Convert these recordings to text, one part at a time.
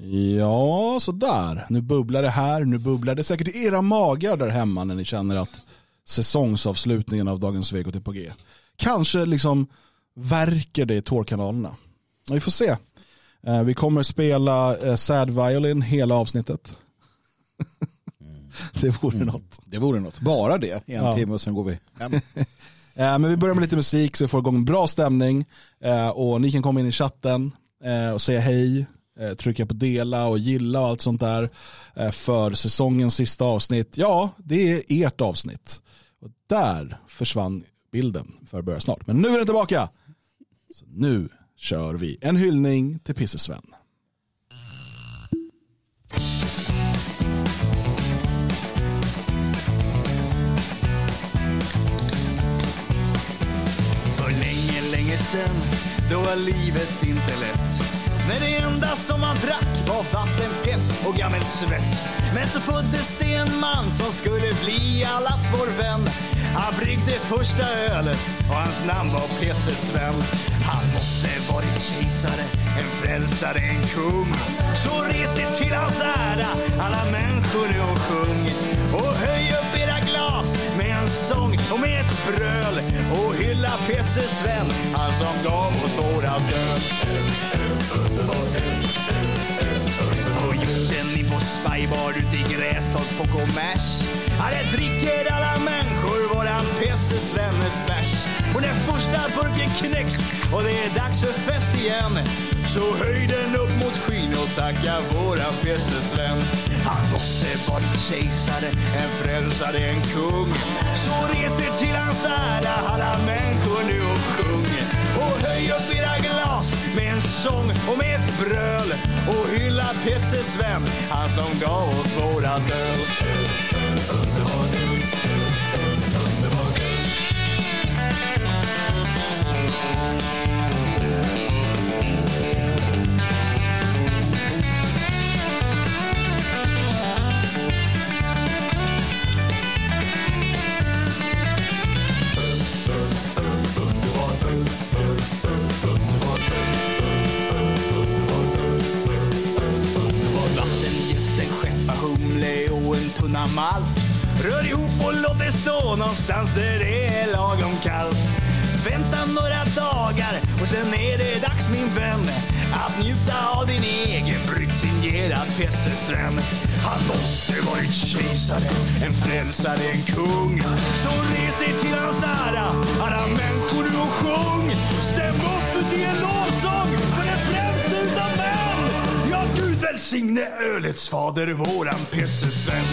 Ja, så där. Nu bubblar det här, nu bubblar det säkert i era magar där hemma när ni känner att säsongsavslutningen av Dagens Svegot är på G. Kanske liksom verkar det i tårkanalerna. Vi får se. Vi kommer spela Sad Violin hela avsnittet. Det vore något. Det vore något. Bara det. En timme och sen går vi hem. Men vi börjar med lite musik så vi får igång en bra stämning. Och ni kan komma in i chatten och säga hej. Trycka på dela och gilla och allt sånt där. För säsongens sista avsnitt. Ja, det är ert avsnitt. Och där försvann bilden för att börja snart. Men nu är den tillbaka. Så nu kör vi en hyllning till Pisse-Sven. För länge sen, då var livet inte lätt. När det enda som man drack var vatten, pest och gammel svett. Men så föddes det en man som skulle bli allas vår vän. Han bryggde första ölet och hans namn var Pisse-Sven. Han måste varit kejsare, en frälsare, en kung. Så res er till hans ära, alla människor nu och sjung. Och höj upp era glas med en sång och med ett bröl. Och hylla Pisse-Sven, han som gav oss våra död. På jorden i på Spybar ute i Grästorp på Kommers. Här dricker alla människor våran Pisse-Svennes bärs. Och när första burken knäcks och det är dags för fest igen, så höj den upp mot skyn och tacka våran Pisse-Sven. Han måste varit kejsare, en frälsare, en kung. Så reser till hans ära alla människor nu och sjung. Och höj upp era glas med en sång och med ett bröl. Och hylla Pisse-Sven, han som gav oss våra döl. Malt. Rör ihop och låt det stå någonstans där det är lagom kallt. Vänta några dagar och sen är det dags min vän att njuta av din egen brygg signerad Pisse-Sven. Han måste varit kejsare, en frälsare, en kung. Så res er till hans ära, alla människor nu och sjung. Stäm upp ut i en lovsång för det främsta utan män. Ja, Gud välsigne ölets fader, våran Pisse-Sven.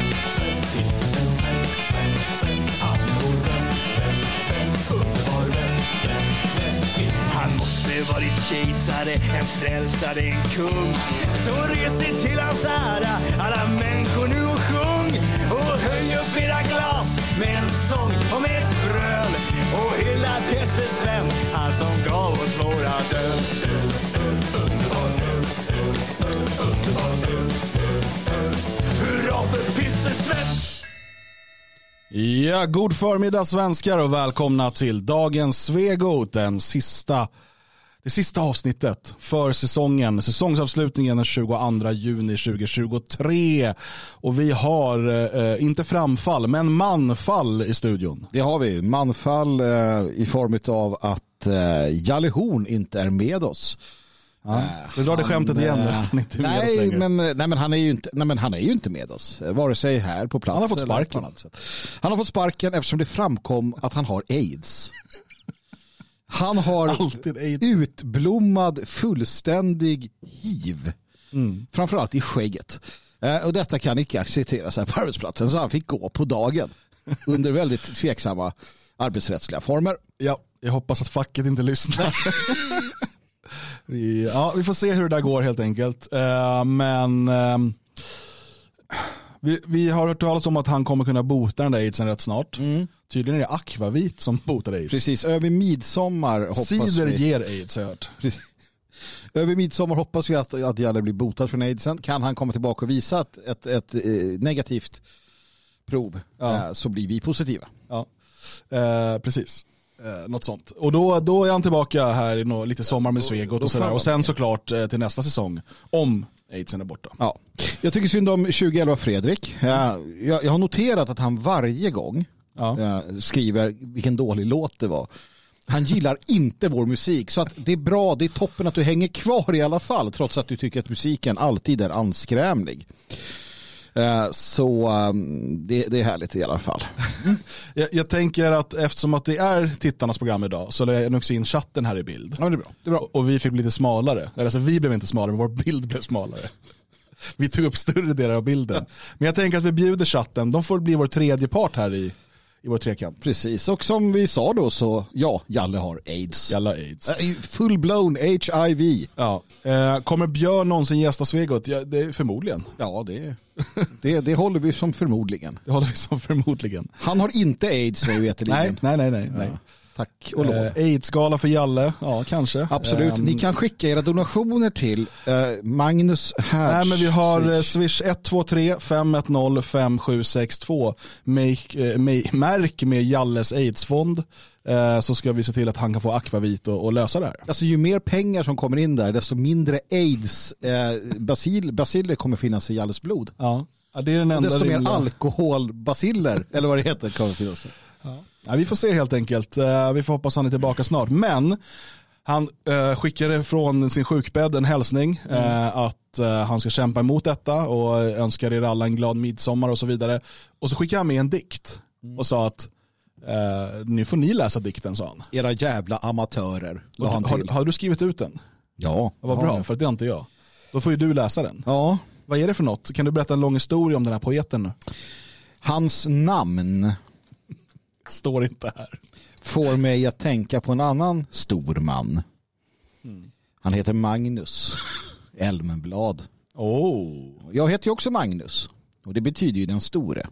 Han måste varit kejsare, en frälsare, en kung. Så res er till hans ära, alla människor nu och sjung. Och höj upp era glas med en sång och med ett bröl. Och hylla Pisse-Sven, han som gav oss våra död. Hurra för Pisse-Sven! Ja, god förmiddag svenskar och välkomna till Dagens Svegot, det sista avsnittet för säsongen, säsongsavslutningen den 22 juni 2023. Och vi har inte framfall, men manfall i studion. Det har vi, manfall i form av att Jalle Horn inte är med oss. Ja. Du drar det skämtet igen. Han är ju inte med oss. Vare sig här på plats. Han har fått sparken. Han har fått sparken eftersom det framkom att han har AIDS. Han har utblommad fullständig hiv. Framförallt i skägget. Och detta kan inte accepteras här på arbetsplatsen. Så han fick gå på dagen under väldigt tveksamma arbetsrättsliga former. Ja, jag hoppas att facket inte lyssnar. Vi får se hur det där går helt enkelt. Men vi har hört talas om att han kommer kunna bota den där aidsen rätt snart. Tydligen är det akvavit som botar aids. Precis, över midsommar hoppas Cider vi. ger aids, har jag hört. Precis. Över midsommar hoppas vi att Jalle blir botad från aidsen. Kan han komma tillbaka och visa ett negativt prov, så blir vi positiva. Ja, precis. Något sånt. Och då är han tillbaka här i lite sommar med Svegot och sådär. Och sen såklart till nästa säsong. Om aidsen är borta. Ja. Jag tycker synd om 2011 Fredrik. Jag har noterat att han varje gång skriver vilken dålig låt det var. Han gillar inte vår musik, så att det är bra, det är toppen att du hänger kvar i alla fall, trots att du tycker att musiken alltid är anskrämlig. Så det är härligt i alla fall. Jag tänker att eftersom att det är tittarnas program idag så lägger jag också in chatten här i bild. Ja, det är bra. Det är bra. Och vi fick bli lite smalare. Alltså vi blev inte smalare, men vår bild blev smalare. Vi tog upp större delar av bilden. Men jag tänker att vi bjuder chatten. De får bli vår tredje part här i vår trekant. Precis, och som vi sa då så, Jalle har AIDS. Jalle har AIDS. Full-blown HIV. Ja. Kommer Björn någonsin gästa Svegot? Ja, det är förmodligen. Ja, det håller vi som förmodligen. Det håller vi som förmodligen. Han har inte AIDS nu veterligen. Nej. Ja. Tack och lov. AIDS-gala för Jalle, ja kanske. Absolut, ni kan skicka era donationer till Magnus Hertz. Nej, men vi har Swish 123 510 5762. Märk med Jalles AIDS-fond, så ska vi se till att han kan få akvavit och lösa det här. Alltså ju mer pengar som kommer in där, desto mindre AIDS baciller kommer finnas i Jalles blod. Ja, det är den enda desto rimliga. mer alkoholbaciller, eller vad det heter, kommer finnas. Ja, vi får se helt enkelt. Vi får hoppas han är tillbaka snart. Men han skickade från sin sjukbädd en hälsning att han ska kämpa emot detta och önskar er alla en glad midsommar och så vidare. Och så skickade han med en dikt och sa att nu får ni läsa dikten, sa han. Era jävla amatörer. Har du skrivit ut den? Ja. Vad bra, för det är inte jag. Då får ju du läsa den. Ja. Vad är det för något? Kan du berätta en lång historia om den här poeten nu? Hans namn står inte här. Får mig att tänka på en annan stor man. Han heter Magnus Elmenblad. Jag heter ju också Magnus. Och det betyder ju den store.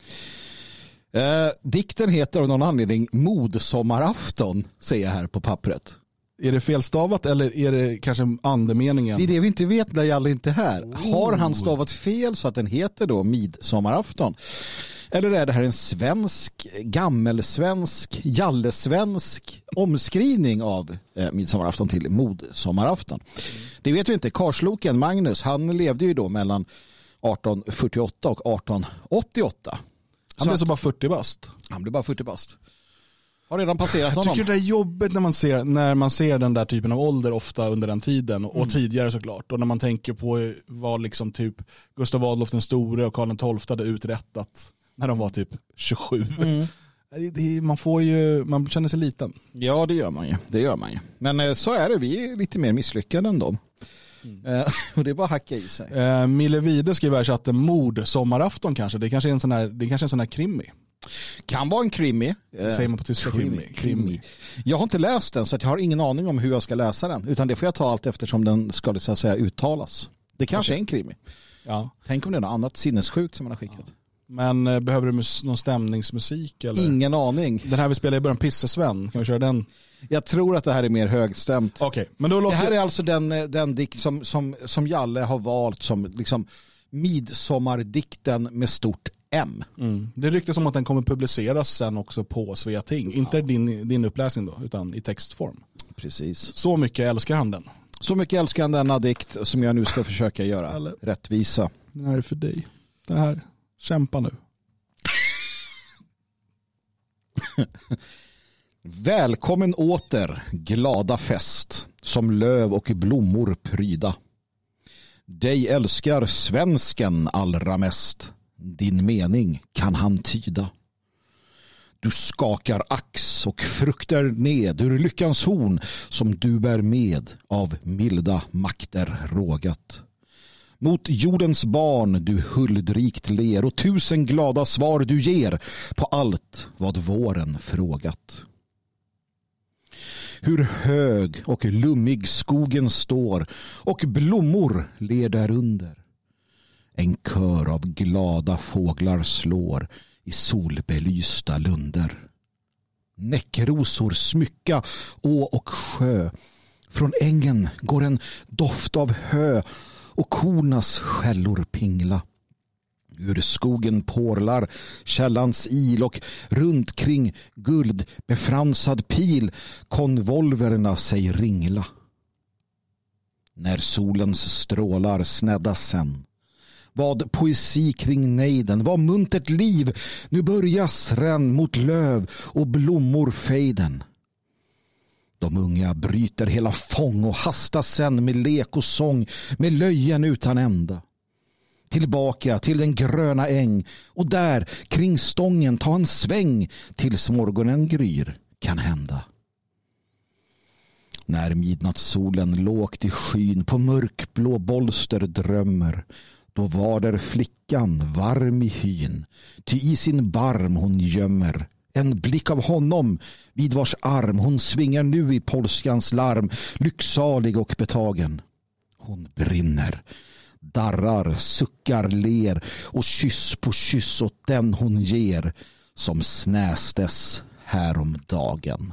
Dikten heter av någon anledning Modsommarafton, säger jag här på pappret. Är det felstavat eller är det kanske andemeningen? Det är det vi inte vet när Jalle inte är här. Har han stavat fel så att den heter då Midsommarafton? Eller är det här en svensk, gammelsvensk, jallesvensk omskrivning av midsommarafton till modsommarafton? Det vet vi inte. Karsloken Magnus, han levde ju då mellan 1848 och 1888. Han blev så bara 40 bast. Han blev bara 40 bast. Har redan passerat honom. Jag tycker det är jobbigt när man ser den där typen av ålder ofta under den tiden och tidigare såklart. Och när man tänker på vad liksom typ Gustav Adolf den store och Karl XII hade uträttat när de var typ 27. Man känner sig liten. Ja, det gör man ju. Men så är det, vi är lite mer misslyckade än dem. Och det är bara att hacka i sig. Mille Vide skriver i chatten Mordsommarafton kanske. Det är kanske en sån här krimi. Kan vara en krimi. Säger man på tyska krimi. Jag har inte läst den så jag har ingen aning om hur jag ska läsa den. Utan det får jag ta allt eftersom den ska så att säga uttalas. Det kanske är en krimi. Ja. Tänk om det är något annat sinnessjukt som man har skickat. Men behöver du någon stämningsmusik? Eller? Ingen aning. Den här vi spelar i början, Pisse-Sven. Kan vi köra den? Jag tror att det här är mer högstämt. Okay, men då det här är alltså den dikt som Jalle har valt som liksom midsommardikten med stort M. Det ryktas om att den kommer publiceras sen också på Sveating. Inte din uppläsning då, utan i textform. Precis. Så mycket älskar han den. Så mycket älskar han denna dikt som jag nu ska försöka göra rättvisa. Den här är för dig. Den här, kämpa nu. Välkommen åter, glada fest, som löv och blommor pryda. Dig älskar svensken allra mest, din mening kan han tyda. Du skakar ax och frukter ned ur lyckans horn som du bär med av milda makter rågat. Mot jordens barn du huldrikt ler och 1000 glada svar du ger på allt vad våren frågat. Hur hög och lummig skogen står och blommor ler därunder. En kör av glada fåglar slår i solbelysta lunder. Näckrosor smycka å och sjö. Från ängen går en doft av hö och kornas skällor pingla. Ur skogen porlar källans il och runt kring guld befransad pil konvolverna sig ringla. När solens strålar sneddas sen. Vad poesi kring nejden, vad muntert liv. Nu börjas ränn mot löv och blommor fejden. De unga bryter hela fång och hastas sen med lek och sång, med löjen utan ända. Tillbaka till den gröna äng och där kring stången ta en sväng tills morgonen gryr kan hända. När midnattssolen lågt i skyn på mörkblå bolster drömmer, då var där flickan varm i hyn, ty i sin barm hon gömmer en blick av honom vid vars arm hon svingar nu i polskans larm, lycksalig och betagen. Hon brinner, darrar, suckar, ler och kyss på kyss åt den hon ger som snästes häromdagen.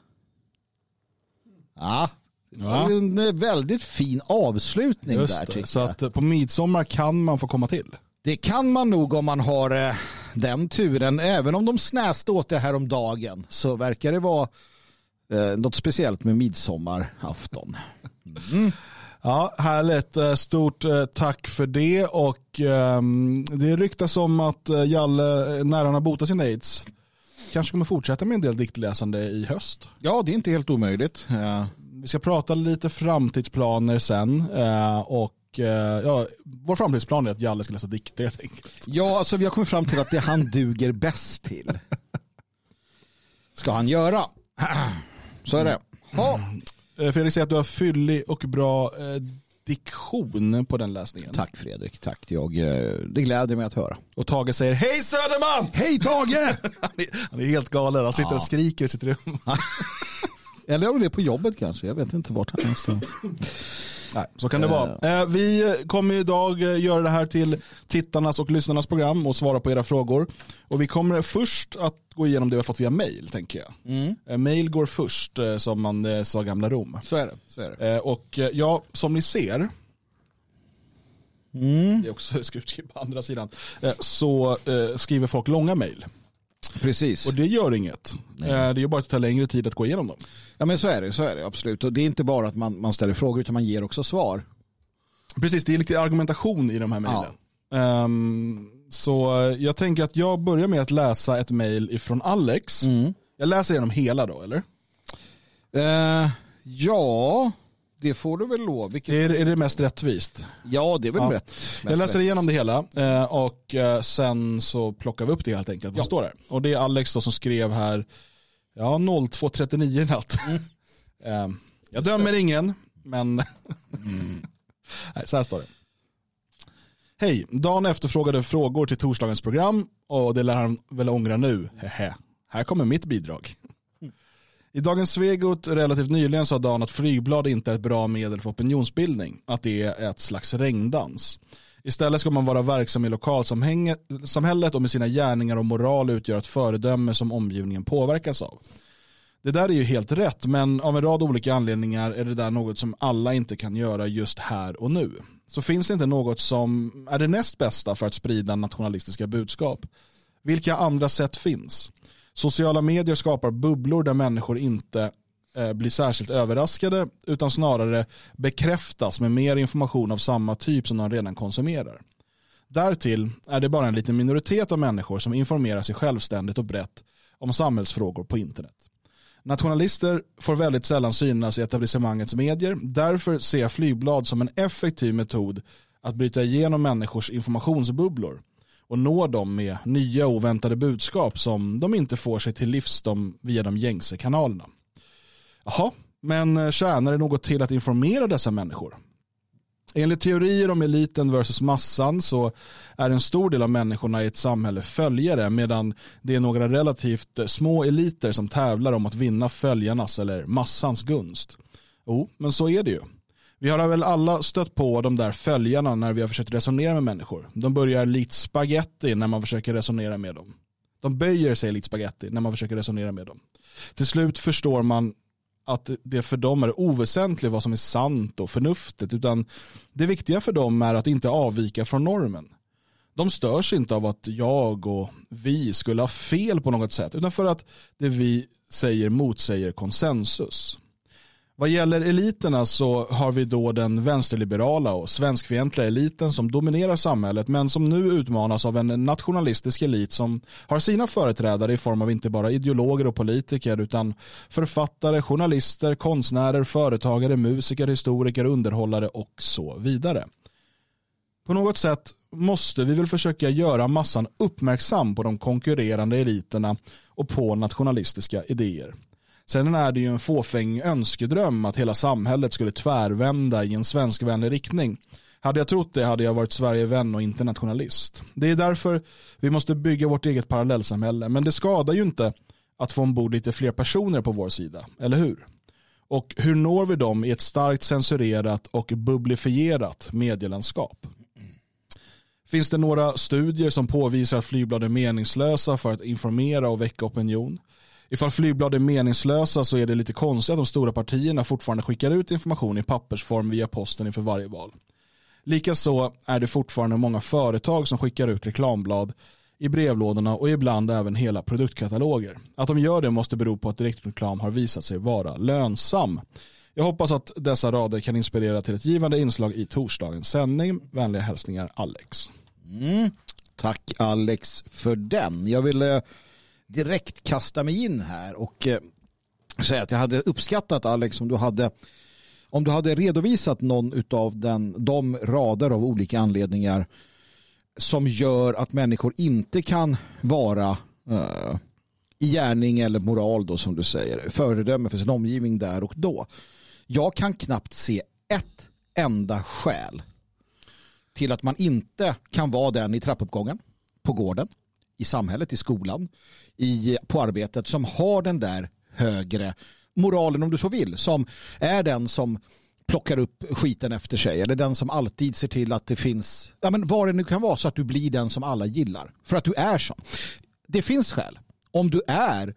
Ja, det var en väldigt fin avslutning. Just där, tycker så att på midsommar kan man få komma till. Det kan man nog om man har den turen. Även om de snäste åt det här om dagen så verkar det vara något speciellt med midsommarafton. Ja, härligt. Stort tack för det. Och det ryktas om att Jalle, när han har botat sin AIDS, kanske kommer fortsätta med en del diktläsande i höst. Ja, det är inte helt omöjligt. Vi ska prata lite framtidsplaner sen. Och vår framtidsplan är att Jalle ska läsa dikter, helt enkelt. Ja, alltså vi har kommit fram till att det han duger bäst till ska han göra. Så är det. Ja. Fredrik säger att du har fyllig och bra diktion på den läsningen. Tack Fredrik, tack. Det gläder mig att höra. Och Tage säger, hej Söderman! Hej Tage! Han är helt galen, han sitter och skriker i sitt rum. Eller om det är på jobbet kanske, jag vet inte vart han är någonstans. Nej, så kan det vara. Vi kommer idag göra det här till tittarnas och lyssnarnas program och svara på era frågor. Och vi kommer först att gå igenom det vi har fått via mail, tänker jag. Mail går först, som man sa gamla Rom. Så är det. Och ja, som ni ser, det är också skrivet på andra sidan, så skriver folk långa mail. Precis. Och det gör inget. Det är bara att det tar längre tid att gå igenom dem. Ja, men så är det absolut. Och det är inte bara att man ställer frågor utan man ger också svar. Precis, det är lite argumentation i de här mejlen. Ja. Så jag tänker att jag börjar med att läsa ett mejl ifrån Alex. Jag läser igenom hela då, eller? Ja, det får du väl lov. Är det mest rättvist? Ja, det är väl rätt. Jag läser igenom det hela och sen så plockar vi upp det helt enkelt. Vad står det? Och det är Alex då som skrev här 02:39 natt. Jag dömer ingen, men nej, så här står det. Hej, Dan efterfrågade frågor till torsdagens program och det lär han väl ångra nu. Här kommer mitt bidrag. I dagens Svegot relativt nyligen sa Dan att flygblad inte är ett bra medel för opinionsbildning, att det är ett slags regndans. Istället ska man vara verksam i lokalsamhället och med sina gärningar och moral utgöra ett föredöme som omgivningen påverkas av. Det där är ju helt rätt, men av en rad olika anledningar är det där något som alla inte kan göra just här och nu. Så finns det inte något som är det näst bästa för att sprida nationalistiska budskap. Vilka andra sätt finns? Sociala medier skapar bubblor där människor inte blir särskilt överraskade utan snarare bekräftas med mer information av samma typ som de redan konsumerar. Därtill är det bara en liten minoritet av människor som informerar sig självständigt och brett om samhällsfrågor på internet. Nationalister får väldigt sällan synas i etablissemangets medier. Därför ser jag flygblad som en effektiv metod att bryta igenom människors informationsbubblor och nå dem med nya oväntade budskap som de inte får sig till livs via de gängse kanalerna. Jaha, men tjänar det något till att informera dessa människor? Enligt teorier om eliten versus massan så är en stor del av människorna i ett samhälle följare, medan det är några relativt små eliter som tävlar om att vinna följarnas eller massans gunst. Jo, men så är det ju. Vi har väl alla stött på de där följarna när vi har försökt resonera med människor. De börjar likt spaghetti när man försöker resonera med dem. De böjer sig likt spaghetti när man försöker resonera med dem. Till slut förstår man att det för dem är oväsentligt vad som är sant och förnuftigt, utan det viktiga för dem är att inte avvika från normen. De störs inte av att jag och vi skulle ha fel på något sätt, utan för att det vi säger motsäger konsensus. Vad gäller eliterna så har vi då den vänsterliberala och svenskfientliga eliten som dominerar samhället, men som nu utmanas av en nationalistisk elit som har sina företrädare i form av inte bara ideologer och politiker utan författare, journalister, konstnärer, företagare, musiker, historiker, underhållare och så vidare. På något sätt måste vi väl försöka göra massan uppmärksam på de konkurrerande eliterna och på nationalistiska idéer. Sen är det ju en fåfäng önskedröm att hela samhället skulle tvärvända i en svenskvänlig riktning. Hade jag trott det hade jag varit Sverigevän och internationalist. Det är därför vi måste bygga vårt eget parallellsamhälle. Men det skadar ju inte att få ombord lite fler personer på vår sida, eller hur? Och hur når vi dem i ett starkt censurerat och bubblifierat medielandskap? Finns det några studier som påvisar att flygblad är meningslösa för att informera och väcka opinion? Ifall flygblad är meningslösa så är det lite konstigt att de stora partierna fortfarande skickar ut information i pappersform via posten inför varje val. Likaså är det fortfarande många företag som skickar ut reklamblad i brevlådorna och ibland även hela produktkataloger. Att de gör det måste bero på att direktreklam har visat sig vara lönsam. Jag hoppas att dessa rader kan inspirera till ett givande inslag i torsdagens sändning. Vänliga hälsningar, Alex. Tack Alex för den. Jag vill direkt kasta mig in här och säga att jag hade uppskattat, Alex, om du hade redovisat någon av de rader av olika anledningar som gör att människor inte kan vara i gärning eller moral då, som du säger, föredöme för sin omgivning där och då. Jag kan knappt se ett enda skäl till att man inte kan vara den i trappuppgången, på gården, i samhället, i skolan, på arbetet som har den där högre moralen, om du så vill, som är den som plockar upp skiten efter sig eller den som alltid ser till att det finns, ja, men vad det nu kan vara, så att du blir den som alla gillar för att du är så. Det finns skäl. Om du är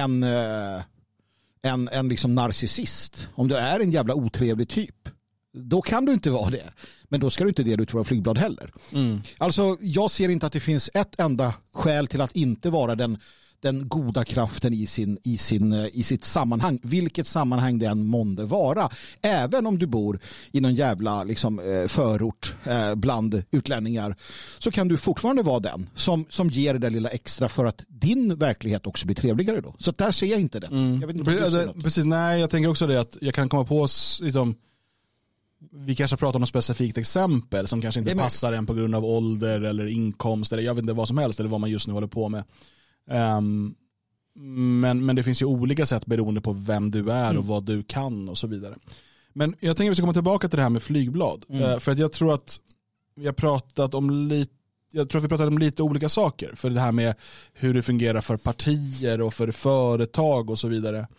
en liksom narcissist, om du är en jävla otrevlig typ, då kan du inte vara det. Men då ska du inte dela ut våra flygblad heller. Alltså, jag ser inte att det finns ett enda skäl till att inte vara den goda kraften i sitt sammanhang. Vilket sammanhang det än månde vara. Även om du bor i någon jävla liksom, förort bland utlänningar, så kan du fortfarande vara den som ger det där lilla extra för att din verklighet också blir trevligare då. Så där ser jag inte det. Jag vet inte precis, nej, jag tänker också det att jag kan komma på liksom, vi kanske pratar om något specifikt exempel som kanske inte passar en på grund av ålder eller inkomst eller jag vet inte vad som helst eller vad man just nu håller på med. Men det finns ju olika sätt beroende på vem du är och vad du kan och så vidare. Men jag tänker att vi ska komma tillbaka till det här med flygblad. För att jag tror att vi har pratat om lite olika saker. För det här med hur det fungerar för partier och för företag och så vidare.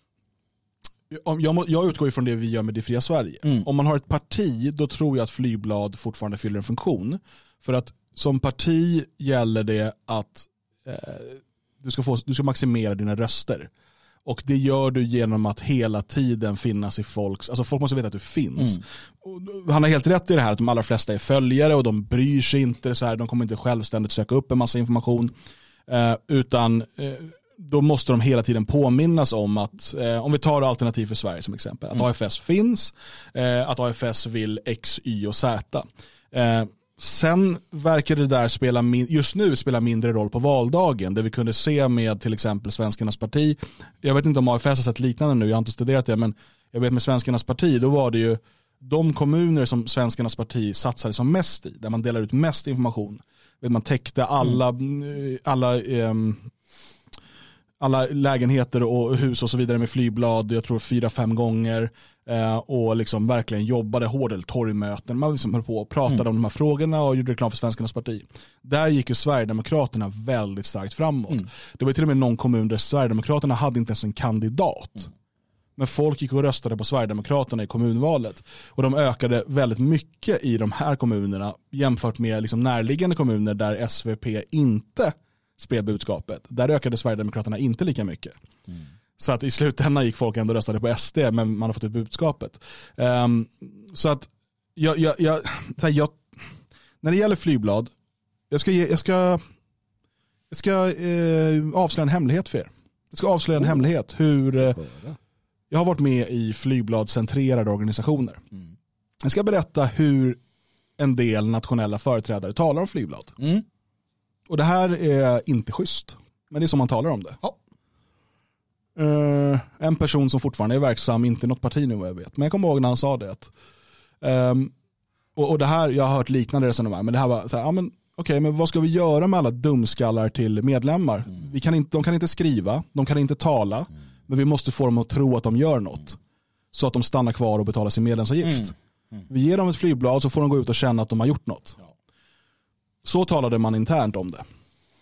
Jag utgår ifrån det vi gör med Det fria Sverige. Om man har ett parti, då tror jag att flygblad fortfarande fyller en funktion. För att som parti gäller det att du ska maximera dina röster. Och det gör du genom att hela tiden finnas i folks... Alltså folk måste veta att du finns. Och han har helt rätt i det här att de allra flesta är följare och de bryr sig inte så här, de kommer inte självständigt söka upp en massa information. Utan då måste de hela tiden påminnas om att, om vi tar Alternativ för Sverige som exempel, att AFS finns, att AFS vill X, Y och Z. Sen verkar det där just nu spela mindre roll på valdagen. Det vi kunde se med till exempel Svenskarnas parti. Jag vet inte om AFS har sett liknande nu, jag har inte studerat det, men jag vet med Svenskarnas parti, då var det ju de kommuner som Svenskarnas parti satsade som mest i, där man delar ut mest information. Man täckte alla lägenheter och hus och så vidare med flygblad, jag tror 4-5 gånger, och liksom verkligen jobbade hårt, torgmöten, man liksom höll på och pratade om de här frågorna och gjorde reklam för Svenskarnas parti. Där gick ju Sverigedemokraterna väldigt starkt framåt. Det var till och med någon kommun där Sverigedemokraterna hade inte ens en kandidat. Men folk gick och röstade på Sverigedemokraterna i kommunvalet. Och de ökade väldigt mycket i de här kommunerna jämfört med liksom närliggande kommuner där SVP inte spred budskapet. Där ökade Sverigedemokraterna inte lika mycket. Så att i slutändan gick folk ändå och röstade på SD, men man har fått ut budskapet. Så att när det gäller flygblad, jag ska avslöja en hemlighet för er. Jag ska avslöja en hemlighet hur Jag har varit med i flygbladscentrerade organisationer. Jag ska berätta hur en del nationella företrädare talar om flygblad. Och det här är inte schysst. Men det är som man talar om det. Ja. En person som fortfarande är verksam, inte något parti nu vad jag vet. Men jag kommer ihåg när han sa det. Och det här, jag har hört liknande resonemang. Men det här var så här, ja, men okej, men vad ska vi göra med alla dumskallar till medlemmar? De kan inte skriva, de kan inte tala. Men vi måste få dem att tro att de gör något. Så att de stannar kvar och betalar sin medlemsavgift. Vi ger dem ett flygblad så får de gå ut och känna att de har gjort något. Så talade man internt om det.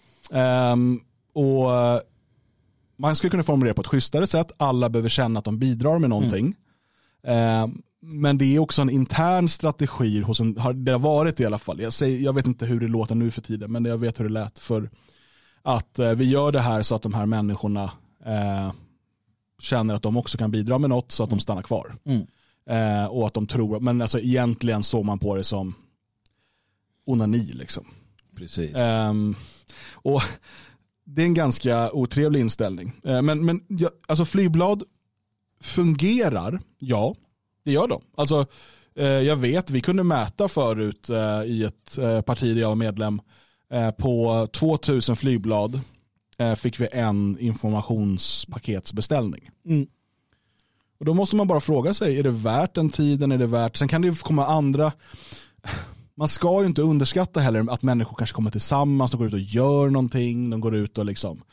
Och man skulle kunna formulera på ett schysstare sätt. Alla behöver känna att de bidrar med någonting. Men det är också en intern strategi hos det har varit i alla fall. Jag vet inte hur det låter nu för tiden, men jag vet hur det lät för att vi gör det här så att de här människorna känner att de också kan bidra med något så att de stannar kvar. Och att de tror, men alltså egentligen såg man på det som onani liksom. Precis. Och det är en ganska otrevlig inställning. Men alltså flygblad fungerar, ja, det gör de. Alltså jag vet, vi kunde mäta förut i ett parti där jag var medlem på 2000 flygblad fick vi en informationspaketsbeställning. Och då måste man bara fråga sig, är det värt den tiden? Är det värt? Sen kan det ju komma andra. Man ska ju inte underskatta heller att människor kanske kommer tillsammans, de går ut och gör någonting, de går ut och liksom.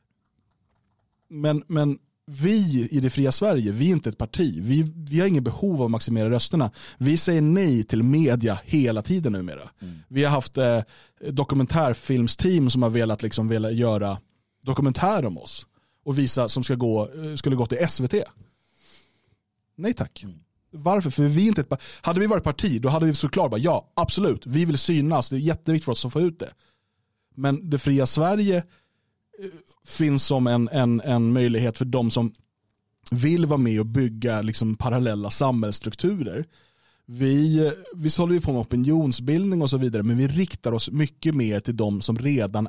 Men vi i det fria Sverige, vi är inte ett parti. Vi har ingen behov av att maximera rösterna. Vi säger nej till media hela tiden numera. Vi har haft dokumentärfilmsteam som har velat göra dokumentär om oss och visa som skulle gå till SVT. Nej tack. Varför? För vi är inte hade vi varit parti, då hade vi såklart bara ja, absolut, vi vill synas, det är jätteviktigt för oss att få ut det. Men det fria Sverige finns som en möjlighet för de som vill vara med och bygga liksom parallella samhällsstrukturer. Vi håller på med opinionsbildning och så vidare, men vi riktar oss mycket mer till de som redan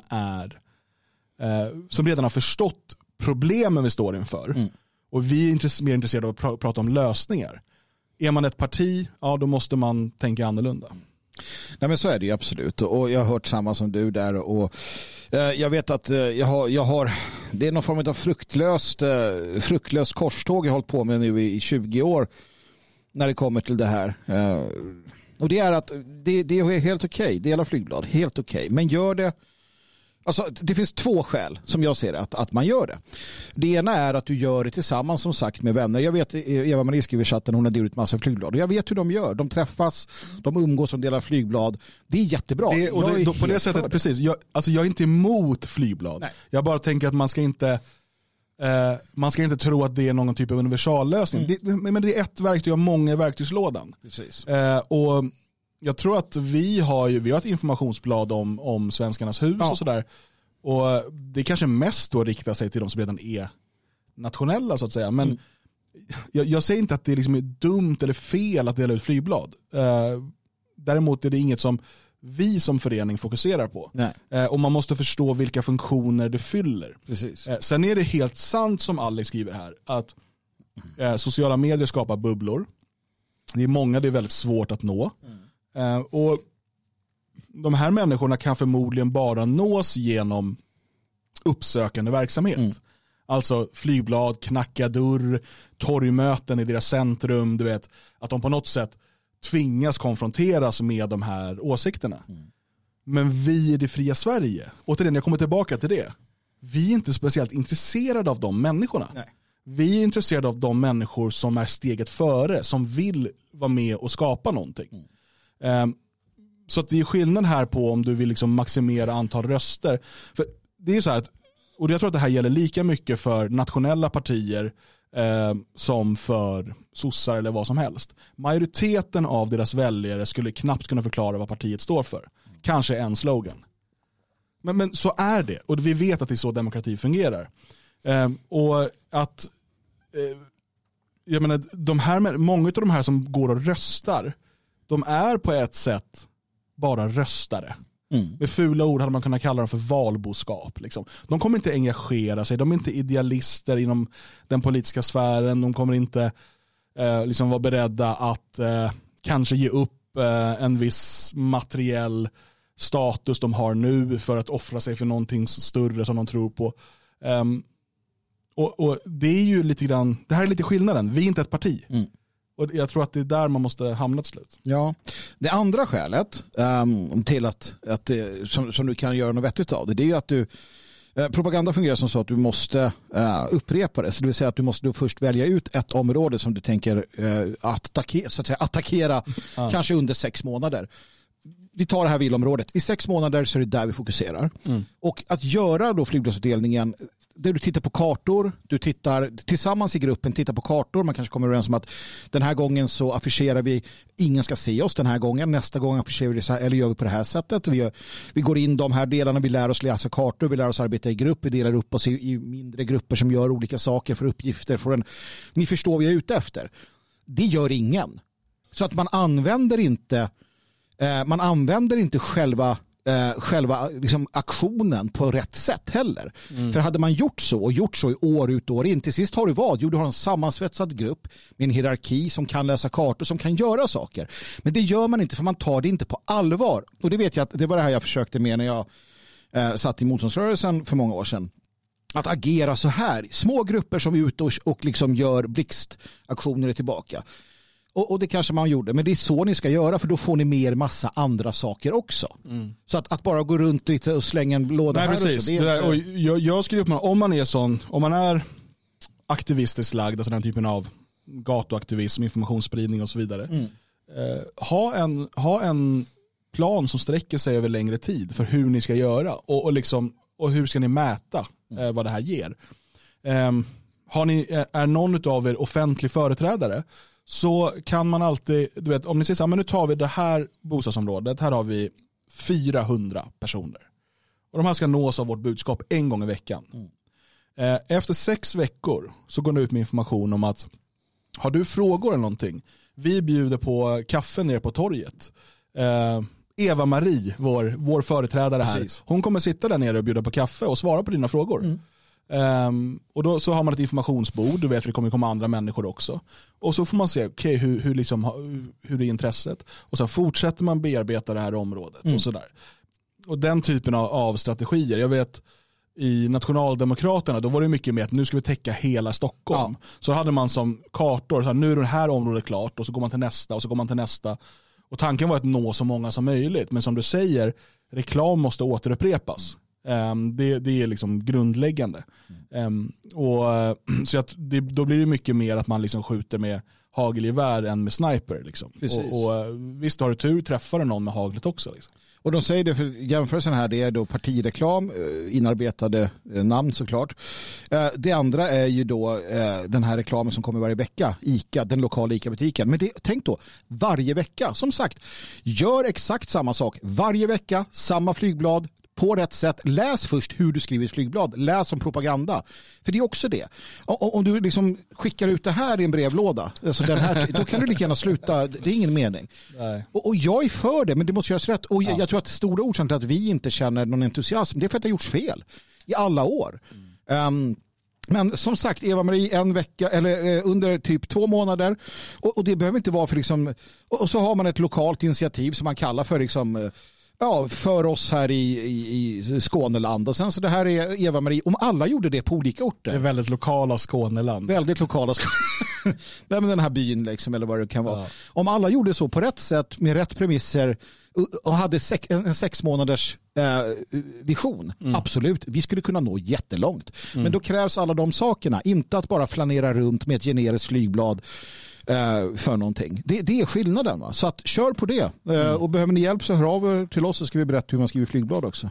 har förstått problemen vi står inför. Och vi är mer intresserade av att prata om lösningar. Är man ett parti, ja då måste man tänka annorlunda. Nej men så är det ju absolut. Och jag har hört samma som du där. Och jag vet att jag har det är någon form av fruktlöst korståg jag har hållit på med nu i 20 år när det kommer till det här. Och det är att det är helt okej. Dela flygblad, helt okej. Men gör det. Alltså, det finns två skäl som jag ser att man gör det. Det ena är att du gör det tillsammans som sagt med vänner. Jag vet, Eva-Marie skriver i chatten, hon har delat massa flygblad. Och jag vet hur de gör. De träffas, de umgås som delar flygblad. Det är jättebra. På det sättet, precis. Jag är inte emot flygblad. Nej. Jag bara tänker att man ska inte tro att det är någon typ av universallösning. Men det är ett verktyg av många i verktygslådan. Precis. Och jag tror att vi har ett informationsblad om Svenskarnas hus och sådär. Och det kanske mest då riktar sig till de som redan är nationella så att säga. Men jag säger inte att det liksom är dumt eller fel att dela ut flygblad. Däremot är det inget som vi som förening fokuserar på. Och man måste förstå vilka funktioner det fyller. Precis. Sen är det helt sant som Alex skriver här att sociala medier skapar bubblor. Det är många, det är väldigt svårt att nå. Och de här människorna kan förmodligen bara nås genom uppsökande verksamhet. Alltså flygblad, knacka dörr, torgmöten i deras centrum, du vet, att de på något sätt tvingas konfronteras med de här åsikterna. Men vi i det fria Sverige, återigen jag kommer tillbaka till det, vi är inte speciellt intresserade av de människorna. Nej. Vi är intresserade av de människor som är steget före, som vill vara med och skapa någonting. Så att det är skillnad här på om du vill liksom maximera antal röster. För det är ju så här att, och jag tror att det här gäller lika mycket för nationella partier som för sossar eller vad som helst. Majoriteten av deras väljare skulle knappt kunna förklara vad partiet står för. Kanske en slogan. Men så är det. Och vi vet att det är så demokrati fungerar. Och att jag menar, många av de här som går och röstar, de är på ett sätt bara röstare. Med fula ord hade man kunnat kalla dem för valboskap. Liksom. De kommer inte engagera sig, de är inte idealister inom den politiska sfären, de kommer inte liksom vara beredda att kanske ge upp en viss materiell status de har nu för att offra sig för någonting större som de tror på. Och det är ju lite grann, det här är lite skillnaden, vi är inte ett parti. Och jag tror att det är där man måste hamna till slut. Ja, det andra skälet till att som du kan göra något vettigt av det är ju att du propaganda fungerar som så att du måste upprepa det. Så det vill säga att du måste först välja ut ett område som du tänker attackera kanske under 6 månader. Vi tar det här villområdet. I 6 månader så är det där vi fokuserar. Och att göra då flygbladsutdelningen där du tittar på kartor, du tittar tillsammans i gruppen, tittar på kartor, man kanske kommer överens om att den här gången så affischerar vi, ingen ska se oss den här gången, nästa gång affischerar vi det så här, eller gör vi på det här sättet. Vi går in de här delarna, vi lär oss läsa kartor, vi lär oss arbeta i grupp, vi delar upp oss i mindre grupper som gör olika saker för uppgifter. Ni förstår vad jag är ute efter. Det gör ingen. Så att man använder inte själva liksom aktionen på rätt sätt heller. För hade man gjort så i år ut och år in, till sist har du vad? Jo, du har en sammansvetsad grupp med en hierarki som kan läsa kartor, som kan göra saker. Men det gör man inte, för man tar det inte på allvar. Och det vet jag att det var det här jag försökte med när jag satt i motståndsrörelsen för många år sedan. Att agera så här. Små grupper som är ute och liksom gör blixtaktioner tillbaka. Och det kanske man gjorde, men det är så ni ska göra, för då får ni mer massa andra saker också. Så att bara gå runt lite och slänga en låda. Nej, här precis. och så. Det är inte... Jag skulle uppmana, om man är aktivistiskt lagd, alltså den typen av gatuaktivism, informationsspridning och så vidare. Ha en plan som sträcker sig över längre tid för hur ni ska göra och hur ska ni mäta vad det här ger. Är någon av er offentlig företrädare, så kan man alltid, du vet, om ni säger så här, men nu tar vi det här bostadsområdet, här har vi 400 personer. Och de här ska nås av vårt budskap en gång i veckan. Efter 6 veckor så går ni ut med information om att har du frågor eller någonting, vi bjuder på kaffe nere på torget. Eva-Marie, vår företrädare här, hon kommer sitta där nere och bjuda på kaffe och svara på dina frågor. Och då så har man ett informationsbord, du vet att det kommer komma andra människor också, och så får man se hur är intresset, och så fortsätter man bearbeta det här området och sådär. Och den typen av strategier, jag vet i Nationaldemokraterna, då var det mycket med att nu ska vi täcka hela Stockholm. Så hade man som kartor, så här, nu är det här området klart, och så går man till nästa och så går man till nästa, och tanken var att nå så många som möjligt, men som du säger, reklam måste återupprepas. Det är liksom grundläggande. Så då blir det mycket mer att man liksom skjuter med hagelgevär än med sniper. Liksom. Och visst, har du tur, träffar du någon med haglet också. Liksom. Och de säger det, för jämförelsen här, det är då partireklam, inarbetade namn såklart. Det andra är ju då den här reklamen som kommer varje vecka, ICA, den lokala ICA-butiken. Men tänk då, varje vecka, som sagt, gör exakt samma sak. Varje vecka, samma flygblad, på rätt sätt. Läs först hur du skriver flygblad. Läs som propaganda. För det är också det. Om du liksom skickar ut det här i en brevlåda, alltså den här, då kan du lika gärna sluta. Det är ingen mening. Och jag är för det, men det måste göras rätt. Och jag tror att stora orsaken till att vi inte känner någon entusiasm, det är för att det har gjorts fel i alla år. Men som sagt, Eva-Marie, en vecka eller under typ 2 månader, och det behöver inte vara för liksom, och så har man ett lokalt initiativ som man kallar för liksom, för oss här i Skåneland, och sen så det här är Eva-Marie, om alla gjorde det på olika orter. Det är väldigt lokala Skåneland. Väldigt lokala Skåneland. Nej, men den här byn liksom, eller vad det kan vara. Om alla gjorde så på rätt sätt med rätt premisser och hade en 6 månaders vision, absolut, vi skulle kunna nå jättelångt. Men då krävs alla de sakerna, inte att bara flanera runt med ett generiskt flygblad för någonting. Det är skillnaden, va? Så att kör på det. Och behöver ni hjälp så hör av er till oss, så ska vi berätta hur man skriver flygblad också.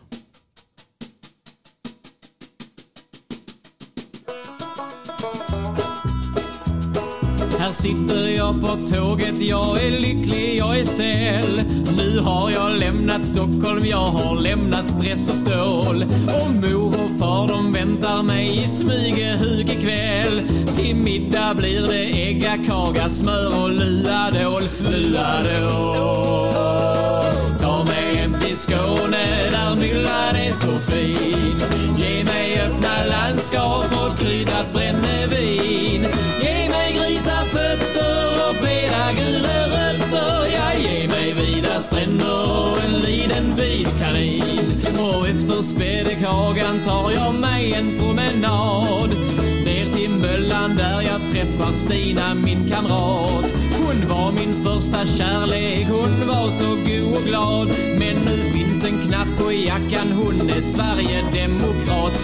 Här sitter jag på tåget, jag är lycklig, jag är säl. Nu har jag lämnat Stockholm, jag har lämnat stress och stål. Och mor och far, de väntar mig i Smygehuk ikväll. Till middag blir det äggakaga, smör och luadål. Ta mig hem till Skåne är så fin. Ge mig öppna landskap och kryddat brännevin. Ge mig grisafötter och flera gula rötter. Ja, ge mig vida stränder och en liten vid kanin. Och efter spädekagan tar jag mig en promenad ner till Möllan där jag träffar Stina, min kamrat. Hon var min första kärlek, hon var så god och glad. Men nu finns en knapp på jackan, hon är Sverigedemokrat.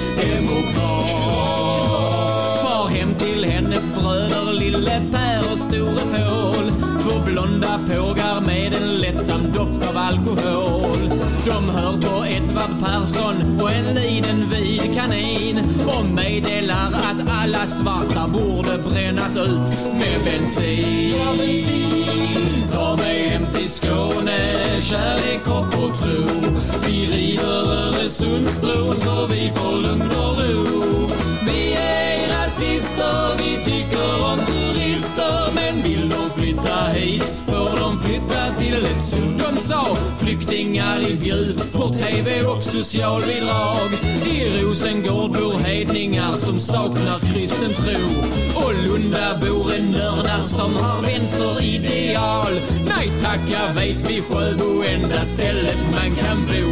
Far hem till hennes bröder, lille Per och store Paul. Två blonda pågar med en lättsam doft av alkohol. De hör på Edvard Persson och en liten vid kanin och meddelar att alla svarta borde brännas ut med bensin. Ta mig hem till Skåne, kärlek, hopp och tro. Vi river Öresundsbron så vi får lugn och ro. Vi är rasister, vi tycker om turister. Men vill de flytta hit får de flytta till ett sund. De sa flyktingar i Bjuv får tv och socialbidrag. I Rosengård bor hedningar som saknar kristen tro. Och Lunda bor en nördar som har vänsterideal. Nej tack, jag vet vi Sjöbo enda stället man kan bo.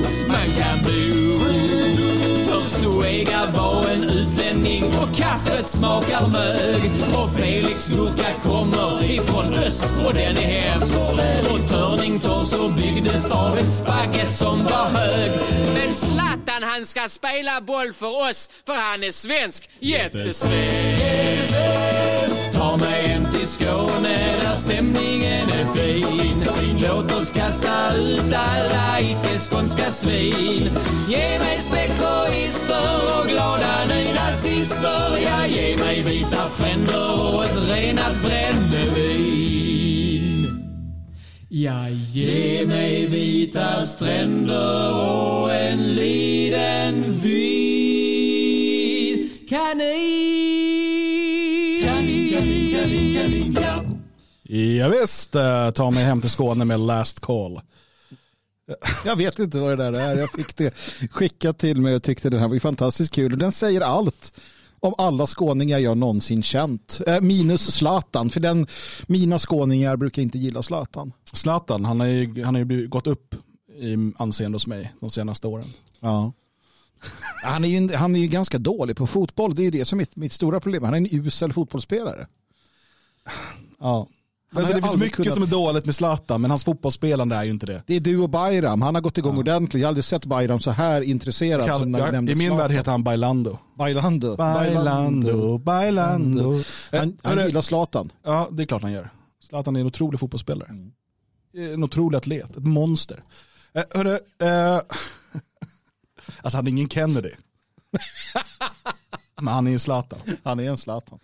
För Zoega var en utlänning och kaffet smakar mög. Och Felix gurka kommer ifrån öst och den är hemsk. Och Törningtorp så byggdes av en spacke som var hög. Men Zlatan han ska spela boll för oss, för han är svensk, jättesvensk. Ta mig hem till Skåne där stämningen är fin. Låt oss kasta ut alla icke-skånska svin. Ge mig späckoister och glada nynazister. Ja, ge mig vita fränder och ett renat brännevin. Ja, ge mig vita stränder och en liten vid kanin. Ja, visst, ta mig hem till Skåne med Last Call. Jag vet inte vad det där är. Jag fick det skickat till mig och tyckte den här var fantastiskt kul. Den säger allt om alla skåningar jag någonsin känt. Minus Zlatan, för mina skåningar brukar inte gilla Zlatan. Zlatan, han har ju gått upp i anseende hos mig de senaste åren. Ja. Han är ju ganska dålig på fotboll. Det är ju det som är mitt stora problem. Han är en usel fotbollsspelare. Ja. Alltså, det finns mycket som är dåligt med Zlatan, men hans fotbollsspelande är ju inte det. Det är du och Bayram. Han har gått igång ordentligt. Jag har aldrig sett Bayram så här intresserad som när nämnde i min värld heter han Bailando. Bailando. Han gillar Zlatan. Ja, det är klart han gör. Zlatan är en otrolig fotbollsspelare. En otrolig atlet. Ett monster. Alltså han är ingen Kennedy. Men han är en Zlatan. Han är en Zlatan.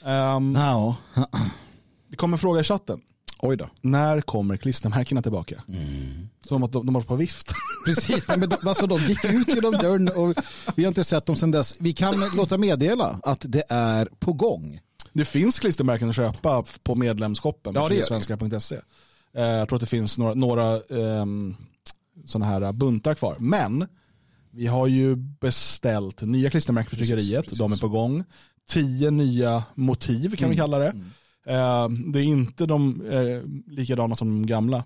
Det kommer en fråga i chatten. Oj då. När kommer klistermärkena tillbaka? Som att de har på vift. Precis, men alltså, de gick ut genom dörren och vi har inte sett dem sedan dess. Vi kan låta meddela att det är på gång. Det finns klistermärken att köpa på medlemskoppen på svenskar.se. Jag tror att det finns några sådana här buntar kvar. Men vi har ju beställt nya klistermärken för tryckeriet. De är på gång. 10 nya motiv kan vi kalla det. Det är inte de likadana som de gamla.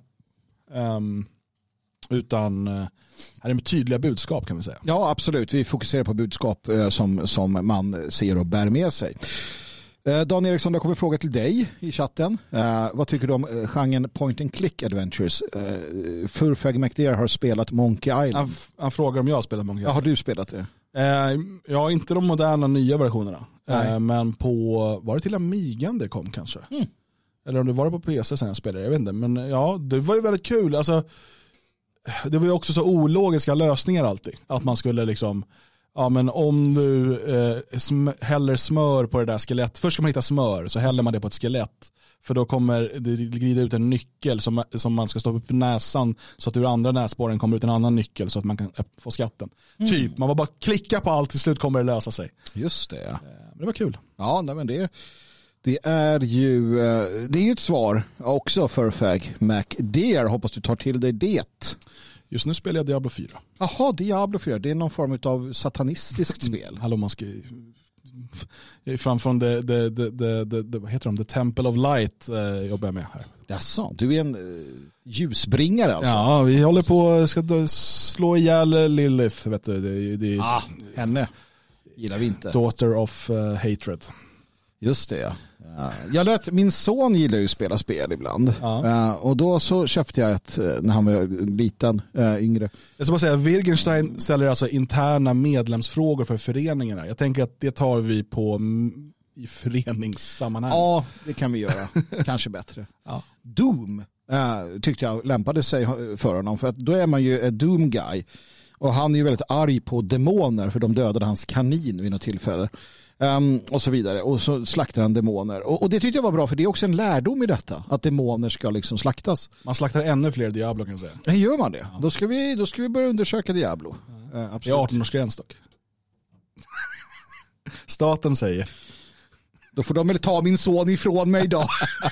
Utan här är med tydliga budskap kan vi säga. Ja, absolut. Vi fokuserar på budskap som man ser och bär med sig. Dan Eriksson, jag kommer fråga till dig i chatten. Vad tycker du om genren point and click adventures? Furfag McDear har spelat Monkey Island. Han frågar om jag har spelat Monkey Island. Ja, har du spelat det? Ja, inte de moderna nya versionerna. Men var det till Amigan det kom kanske? Eller om det var på PC sen jag spelade, jag vet inte. Men ja, det var ju väldigt kul. Alltså, det var ju också så ologiska lösningar alltid. Att man skulle liksom, ja men om du häller smör på det där skelett. Först ska man hitta smör, så häller man det på ett skelett. För då kommer det glida ut en nyckel som man ska stoppa upp i näsan så att ur andra nässpåren kommer ut en annan nyckel så att man kan få skatten. Typ, man var bara klicka på allt, till slut kommer det lösa sig. Just det. Ja. Men det var kul. Ja, men det är ju ett svar också för Fag McDear. Hoppas du tar till dig det. Just nu spelar jag Diablo 4. Jaha, Diablo 4. Det är någon form av satanistiskt spel. Hallå, man ska... Jag är framför vad heter de? The Temple of Light jobbar jag med här. Jaså, du är en ljusbringare alltså? Ja, vi håller på ska slå ihjäl Lilith, vet du. Henne gillar vi inte. Daughter of Hatred. Just det, ja. Min son gillar ju att spela spel ibland. Ja. Och då så köpte jag ett när han var liten, yngre. Jag ska bara säga, Wittgenstein ställer alltså interna medlemsfrågor för föreningarna. Jag tänker att det tar vi på i föreningssammanhang. Ja, det kan vi göra. Kanske bättre. Ja. Doom tyckte jag lämpade sig för honom. För att då är man ju en Doom guy. Och han är ju väldigt arg på demoner för de dödade hans kanin vid något tillfälle. Och så vidare. Och så slaktar han demoner. Och det tyckte jag var bra, för det är också en lärdom i detta. Att demoner ska liksom slaktas. Man slaktar ännu fler Diablo, kan jag säga. Ja, gör man det? Ja. Då ska vi börja undersöka Diablo. Det är 18-årsgräns dock. Staten säger. Då får de väl ta min son ifrån mig idag.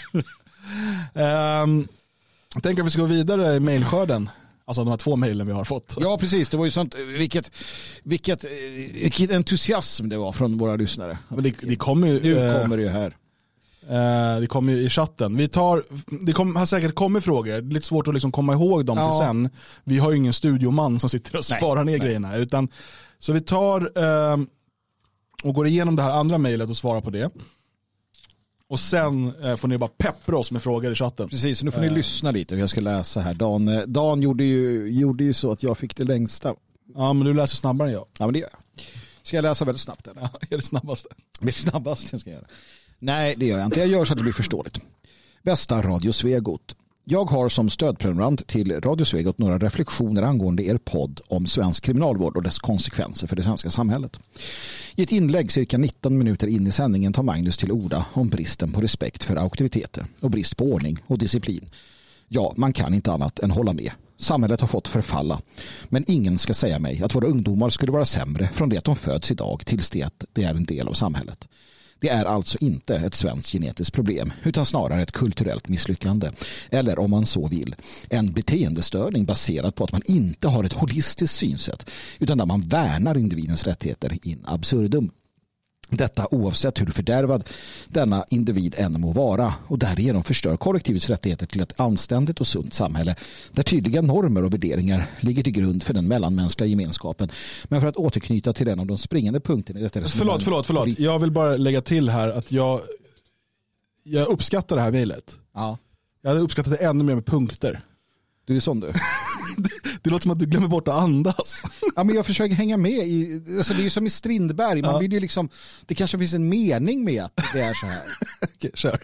Jag tänker att vi ska gå vidare i mejlskörden. Alltså de här 2 mejlen vi har fått. Ja, precis. Det var ju sånt. Vilket entusiasm det var från våra lyssnare. Men det kommer ju... Nu kommer det ju här. Det kommer ju i chatten. Har säkert kommit frågor. Det är lite svårt att liksom komma ihåg dem till sen. Vi har ju ingen studioman som sitter och sparar ner grejerna. Så vi tar och går igenom det här andra mejlet och svarar på det. Och sen får ni bara peppra oss med frågor i chatten. Precis, så nu får ni lyssna lite. Jag ska läsa här. Dan gjorde ju så att jag fick det längsta. Ja, men du läser snabbare än jag. Ja, men det gör jag. Ska jag läsa väldigt snabbt? Eller? Ja, är det snabbaste? Det snabbaste ska jag göra. Nej, det gör jag inte. Jag gör så att det blir förståeligt. Bästa Radio Svegot. Jag har som stödprenumerant till Radio Svegot några reflektioner angående er podd om svensk kriminalvård och dess konsekvenser för det svenska samhället. I ett inlägg cirka 19 minuter in i sändningen tar Magnus till orda om bristen på respekt för auktoriteter och brist på ordning och disciplin. Ja, man kan inte annat än hålla med. Samhället har fått förfalla. Men ingen ska säga mig att våra ungdomar skulle vara sämre från det att de föds idag tills det att det är en del av samhället. Det är alltså inte ett svenskt genetiskt problem utan snarare ett kulturellt misslyckande. Eller om man så vill, en beteendestörning baserad på att man inte har ett holistiskt synsätt utan där man värnar individens rättigheter in absurdum. Detta oavsett hur fördärvad denna individ än må vara och därigenom förstör kollektivets rättigheter till ett anständigt och sunt samhälle där tydliga normer och värderingar ligger till grund för den mellanmänskliga gemenskapen. Men för att återknyta till en av de springande punkterna i detta resonemang... Förlåt. Jag vill bara lägga till här att jag uppskattar det här mejlet. Ja. Jag hade uppskattat det ännu mer med punkter. Du är sån du. Det låter som att du glömmer bort att andas. Ja, men jag försöker hänga med i, alltså det är ju som i Strindberg, man vill ju liksom, det kanske finns en mening med att det är så här. Okej, kör.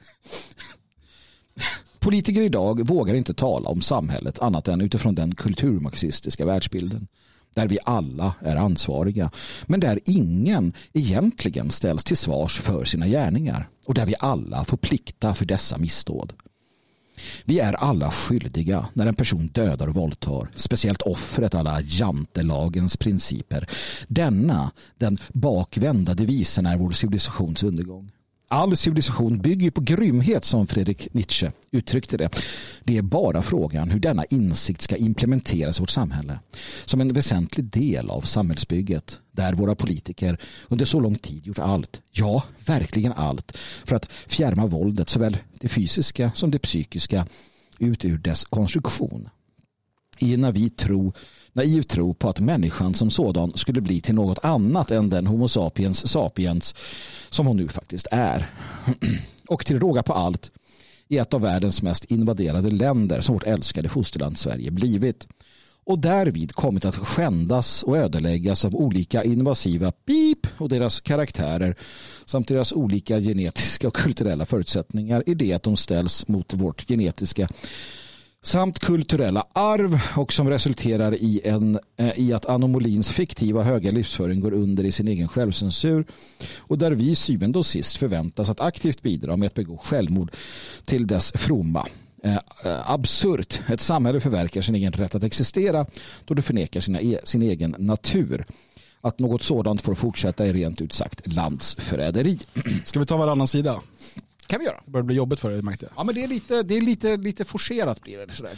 Politiker idag vågar inte tala om samhället annat än utifrån den kulturmarxistiska världsbilden. Där vi alla är ansvariga, men där ingen egentligen ställs till svars för sina gärningar och där vi alla får plikta för dessa missdåd. Vi är alla skyldiga när en person dödar och våldtar, speciellt offret alla jantelagens principer. Den bakvända devisen är vår civilisations undergång. All civilisation bygger på grymhet som Friedrich Nietzsche uttryckte det. Det är bara frågan hur denna insikt ska implementeras i vårt samhälle som en väsentlig del av samhällsbygget där våra politiker under så lång tid gjort allt, ja verkligen allt, för att fjärma våldet såväl det fysiska som det psykiska ut ur dess konstruktion. I en naiv tro på att människan som sådan skulle bli till något annat än den homo sapiens som hon nu faktiskt är. Och till råga på allt i ett av världens mest invaderade länder som vårt älskade fosterland Sverige blivit. Och därvid kommit att skändas och ödeläggas av olika invasiva pip och deras karaktärer samt deras olika genetiska och kulturella förutsättningar i det att de ställs mot vårt genetiska samt kulturella arv och som resulterar i att anomolins fiktiva höga livsföring går under i sin egen självcensur och där vi syvende och sist förväntas att aktivt bidra med att begå självmord till dess fromma. Absurt. Ett samhälle förverkar sin egen rätt att existera då det förnekar sin egen natur. Att något sådant får fortsätta är rent ut sagt landsförräderi. Ska vi ta varannan sida? Kan vi göra. Det börjar bli jobbigt för dig, märkte jag. Ja, men det är lite forcerat blir det sådär.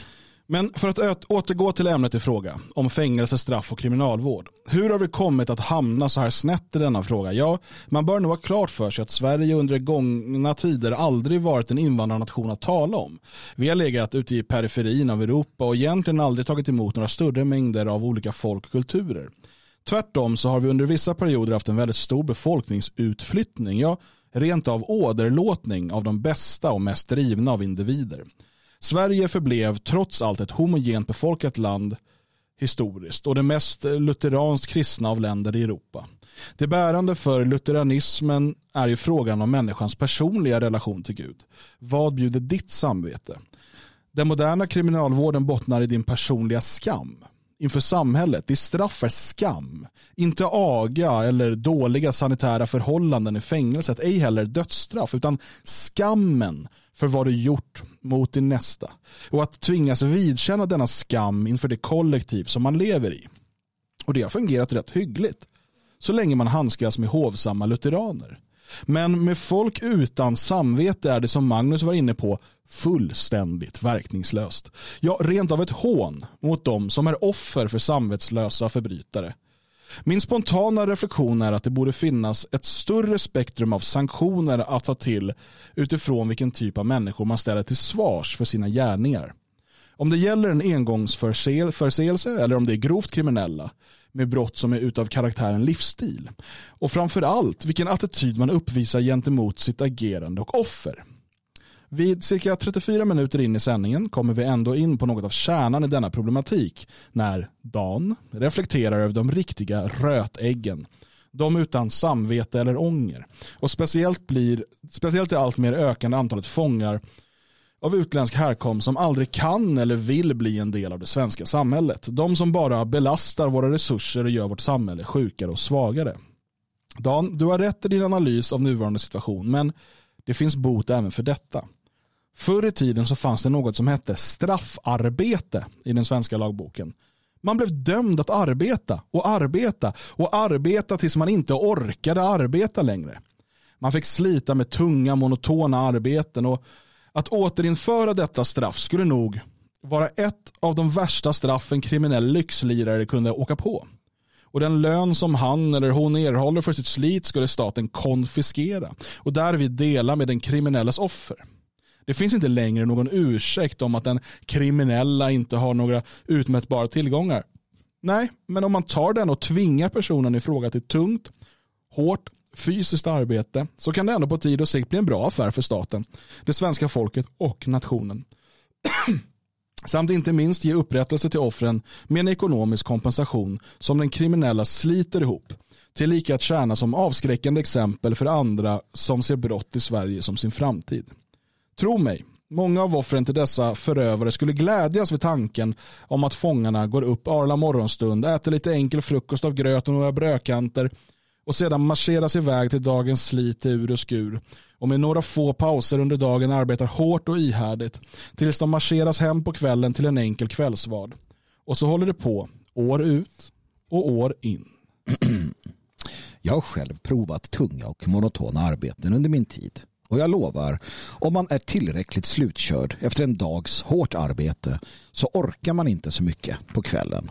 Men för att återgå till ämnet i fråga, om fängelse, straff och kriminalvård. Hur har vi kommit att hamna så här snett i denna fråga? Ja, man bör nog ha klart för sig att Sverige under gångna tider aldrig varit en invandrarnation att tala om. Vi har legat ute i periferin av Europa och egentligen aldrig tagit emot några större mängder av olika folk och kulturer. Tvärtom så har vi under vissa perioder haft en väldigt stor befolkningsutflyttning, ja, rent av åderlåtning av de bästa och mest drivna av individer. Sverige förblev trots allt ett homogent befolkat land historiskt och det mest lutheranskt kristna av länder i Europa. Det bärande för lutheranismen är ju frågan om människans personliga relation till Gud. Vad bjuder ditt samvete? Den moderna kriminalvården bottnar i din personliga skam inför samhället. Det straff är skam, inte aga eller dåliga sanitära förhållanden i fängelset, ej heller dödsstraff, utan skammen för vad du gjort mot din nästa. Och att tvingas vidkänna denna skam inför det kollektiv som man lever i. Och det har fungerat rätt hyggligt, så länge man handskas med hovsamma lutheraner. Men med folk utan samvete är det, som Magnus var inne på, fullständigt verkningslöst. Ja, rent av ett hån mot dem som är offer för samvetslösa förbrytare. Min spontana reflektion är att det borde finnas ett större spektrum av sanktioner att ta till utifrån vilken typ av människor man ställer till svars för sina gärningar. Om det gäller en engångsförseelse eller om det är grovt kriminella med brott som är utav karaktären livsstil. Och framförallt vilken attityd man uppvisar gentemot sitt agerande och offer. Vid cirka 34 minuter in i sändningen kommer vi ändå in på något av kärnan i denna problematik när Dan reflekterar över de riktiga rötäggen. De utan samvete eller ånger. Och speciellt det allt mer ökande antalet fångar av utländsk härkomst som aldrig kan eller vill bli en del av det svenska samhället. De som bara belastar våra resurser och gör vårt samhälle sjukare och svagare. Dan, du har rätt i din analys av nuvarande situation, men det finns bot även för detta. Förr i tiden så fanns det något som hette straffarbete i den svenska lagboken. Man blev dömd att arbeta och arbeta och arbeta tills man inte orkade arbeta längre. Man fick slita med tunga, monotona arbeten, och att återinföra detta straff skulle nog vara ett av de värsta straffen kriminell lyxlirare kunde åka på. Och den lön som han eller hon erhåller för sitt slit skulle staten konfiskera och därvid dela med den kriminelles offer. Det finns inte längre någon ursäkt om att den kriminella inte har några utmätbara tillgångar. Nej, men om man tar den och tvingar personen i fråga till tungt, hårt, fysiskt arbete, så kan det ändå på tid och sikt bli en bra affär för staten, det svenska folket och nationen. Samt inte minst ge upprättelse till offren med en ekonomisk kompensation som den kriminella sliter ihop, till lika att tjäna som avskräckande exempel för andra som ser brott i Sverige som sin framtid. Tro mig, många av offren till dessa förövare skulle glädjas vid tanken om att fångarna går upp arla morgonstund, äter lite enkel frukost av gröt och några brödkanter och sedan marscheras iväg till dagens slit i ur och skur och med några få pauser under dagen arbetar hårt och ihärdigt tills de marscheras hem på kvällen till en enkel kvällsvard. Och så håller det på år ut och år in. Jag har själv provat tunga och monotona arbeten under min tid. Och jag lovar, om man är tillräckligt slutkörd efter en dags hårt arbete så orkar man inte så mycket på kvällen.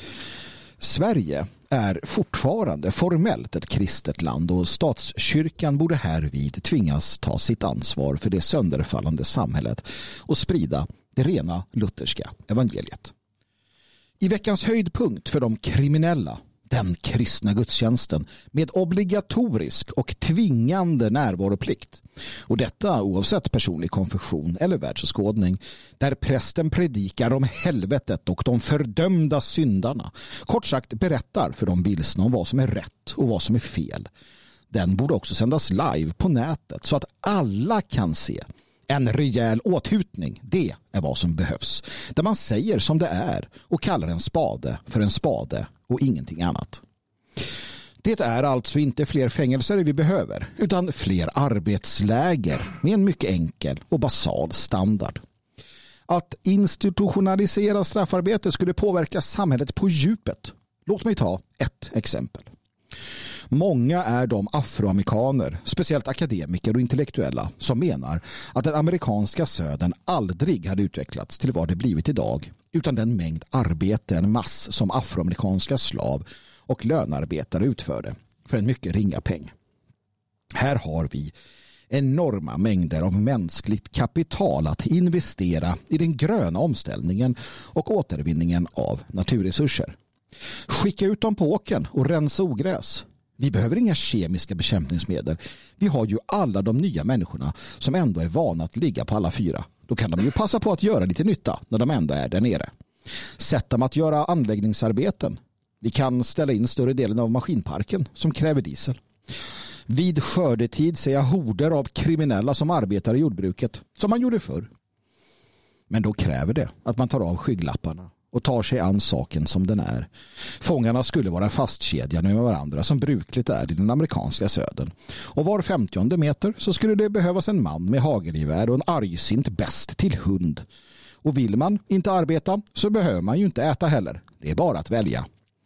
Sverige är fortfarande formellt ett kristet land och statskyrkan borde härvid tvingas ta sitt ansvar för det sönderfallande samhället och sprida det rena lutherska evangeliet. I veckans höjdpunkt för de kriminella, den kristna gudstjänsten med obligatorisk och tvingande närvaroplikt. Och detta oavsett personlig konfession eller världsåskådning, där prästen predikar om helvetet och de fördömda syndarna. Kort sagt berättar för de vilsna om vad som är rätt och vad som är fel. Den borde också sändas live på nätet så att alla kan se. En rejäl åthutning, det är vad som behövs. Där man säger som det är och kallar en spade för en spade och ingenting annat. Det är alltså inte fler fängelser vi behöver, utan fler arbetsläger med en mycket enkel och basal standard. Att institutionalisera straffarbete skulle påverka samhället på djupet. Låt mig ta ett exempel. Många är de afroamerikaner, speciellt akademiker och intellektuella, som menar att den amerikanska södern aldrig hade utvecklats till vad det blivit idag utan den mängd arbete en mass som afroamerikanska slav- och lönarbetare utförde för en mycket ringa peng. Här har vi enorma mängder av mänskligt kapital att investera i den gröna omställningen och återvinningen av naturresurser. Skicka ut dem på åkern och rensa ogräs. Vi behöver inga kemiska bekämpningsmedel. Vi har ju alla de nya människorna som ändå är vana att ligga på alla fyra. Då kan de ju passa på att göra lite nytta när de ändå är där nere. Sätt dem att göra anläggningsarbeten. Vi kan ställa in större delen av maskinparken som kräver diesel. Vid skördetid ser jag horder av kriminella som arbetar i jordbruket, som man gjorde förr. Men då kräver det att man tar av skygglapparna och tar sig an saken som den är. Fångarna skulle vara fastkedjade med varandra som brukligt är i den amerikanska södern. Och var 50:e meter så skulle det behövas en man med hagelgevär och en argsint bäst till hund. Och vill man inte arbeta så behöver man ju inte äta heller. Det är bara att välja.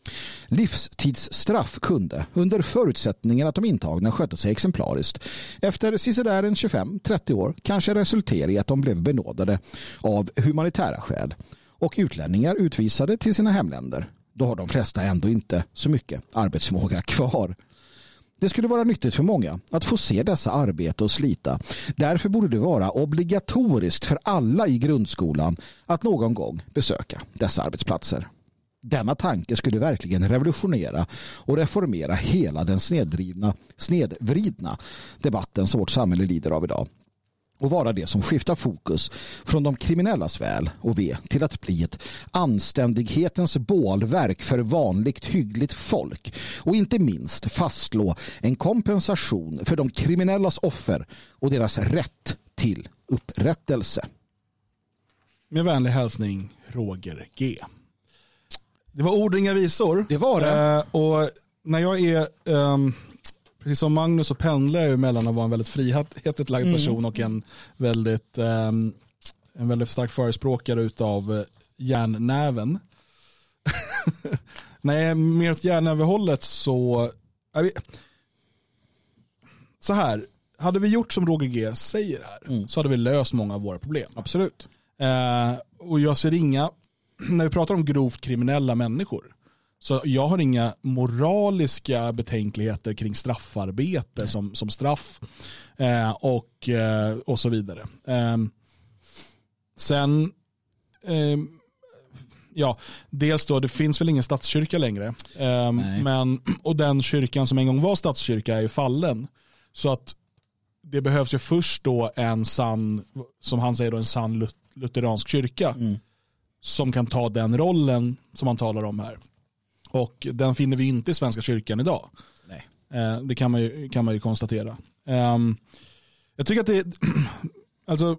Livstidsstraff kunde, under förutsättningen att de intagna skötte sig exemplariskt, efter sisådär en 25-30 år kanske resultera i att de blev benådade av humanitära skäl och utlänningar utvisade till sina hemländer. Då har de flesta ändå inte så mycket arbetsförmåga kvar. Det skulle vara nyttigt för många att få se dessa arbete och slita. Därför borde det vara obligatoriskt för alla i grundskolan att någon gång besöka dessa arbetsplatser. Denna tanke skulle verkligen revolutionera och reformera hela den snedvridna debatten som vårt samhälle lider av idag. Och vara det som skiftar fokus från de kriminellas väl och ve till att bli ett anständighetens bålverk för vanligt hyggligt folk. Och inte minst fastslå en kompensation för de kriminellas offer och deras rätt till upprättelse. Med vänlig hälsning, Roger G. Det var ord, inga visor. Det var det. Och när jag är, precis som Magnus, så pendlar jag mellan att vara en väldigt frihetligt lagd person och en väldigt stark förespråkare utav järnnäven. Nej, mer åt järnnävehållet så här. Hade vi gjort som Roger G säger här så hade vi löst många av våra problem. Absolut. Och jag ser inga, när vi pratar om grovt kriminella människor, så jag har inga moraliska betänkligheter kring straffarbete som straff och så vidare. Sen dels då, det finns väl ingen statskyrka längre, men och den kyrkan som en gång var statskyrka är ju fallen, så att det behövs ju först då en sann, som han säger då, en sann lutheransk kyrka som kan ta den rollen som man talar om här. Och den finner vi inte i Svenska kyrkan idag. Nej. Det kan man ju konstatera. Jag tycker att det alltså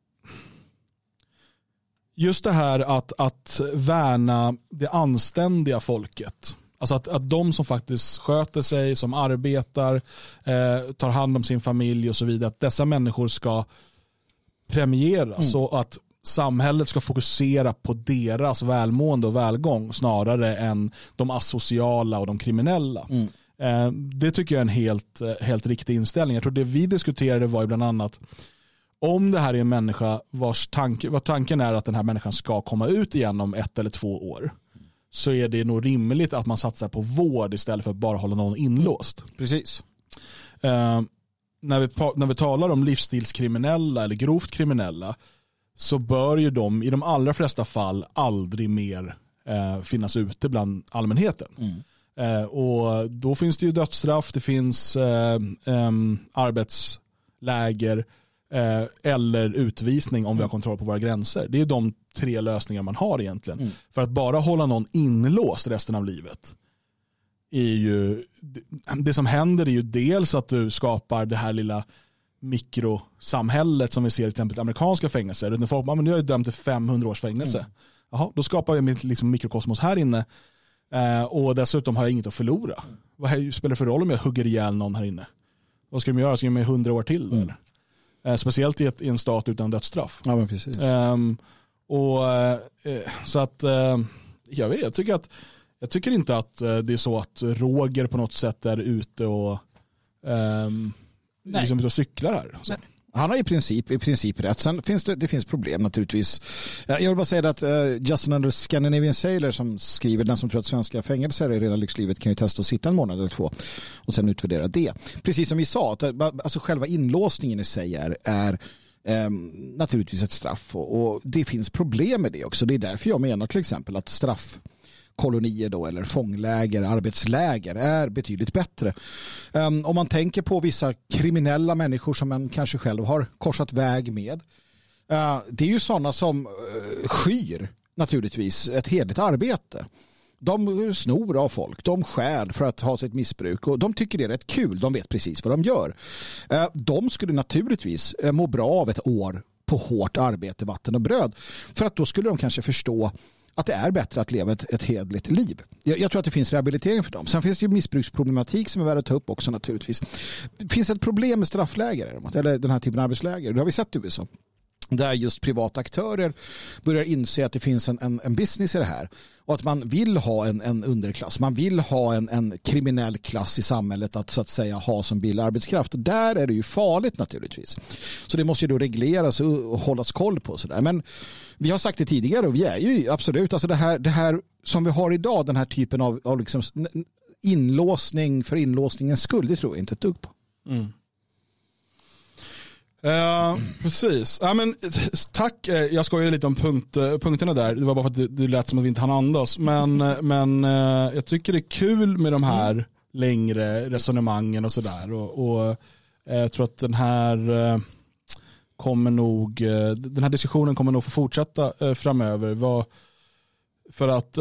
just det här att värna det anständiga folket. Alltså att de som faktiskt sköter sig, som arbetar, tar hand om sin familj och så vidare, att dessa människor ska premieras så att samhället ska fokusera på deras välmående och välgång snarare än de asociala och de kriminella. Det tycker jag är en helt riktig inställning. Jag tror det vi diskuterade var ju bland annat om det här är en människa vad tanken är att den här människan ska komma ut igen om 1 eller 2 år, så är det nog rimligt att man satsar på vård istället för att bara hålla någon inlåst. Precis. När vi talar om livsstilskriminella eller grovt kriminella, så bör ju de i de allra flesta fall aldrig mer finnas ute bland allmänheten. Och då finns det ju dödsstraff, det finns arbetsläger eller utvisning om vi har kontroll på våra gränser. Det är de 3 lösningar man har egentligen. För att bara hålla någon inlåst resten av livet är ju, det som händer är ju dels att du skapar det här lilla mikrosamhället som vi ser i till exempel amerikanska fängelser. När folk nu är jag dömd till 500 års fängelse. Jaha, då skapar jag mitt liksom mikrokosmos här inne och dessutom har jag inget att förlora. Vad spelar det för roll om jag hugger ihjäl någon här inne? Vad ska de göra? Ska de med 100 år till? Speciellt i en stat utan dödsstraff. Ja, men precis. Så att jag tycker att Jag tycker inte att det är så att Roger på något sätt är ute och liksom ute och cyklar här. Så. Han har i princip rätt. Sen finns det finns problem naturligtvis. Jag vill bara säga att Just Another Scandinavian Sailor som skriver den som tror att svenska fängelser är redan lyxlivet kan ju testa att sitta en månad eller 2 och sen utvärdera det. Precis som vi sa, att, alltså själva inlåsningen i sig är naturligtvis ett straff och det finns problem med det också. Det är därför jag menar till exempel att straffkolonier då, eller fångläger, arbetsläger är betydligt bättre. Om man tänker på vissa kriminella människor som man kanske själv har korsat väg med. Det är ju sådana som skyr naturligtvis ett hederligt arbete. De snor av folk, de stjäl för att ha sitt missbruk och de tycker det är rätt kul, de vet precis vad de gör. De skulle naturligtvis må bra av ett år på hårt arbete, vatten och bröd, för att då skulle de kanske förstå att det är bättre att leva ett hederligt liv. Jag tror att det finns rehabilitering för dem. Sen finns det ju missbruksproblematik som är värd att ta upp också naturligtvis. Det finns ett problem med straffläger eller den här typen av arbetsläger. Det har vi sett i USA. Där just privata aktörer börjar inse att det finns en business i det här. Och att man vill ha en underklass. Man vill ha en kriminell klass i samhället att så att säga ha som billig arbetskraft. Och där är det ju farligt naturligtvis. Så det måste ju då regleras och hållas koll på. Sådär. Men vi har sagt det tidigare och vi är ju absolut, alltså det här som vi har idag, den här typen av liksom inlåsning för inlåsningens skull, det tror jag inte ett dugg på. Mm. Precis. Ja, men, tack. Jag skojar lite om punkterna där. Det var bara för att det lät som att vi inte hann andas. Men jag tycker det är kul med de här längre resonemangen och sådär. Och jag tror att den här diskussionen kommer nog få fortsätta framöver. För att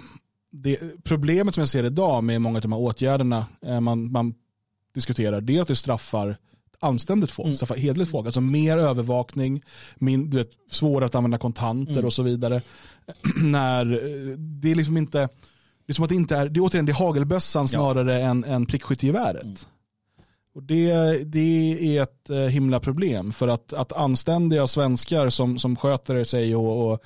det problemet som jag ser idag med många av de här åtgärderna man diskuterar, det är att det straffar anständigt folk, straffar hederligt folk, alltså mer övervakning, svårare att använda kontanter och så vidare. När det är liksom inte, det är som att det inte är, det är återigen det är hagelbössan snarare än prickskyttegeväret. Och det är ett himla problem, för att anständiga svenskar som sköter sig och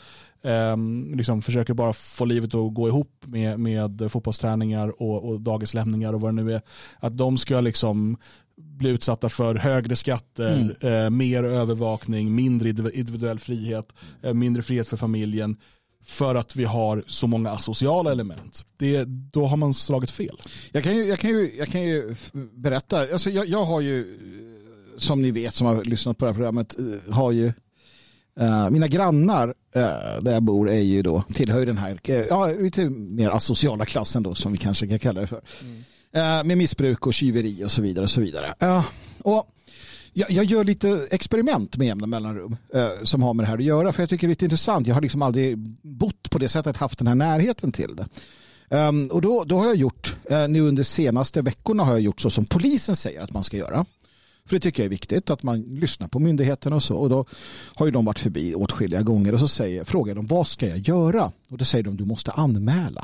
liksom försöker bara få livet att gå ihop med fotbollsträningar och dagislämningar och vad det nu är, att de ska liksom bli utsatta för högre skatter, mer övervakning, mindre individuell frihet, mindre frihet för familjen, för att vi har så många asociala element. Då har man slagit fel. Jag kan ju berätta. Alltså jag har ju, som ni vet som har lyssnat på det här programmet, har ju mina grannar där jag bor är ju då, tillhör den här lite mer asociala klassen då, som vi kanske kan kalla det för. Med missbruk och tjuveri och så vidare och så vidare. Och jag gör lite experiment med jämna mellanrum som har med det här att göra, för jag tycker det är lite intressant. Jag har liksom aldrig bott på det sättet, haft den här närheten till det. Och då har jag gjort, nu under senaste veckorna har jag gjort så som polisen säger att man ska göra. För det tycker jag är viktigt, att man lyssnar på myndigheterna och så. Och då har ju de varit förbi åtskilliga gånger och så frågar de, vad ska jag göra? Och då säger de, du måste anmäla.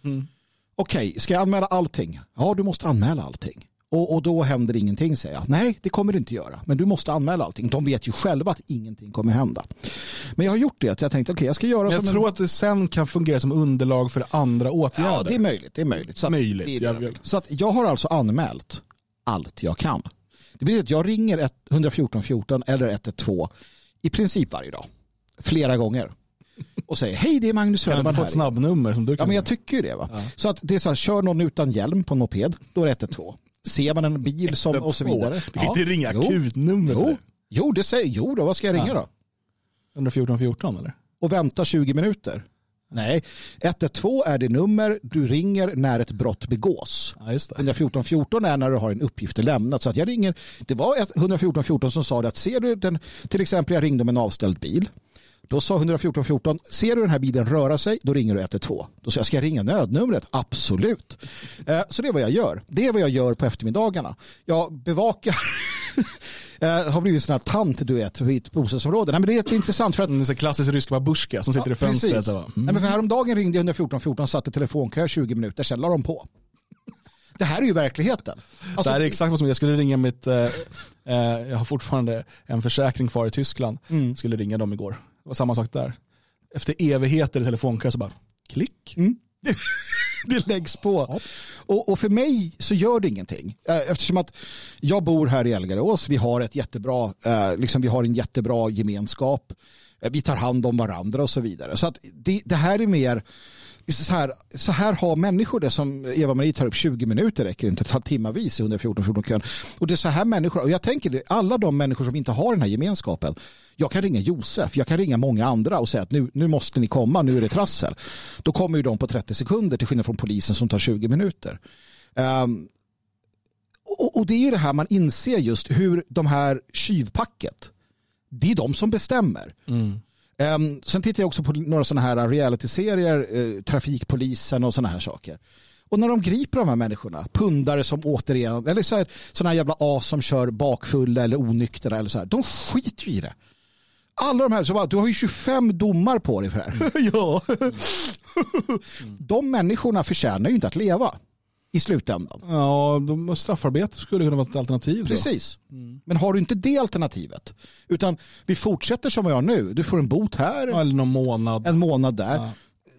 Okej, ska jag anmäla allting? Ja, du måste anmäla allting. Och då händer ingenting, säger jag. Nej, det kommer du inte göra. Men du måste anmäla allting. De vet ju själva att ingenting kommer hända. Men jag har gjort det. Att jag tänkte, okej, jag ska göra jag tror att det sen kan fungera som underlag för andra åtgärder. Ja, det är möjligt. Så att jag har alltså anmält allt jag kan. Det betyder att jag ringer 114 14 eller 112 i princip varje dag. Flera gånger. Och säger, hej, det är Magnus Söderman här. Kan du få ett snabbnummer som du kan? Ja, men jag tycker ju det, va. Ja. Så att det är så här, kör någon utan hjälm på en moped, då är det 112. Ser man en bil som och så vidare. Du kan inte ringa akutnummer för det. Jo, det säger, då, vad ska jag ringa då? 114 14 eller? Och vänta 20 minuter. Nej, 112 är det nummer du ringer när ett brott begås. Ja, just det. 114 14 är när du har en uppgift att lämna. Så att jag ringer, det var 114 14 som sa det, att ser du den, till exempel jag ringde om en avställd bil. Då sa 114 14, ser du den här bilen röra sig, då ringer du 112. Då sa jag, ska jag ringa nödnumret? Absolut. Så det är vad jag gör. Det är vad jag gör på eftermiddagarna. Jag bevakar har blivit sån här tant, du vet, i ett bostadsområde. Nej, men det är jätteintressant för att... Det är så klassisk rysk babushka som sitter i fönstret. Nej, men för häromdagen ringde jag 114 14 och satt i telefonkö 20 minuter, sen la de på. Det här är ju verkligheten. Alltså, det här är exakt vad som jag skulle ringa mitt... jag har fortfarande en försäkring kvar i Tyskland. Skulle ringa dem igår. Det var samma sak där. Efter evigheter i telefonkö så bara klick. Det läggs på. Och för mig så gör det ingenting. Eftersom att jag bor här i Elgarås. Vi har ett jättebra, vi har en jättebra gemenskap. Vi tar hand om varandra och så vidare. Så att det här är mer så här har människor det som Eva-Marie tar upp 20 minuter räcker inte, ta timmavis i 114 kön. Och det är så här människor, och jag tänker alla de människor som inte har den här gemenskapen. Jag kan ringa Josef, jag kan ringa många andra och säga att nu måste ni komma, nu är det trassel. Då kommer ju de på 30 sekunder till skillnad från polisen som tar 20 minuter. Och det är ju det här man inser just hur de här tjuvpacket, det är de som bestämmer. Sen tittar jag också på några sådana här reality-serier, Trafikpolisen och sådana här saker. Och när de griper de här människorna, pundare som återigen, eller sådana här jävla as som kör bakfulla eller onyktra eller så här, de skiter ju i det. Alla de här, så bara, du har ju 25 domar på dig för det här. Ja. De människorna förtjänar ju inte att leva i slutändan. Ja, straffarbete skulle kunna vara ett alternativ. Precis. Men har du inte det alternativet, utan vi fortsätter som vi gör nu. Du får en bot här. Eller någon månad. En månad där. Ja.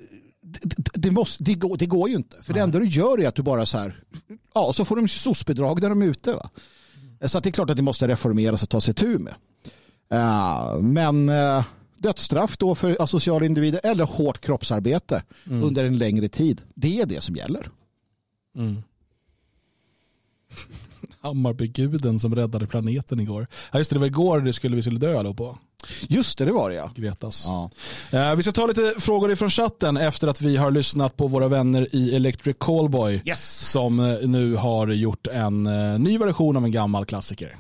Det går ju inte. För det enda du gör är att du bara så här, ja, så får de SOS-bidrag där de är ute. Va? Så att det är klart att det måste reformeras och ta sig tur med. Men dödsstraff då för asociala individer eller hårt kroppsarbete under en längre tid. Det är det som gäller. Hammarbyguden som räddade planeten igår. Ja, just det var igår vi skulle dö då på. Just det var det, ja. Gretas. Ja. Vi ska ta lite frågor ifrån chatten efter att vi har lyssnat på våra vänner i Electric Callboy. Yes. Som nu har gjort en ny version av en gammal klassiker.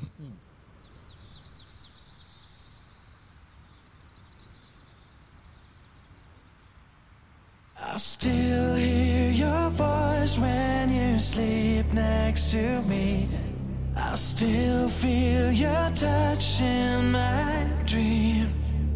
I still hear your voice when you sleep next to me. I still feel your touch in my dream.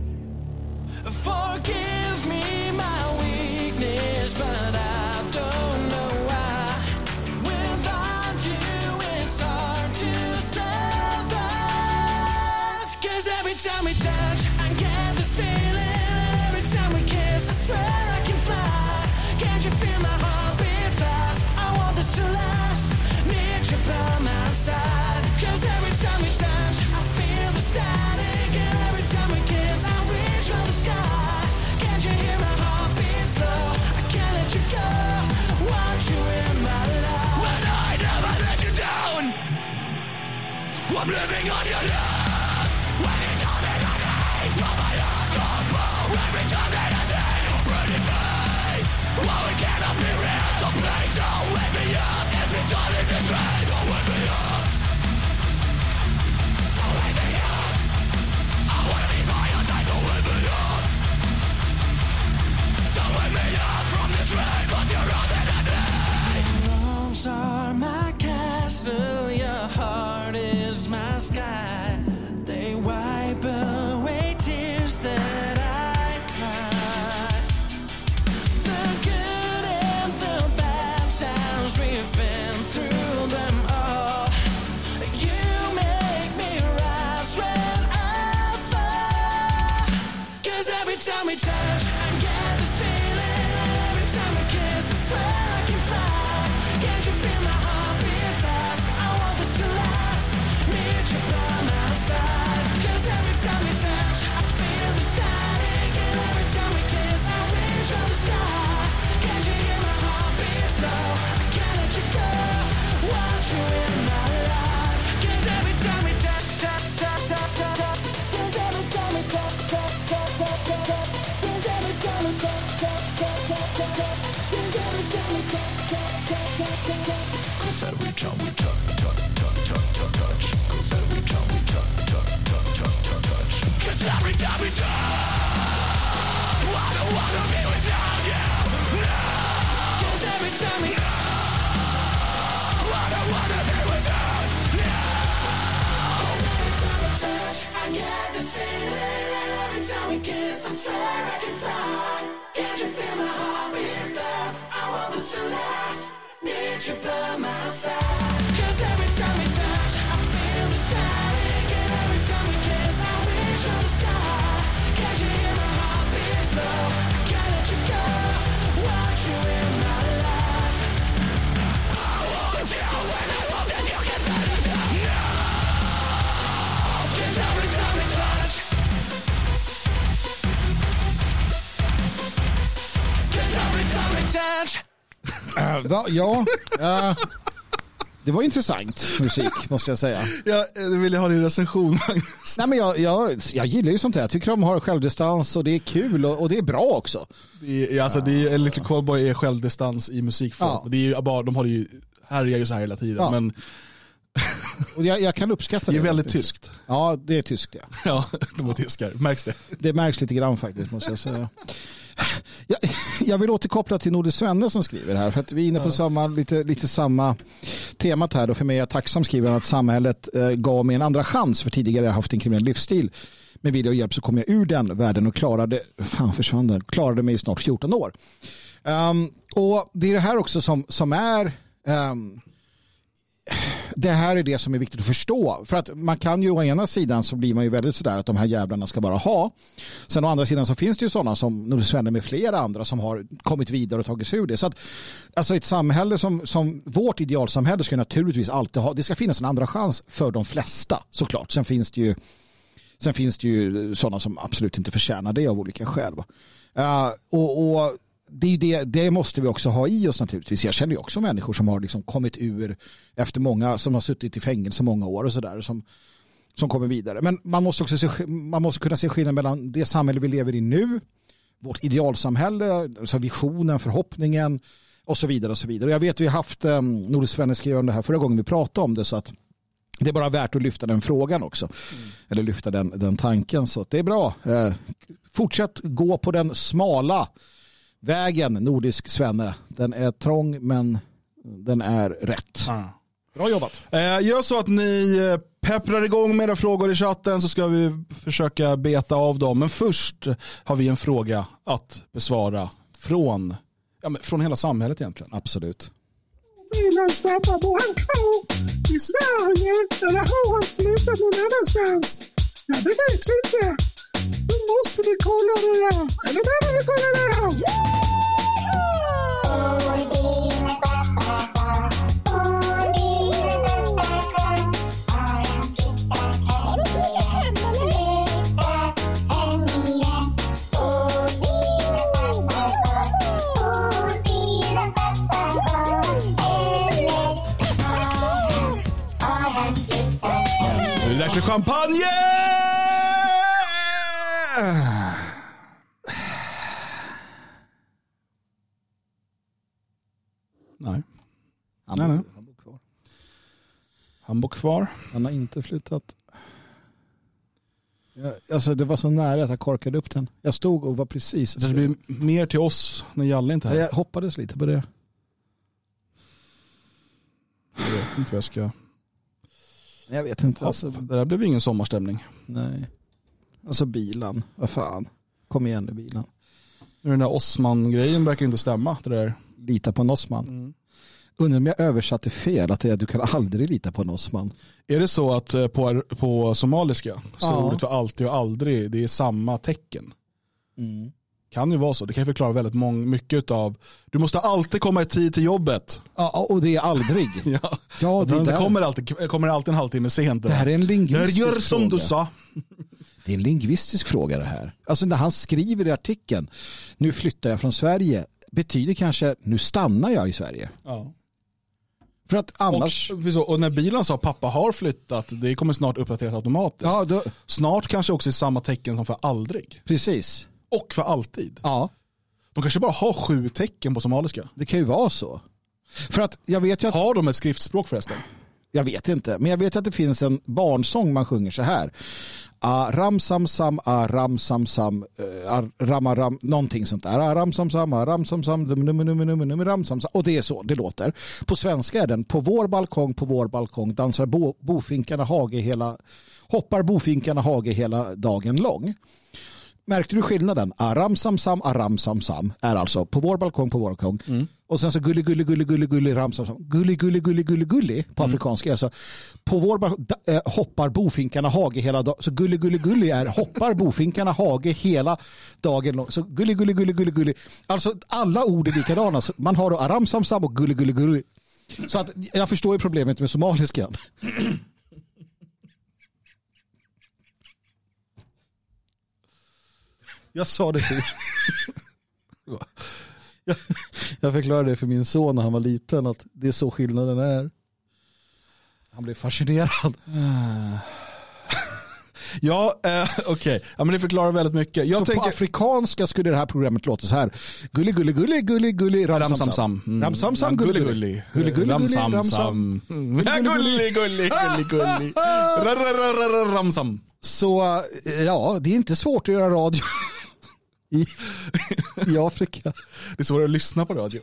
Forgive me my weakness, but I don't know why. Without you it's hard to survive. 'Cause every time we touch I get this feeling, and every time we kiss I swear I can fly. Can't you feel my heart beat fast? I want this to last. Need you by my side. 'Cause every time we touch I feel the static, and every time we kiss I reach for the sky. Can't you hear my heart beat slow? I can't let you go. Want you in my life. When I never let you down, I'm living on your love. When you tell me that I love my heart combo. Every time that I say you're pretty face. Well, we cannot be real, so please don't wake me up. If it's all in the train, don't wake me up. Don't wake me up. I wanna be by your side, don't wake me up. Don't wake me up from the train, but you're all that I need. Your arms are my castle, your heart is my sky. They wipe away tears that I cry. The good and the bad times, we've been through them all. You make me rise when I fall. 'Cause every time we touch I get this feeling, and every time we kiss I swear I can fly. Can't you feel my heart beat fast? I want this to last. Need you by my side. 'Cause every time we touch I feel the static, and every time we kiss I reach for the sky. Can't you hear my heart beat slow? I can't let you go. Want you in my life. 'Cause every time we touch, touch, touch, touch, touch, touch. 'Cause every time we touch, touch, touch, touch, touch, touch. 'Cause every time we touch, touch, touch, touch, touch, touch. 'Cause every time we touch, touch, touch, touch, touch, touch. 'Cause every time we touch, touch, touch, touch, touch, touch. 'Cause every time we touch, touch, touch, touch, touch, touch. 'Cause every time we touch, I don't wanna be without you. No. 'Cause every time we I don't wanna be without you. 'Cause every time we touch, I get this feeling, and every time we kiss, I swear I can fly. Can't you feel my heart beat fast? I want this to last. Need you by my side. 'Cause every time we touch, I feel the static, and every time we kiss, I reach for the sky. Can't you hear my heart beat slow? I can't let you go. Want you in my life. Det var intressant musik, måste jag säga. Jag vill ha din recension. Nej, men jag gillar ju sånt här. Jag tycker de har självdistans och det är kul och det är bra också. Det är Electric Callboy är självdistans i musikform. Ja. Det är ju bara, de har ju härjar ju så här hela tiden. Ja. Men och jag kan uppskatta det är väldigt tyskt. Ja, det är tyskt. Ja, ja de är tyskar. Märks det? Det märks lite grann faktiskt, måste jag säga. Jag vill återkoppla till Nordisk Svenne som skriver här, för att vi är inne på lite samma temat här. Då för mig är jag tacksam, skriver han, att samhället gav mig en andra chans, för tidigare har jag haft en kriminell livsstil. Med video och hjälp så kom jag ur den världen och klarade mig i snart 14 år. Och det är det här också som är... det här är det som är viktigt att förstå. För att man kan ju å ena sidan så blir man ju väldigt sådär att de här jävlarna ska bara ha. Sen å andra sidan så finns det ju sådana som Nordisk Svenne med flera andra som har kommit vidare och tagit sig ur det. Så att alltså ett samhälle som vårt idealsamhälle ska naturligtvis alltid ha, det ska finnas en andra chans för de flesta såklart. Sen finns det ju sådana som absolut inte förtjänar det av olika skäl. Och det måste vi också ha i oss naturligtvis. Jag känner ju också människor som har liksom kommit ur efter många, som har suttit i fängelse många år och sådär, som kommer vidare. Men man måste kunna se skillnad mellan det samhälle vi lever i nu, vårt idealsamhälle, alltså visionen, förhoppningen och så vidare och så vidare. Jag vet, vi har haft Nordisk Svenne skrev om det här förra gången vi pratade om det, så att det är bara värt att lyfta den frågan också. Eller lyfta den tanken, så det är bra. Fortsätt gå på den smala vägen, Nordisk Svenne. Den är trång, men den är rätt. Bra jobbat. Gör så att ni pepprar igång med era frågor i chatten, så ska vi försöka beta av dem. Men först har vi en fråga att besvara från hela samhället egentligen. Absolut. Bilens pappa, bor han kvar i Sverige eller har han flyttat någon annanstans? Ja, det vet vi inte. Nu måste vi kolla det här. Eller behöver vi kolla det här? Det är champagne! Nej. Han bor kvar. Han bor kvar. Han har inte flyttat. Alltså det var så nära att jag korkade upp den. Jag stod och var precis. Det blir mer till oss när Jalle inte är här. Jag hoppades lite på det. Jag vet inte vad jag ska... Jag vet inte. Alltså, det där blev ingen sommarstämning. Nej. Alltså bilen. Vad fan. Kom igen nu, bilen. Den där Osman-grejen verkar inte stämma. Det där. Lita på en Osman. Undrar om jag översatte fel. Att du kan aldrig lita på en Osman. Är det så att på somaliska så ordet för alltid och aldrig, det är samma tecken? Kan ju vara så. Det kan förklara väldigt mycket av. Du måste alltid komma i tid till jobbet. Ja, och det är aldrig. Ja, det kommer alltid en halvtimme sent. Det här är en lingvistisk fråga. Gör som du sa. Det är en lingvistisk fråga det här. Alltså när han skriver i artikeln, nu flyttar jag från Sverige, betyder kanske nu stannar jag i Sverige. Ja. För att annars... Och när bilen sa pappa har flyttat, det kommer snart uppdateras automatiskt. Ja, snart kanske också är samma tecken som för aldrig. Precis. Och för alltid. Ja. De kanske bara har 7 tecken på somaliska. Det kan ju vara så. För att jag vet ju att... Har de ett skriftspråk förresten? Jag vet inte. Men jag vet att det finns en barnsång man sjunger så här. Ram sam sam, ram sam sam, ram någonting sånt där. Ram sam sam, ram sam sam, ram sam sam. Och det är så det låter. På svenska är den på vår balkong dansar bofinkarna hoppar bofinkarna hage hela dagen lång. Märkte du skillnaden? Aram sam sam är alltså på vår balkong. Och sen så gulli ram sam sam. Gulli på afrikanska. Alltså på vår hoppar bofinkarna hage hela dagen. Så gulli är hoppar bofinkarna hage hela dagen lång. Så gulli. Alltså alla ord är likadana. Så man har då aram sam sam och gulli. Så att jag förstår ju problemet med somaliskan. Jag sa det. Jag förklarade det för min son när han var liten att det är så skillnaden är. Han blev fascinerad. Ja, okej. Ja, men det förklarar väldigt mycket. Så på afrikanska skulle det här programmet låta så här. Gulli, gulli, gulli, gulli, gulli, ramsamsam. Ramsamsam, gulli, gulli. Gulli, gulli, ramsam. Gulli, gulli, gulli. Ramsam. Så ja, det är inte svårt att göra radio i Afrika. Det är svårt att lyssna på radio.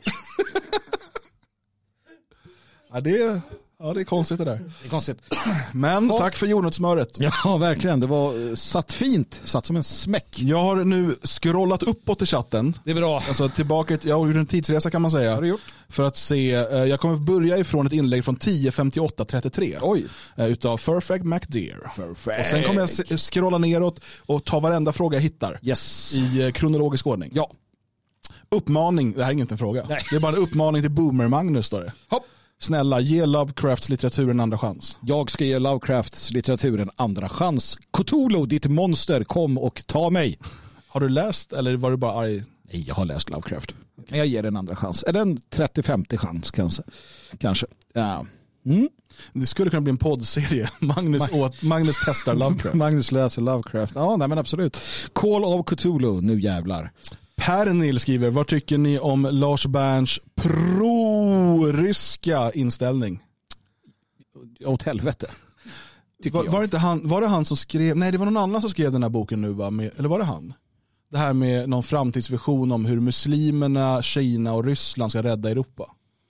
Ja, det är konstigt det där. Det är konstigt. Men tack för jordnötssmöret. Ja, verkligen. Det var satt fint. Satt som en smäck. Jag har nu scrollat uppåt i chatten. Det är bra. Alltså tillbaka till, jag har gjort en tidsresa kan man säga. Har du gjort? För att se, jag kommer börja ifrån ett inlägg från 10:58:33. Oj. Utav Perfect McDear. Och sen kommer jag scrolla neråt och ta varenda fråga jag hittar. Yes. I kronologisk ordning. Ja. Uppmaning, det här är inte en fråga. Nej. Det är bara en uppmaning till Boomer Magnus då. Hopp. Snälla, ge Lovecrafts litteratur en andra chans. Jag ska ge Lovecrafts litteratur en andra chans. Cthulhu, ditt monster, kom och ta mig. Har du läst eller var du bara arg? Nej, jag har läst Lovecraft. Men jag ger en andra chans. Eller en 30-50 chans kanske. Ja. Mm. Det skulle kunna bli en poddserie. Magnus testar Lovecraft. Magnus läser Lovecraft. Ja, nej men absolut. Call of Cthulhu, nu jävlar. Per-Nil skriver, vad tycker ni om Lars Berns pro-ryska inställning? Åt helvete. Var det han som skrev, nej det var någon annan som skrev den här boken nu va? Eller var det han? Det här med någon framtidsvision om hur muslimerna, Kina och Ryssland ska rädda Europa.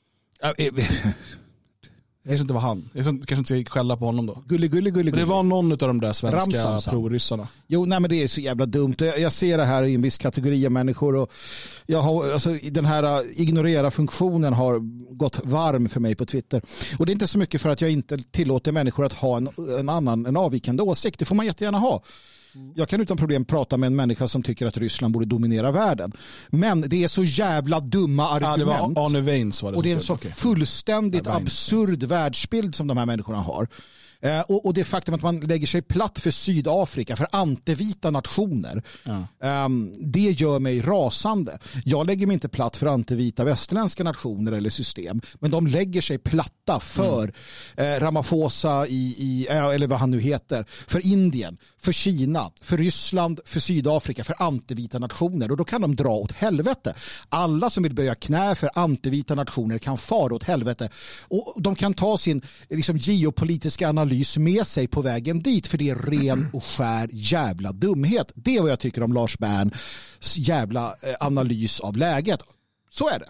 Det kanske inte var han. Jag kanske inte ska skälla på honom då. Gulli. Men det var någon av de där svenska pro-ryssarna. Jo, nej men det är så jävla dumt. Jag ser det här i en viss kategori av människor och jag har, alltså, den här ignorera-funktionen har gått varm för mig på Twitter. Och det är inte så mycket för att jag inte tillåter människor att ha en avvikande åsikt. Det får man jättegärna ha. Jag kan utan problem prata med en människa som tycker att Ryssland borde dominera världen. Men det är så jävla dumma argument. Det var Arne Weins var det. Och det är en så fullständigt absurd världsbild som de här människorna har. Och det faktum att man lägger sig platt för Sydafrika, för antivita nationer, det gör mig rasande. Jag lägger mig inte platt för antivita västerländska nationer eller system, men de lägger sig platta för Ramaphosa eller vad han nu heter, för Indien, för Kina, för Ryssland, för Sydafrika, för antivita nationer. Och då kan de dra åt helvete. Alla som vill böja knä för antivita nationer kan fara åt helvete. Och de kan ta sin geopolitiska analys med sig på vägen dit, för det är ren och skär jävla dumhet. Det är vad jag tycker om Lars Berns jävla analys av läget. Så är det.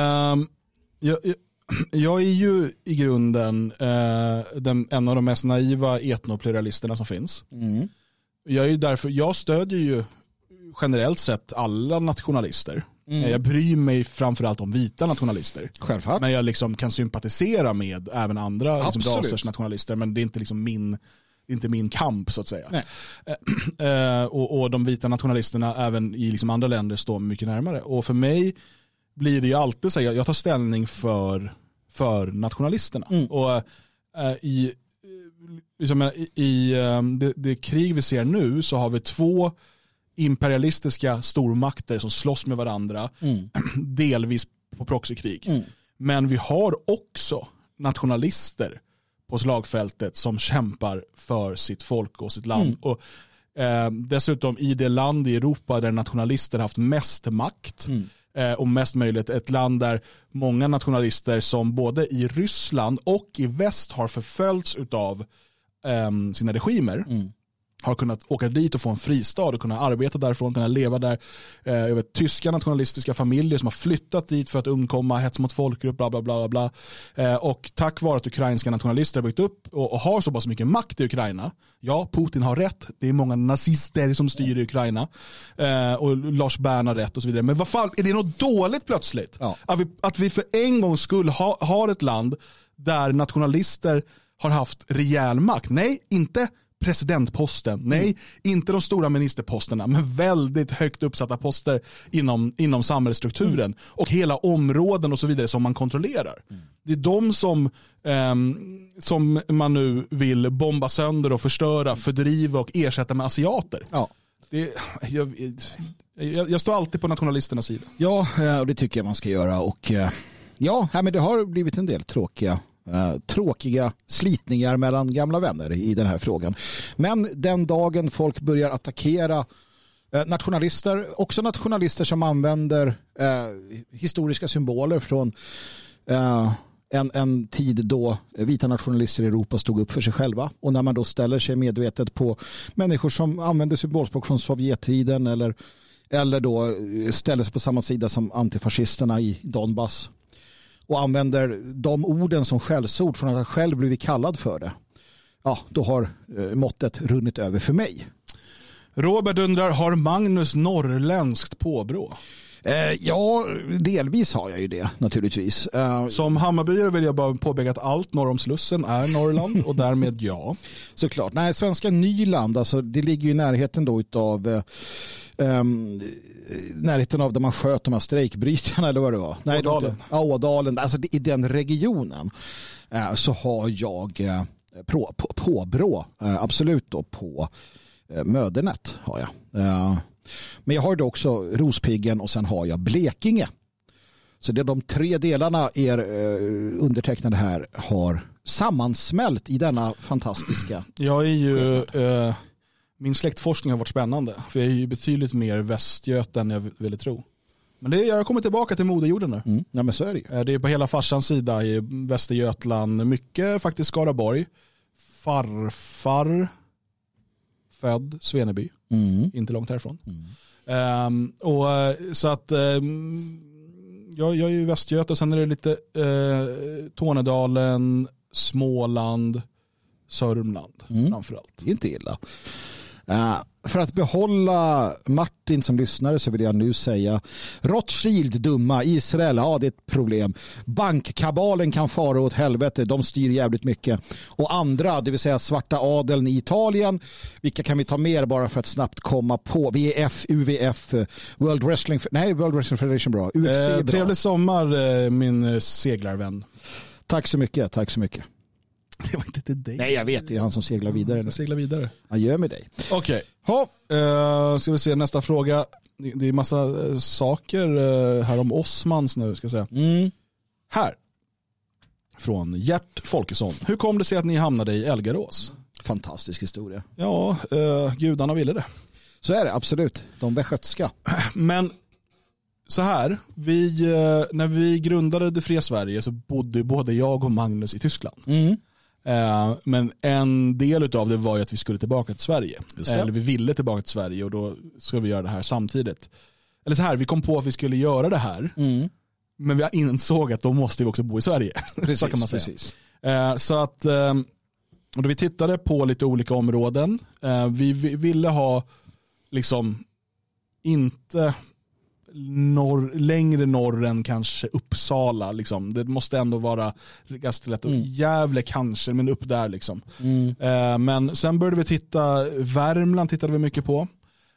Jag är ju i grunden en av de mest naiva etnopluralisterna som finns. Mm. Jag stödjer ju generellt sett alla nationalister. Jag bryr mig framförallt om vita nationalister. Självklart. Men jag kan sympatisera med även andra rasers nationalister, men det är inte min kamp så att säga. Och de vita nationalisterna även i andra länder står mycket närmare. Och för mig blir det ju alltid så jag tar ställning för nationalisterna. Och i det krig vi ser nu så har vi två imperialistiska stormakter som slåss med varandra, delvis på proxykrig. Men vi har också nationalister på slagfältet som kämpar för sitt folk och sitt land. Och dessutom i det land i Europa där nationalister haft mest makt och mest möjlighet, ett land där många nationalister som både i Ryssland och i väst har förföljts utav sina regimer har kunnat åka dit och få en fristad och kunna arbeta därifrån, kunna leva där. Jag vet tyska nationalistiska familjer som har flyttat dit för att undkomma hets mot folkgrupp, bla bla bla bla. Och tack vare att ukrainska nationalister har byggt upp och har så pass mycket makt i Ukraina. Ja, Putin har rätt. Det är många nazister som styr i Ukraina. Och Lars Bern har rätt och så vidare. Men vad fan, är det något dåligt plötsligt? Ja. Att vi för en gång skull har ett land där nationalister har haft rejäl makt? Nej, inte presidentposten. Nej, inte de stora ministerposterna, men väldigt högt uppsatta poster inom samhällsstrukturen och hela områden och så vidare som man kontrollerar. Det är de som man nu vill bomba sönder och förstöra, fördriva och ersätta med asiater. Ja. Jag står alltid på nationalisternas sida. Ja, och det tycker jag man ska göra. Och men det har blivit en del tråkiga slitningar mellan gamla vänner i den här frågan. Men den dagen folk börjar attackera nationalister, också nationalister som använder historiska symboler från en tid då vita nationalister i Europa stod upp för sig själva, och när man då ställer sig medvetet på människor som använder symbolspråk från Sovjettiden eller då ställer sig på samma sida som antifascisterna i Donbass och använder de orden som skällsord från att ha själv blivit kallad för det, då har måttet runnit över för mig. Robert undrar, har Magnus norrländskt påbrå? Ja, delvis har jag ju det naturligtvis. Som Hammarbyare vill jag bara påpeka att allt norr om Slussen är Norrland och därmed ja. Såklart. Nej, svenska Nyland, alltså, det ligger ju i närheten då utav närheten av där man sköt de här strejkbrytarna eller vad det var. Nej, Ådalen. Ådalen. Alltså i den regionen så har jag påbrå, absolut då på Mödernet har jag. Men jag har då också Rospiggen och sen har jag Blekinge. Så det är de 3 delarna undertecknade här har sammansmält i denna fantastiska... Jag är ju... min släktforskning har varit spännande. För jag är ju betydligt mer västgöt än jag ville tro. Men jag kommer tillbaka till moderjorden nu. Ja, men så är det ju. Det är på hela farsans sida i Västergötland. Mycket faktiskt Skaraborg. Farfar född Sveneby. Inte långt härifrån. Och så att jag är ju västgöt och sen är det lite Tornedalen, Småland, Sörmland framförallt. Det är inte illa. För att behålla Martin som lyssnare så vill jag nu säga Rothschild dumma, Israel, det är ett problem. Bankkabalen kan fara åt helvete, de styr jävligt mycket. Och andra, det vill säga svarta adeln i Italien, vilka kan vi ta mer bara för att snabbt komma på? VF, UVF, World Wrestling Federation, bra. UFC, bra. Trevlig sommar min seglarvän. Tack så mycket. Det var inte till dig. Nej, jag vet, det är han som seglar vidare. Jag seglar vidare. Han gör med dig. Okej. Ska vi se nästa fråga. Det är massa saker här om Osmans nu, ska jag säga. Här. Från Gert Folkesson. Hur kom det sig att ni hamnade i Elgarås? Fantastisk historia. Ja, gudarna ville det. Så är det, absolut. De västgötska. Men så här, när vi grundade Det fria Sverige så bodde både jag och Magnus i Tyskland. Men en del av det var ju att vi skulle tillbaka till Sverige. Eller vi ville tillbaka till Sverige och då ska vi göra det här samtidigt. Eller så här, vi kom på att vi skulle göra det här. Men vi insåg att då måste vi också bo i Sverige. Precis, så kan man säga. Precis. Så att och då vi tittade på lite olika områden. Vi ville ha liksom inte längre norr än kanske Uppsala liksom. Det måste ändå vara ganska lätt. Gävle kanske, men upp där liksom. Men sen började vi titta, Värmland tittade vi mycket på.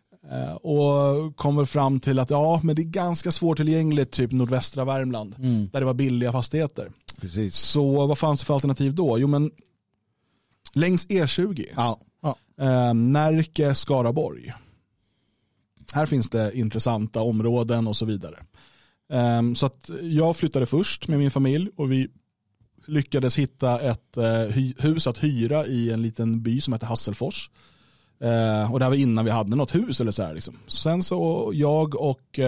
Och kommer fram till att men det är ganska svårtillgängligt typ nordvästra Värmland där det var billiga fastigheter. Precis. Så vad fanns det för alternativ då? Jo, men längs E20. Närke, Skaraborg. Här finns det intressanta områden och så vidare. Så att jag flyttade först med min familj och vi lyckades hitta ett hus att hyra i en liten by som heter Hasselfors. Och det här var innan vi hade något hus eller så här liksom. Sen så jag och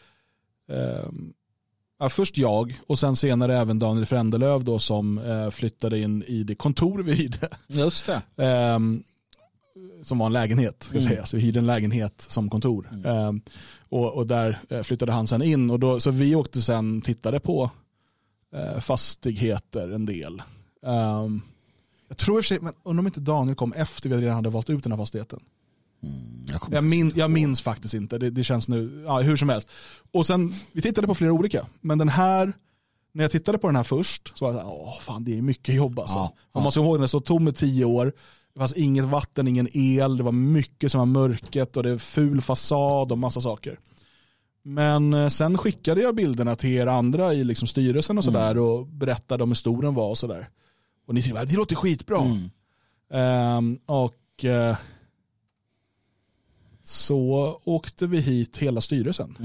först jag och sen senare även Daniel Frändelöv då som flyttade in i det kontor vi hyrde. Just det. Som var en lägenhet ska jag säga. Så vi hyrde en lägenhet som kontor. Och där flyttade han sen in och då, så vi åkte sen tittade på fastigheter en del. Jag tror i och för sig, men undrar om inte Daniel kom efter vi redan hade valt ut den här fastigheten. Jag minns faktiskt inte. Det känns nu, hur som helst. Och sen, vi tittade på flera olika. Men den här, när jag tittade på den här först så var det fan det är mycket jobb alltså. Man ska ihåg den så tom i 10 år. Det fanns inget vatten, ingen el. Det var mycket som var mörket och det är ful fasad och massa saker. Men sen skickade jag bilderna till er andra i liksom styrelsen och sådär och berättade om hur stor den var och sådär. Och ni tyckte, det låter skitbra. så åkte vi hit hela styrelsen.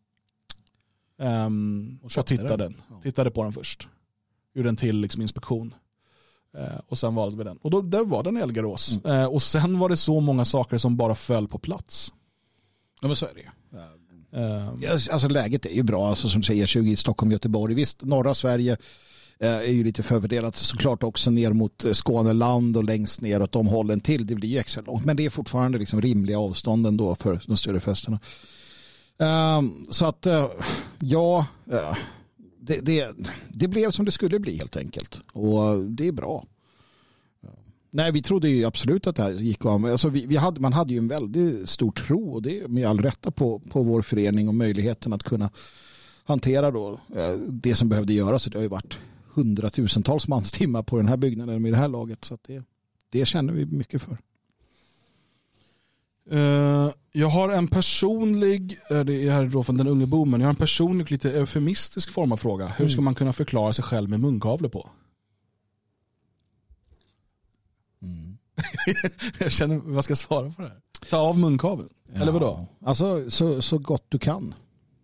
Och tittade på den först. Gjorde en till liksom inspektion. Och sen valde vi den. Och då där var den Elgarås. Och sen var det så många saker som bara föll på plats. Ja, men så är det ju. Alltså läget är ju bra, alltså, som säger 20 i Stockholm, Göteborg. Visst, norra Sverige är ju lite förvärdelat, såklart också ner mot Skåneland och längst ner åt de hållen till. Det blir ju extra långt, men det är fortfarande liksom rimliga avstånden då för de större festerna. Så att det blev som det skulle bli helt enkelt. Och det är bra. Nej, vi trodde ju absolut att det här gick av. Alltså man hade ju en väldigt stor tro, och det med all rätta på vår förening och möjligheten att kunna hantera då det som behövde göras. Det har ju varit 100,000-tals manstimmar på den här byggnaden med det här laget, så att det känner vi mycket för. Jag har en personlig, det är då från den unge boomen, jag har en personlig lite eufemistisk form av fråga. Hur ska man kunna förklara sig själv med munkavle på? Jag känner, vad ska jag svara på det här? Ta av munkaveln, eller vadå? Alltså så gott du kan.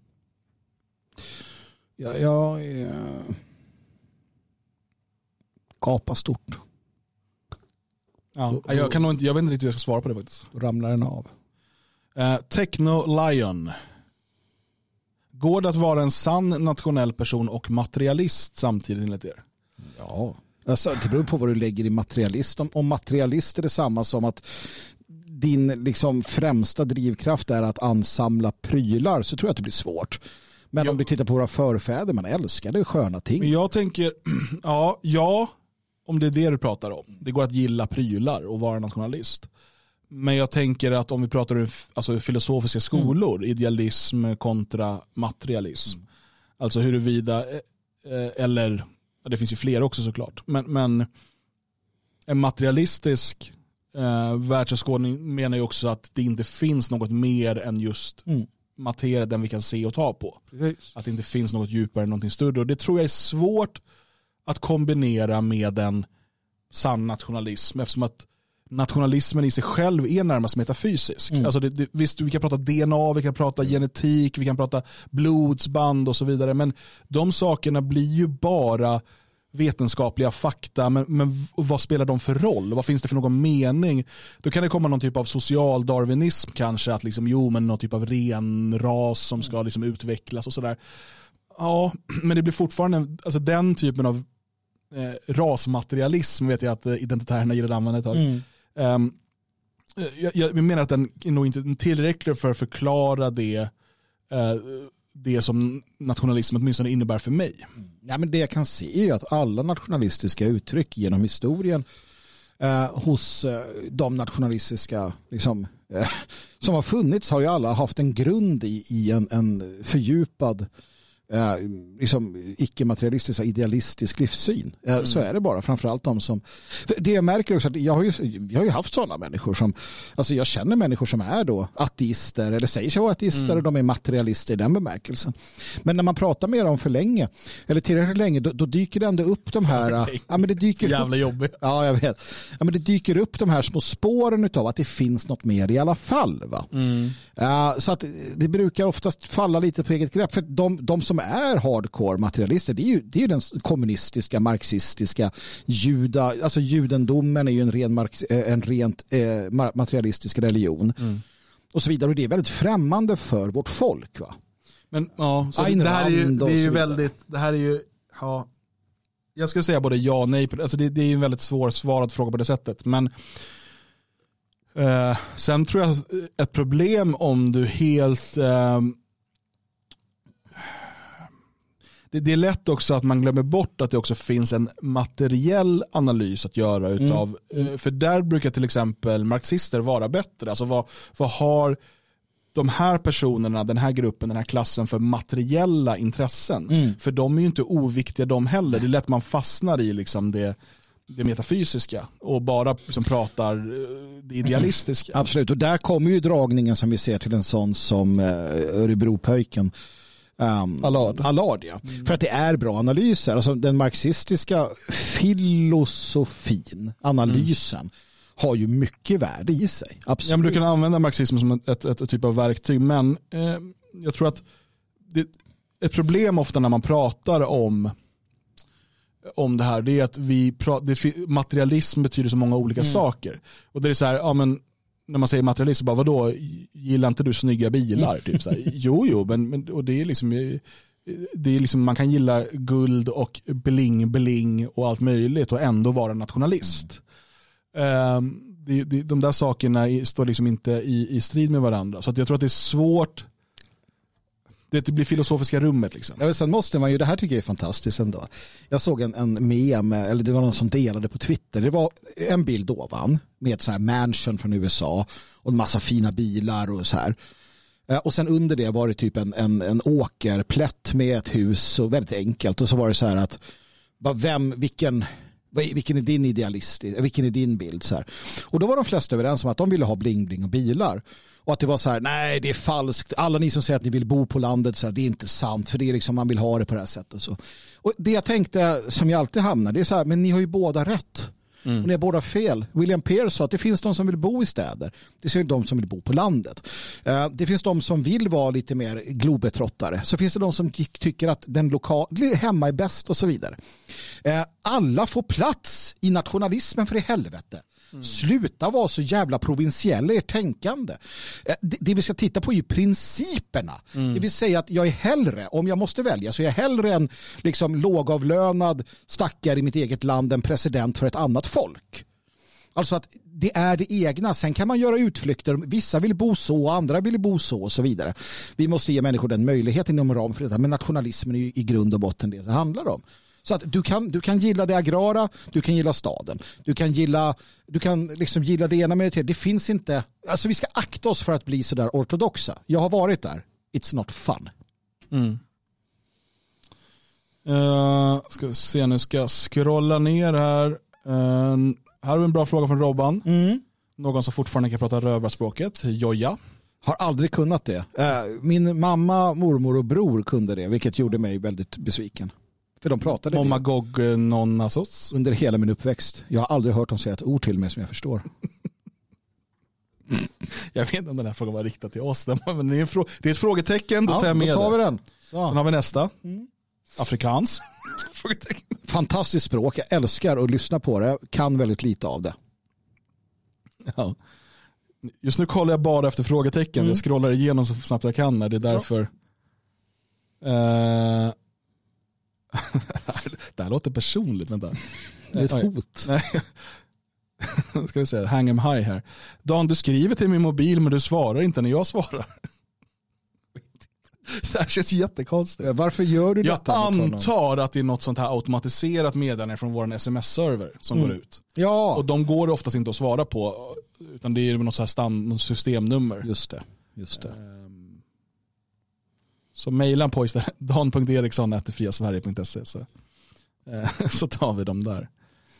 Gapa stort. Ja, jag vet inte riktigt hur jag ska svara på det faktiskt. Då ramlar den av. Techno Lion. Går det att vara en sann nationell person och materialist samtidigt enligt er? Ja, alltså, det beror på vad du lägger i materialist. Om materialist är det samma som att din liksom främsta drivkraft är att ansamla prylar, så tror jag att det blir svårt. Men om du tittar på våra förfäder, man älskade sköna ting. Men jag tänker, ja, om det är det du pratar om. Det går att gilla prylar och vara nationalist. Men jag tänker att om vi pratar om alltså filosofiska skolor, idealism kontra materialism. Alltså huruvida, eller det finns ju fler också såklart. Men en materialistisk världsåskådning menar ju också att det inte finns något mer än just materia, den vi kan se och ta på. Precis. Att det inte finns något djupare, någonting större. Och det tror jag är svårt att kombinera med en sann nationalism, eftersom att nationalismen i sig själv är närmast metafysisk. Alltså visst, vi kan prata DNA, vi kan prata genetik, vi kan prata blodsband och så vidare, men de sakerna blir ju bara vetenskapliga fakta, men vad spelar de för roll? Vad finns det för någon mening? Då kan det komma någon typ av social darwinism kanske, att liksom, men någon typ av ren ras som ska liksom utvecklas och sådär. Ja, men det blir fortfarande, alltså den typen av rasmaterialism vet jag att identitärerna gillar att använda ett tag. Jag menar att den är nog inte tillräcklig för att förklara det som nationalismen åtminstone innebär för mig. Ja, men det jag kan se är att alla nationalistiska uttryck genom historien hos de nationalistiska liksom, som har funnits har ju alla haft en grund i en fördjupad liksom icke-materialistisk idealistisk livssyn. Så är det bara, framförallt de som, det jag märker också, att jag har ju haft sådana människor som, alltså jag känner människor som är då ateister eller säger sig vara ateister och de är materialister i den bemärkelsen. Men när man pratar med dem för länge eller tillräckligt länge, då dyker det ändå upp de här men det dyker jävla jobbigt. Ja, jag vet. Ja, men det dyker upp de här små spåren utav att det finns något mer i alla fall, va? Så att det brukar oftast falla lite på eget grepp, för de som är hardcore materialister, det är ju den kommunistiska, marxistiska alltså judendomen är ju en rent materialistisk religion och så vidare, och det är väldigt främmande för vårt folk, va? Men ja, så det här är ju väldigt, det här är ju, ja, jag skulle säga både ja och nej, alltså det är en väldigt svårsvarad fråga på det sättet, men sen tror jag ett problem om du helt det är lätt också att man glömmer bort att det också finns en materiell analys att göra utav, för där brukar till exempel marxister vara bättre. Alltså vad har de här personerna, den här gruppen, den här klassen för materiella intressen? För de är ju inte oviktiga de heller. Det är lätt man fastnar i liksom det metafysiska och bara liksom pratar det idealistiska. Absolut, och där kommer ju dragningen som vi ser till en sån som Örebropöjken. Allard, ja. För att det är bra analyser. Alltså den marxistiska filosofin, analysen, har ju mycket värde i sig. Absolut. Ja, men du kan använda marxismen som ett typ av verktyg, men jag tror att ett problem ofta när man pratar om det här, det är att materialism betyder så många olika saker. Och det är så här, ja, men när man säger materialism, bara vadå, gillar inte du snygga bilar? Typ så här. Jo, men och det är liksom man kan gilla guld och bling och allt möjligt och ändå vara nationalist. De där sakerna står liksom inte i strid med varandra. Så att jag tror att det är svårt. Det blir filosofiska rummet liksom. Ja, sen måste man ju, det här tycker jag är fantastiskt ändå. Jag såg en meme, eller det var någon som delade på Twitter. Det var en bild ovan med ett så här mansion från USA och en massa fina bilar och så här. Och sen under det var det typ en åkerplätt med ett hus och väldigt enkelt. Och så var det så här att vilken är din idealist? Vilken är din bild? Så här. Och då var de flesta överens om att de ville ha bling och bilar. Och att det var så här, nej det är falskt. Alla ni som säger att ni vill bo på landet, så här, det är inte sant. För det är liksom, man vill ha det på det här sättet. Så. Och det jag tänkte, som jag alltid hamnar, det är så här, men ni har ju båda rätt. Och ni har båda fel. William Pierce sa att det finns de som vill bo i städer. Det finns de som vill bo på landet. Det finns de som vill vara lite mer globetrottare. Så finns det de som tycker att den lokala hemma är bäst och så vidare. Alla får plats i nationalismen, för i helvete. Sluta vara så jävla provinsiella i ert tänkande. Det vi ska titta på är ju principerna. Det vill säga att jag är hellre, om jag måste välja, så är jag hellre en liksom lågavlönad stackare i mitt eget land än president för ett annat folk. Alltså att det är det egna. Sen kan man göra utflykter. Vissa vill bo så, andra vill bo så och så vidare. Vi måste ge människor den möjligheten inom ram för detta. Men nationalismen är ju i grund och botten det handlar om. Så att du kan gilla det agrara, du kan gilla staden. Du kan liksom gilla det ena med det. Det finns inte, alltså vi ska akta oss för att bli så där ortodoxa. Jag har varit där. It's not fun. Ska vi se, nu ska jag scrolla ner här. Här har vi en bra fråga från Robban. Någon som fortfarande kan prata rövarspråket. Joja. Har aldrig kunnat det. Min mamma, mormor och bror kunde det, vilket gjorde mig väldigt besviken. För de pratade Momma Gog Nonnasos under hela min uppväxt. Jag har aldrig hört dem säga ett ord till mig som jag förstår. Jag vet inte om den här frågan var riktad till oss. Men det är ett frågetecken. Då tar jag med då tar vi den. Så. Sen har vi nästa. Afrikans. Fantastiskt språk. Jag älskar att lyssna på det. Kan väldigt lite av det. Ja. Just nu kollar jag bara efter frågetecken. Jag scrollar igenom så snabbt jag kan. Det är därför... det här låter personligt, vänta. Det är ett hot. Nej. Ska vi säga, hang em high här. Dan, du skriver till min mobil men du svarar inte när jag svarar. Det här känns jättekonstigt. Varför gör du detta? Jag antar att det är något sånt här automatiserat meddelande från vår sms-server som går ut. Ja. Och de går oftast inte att svara på, utan det är något så här systemnummer. Just det. Så mejla på istället dan.eriksson@friasverige.se så tar vi dem där.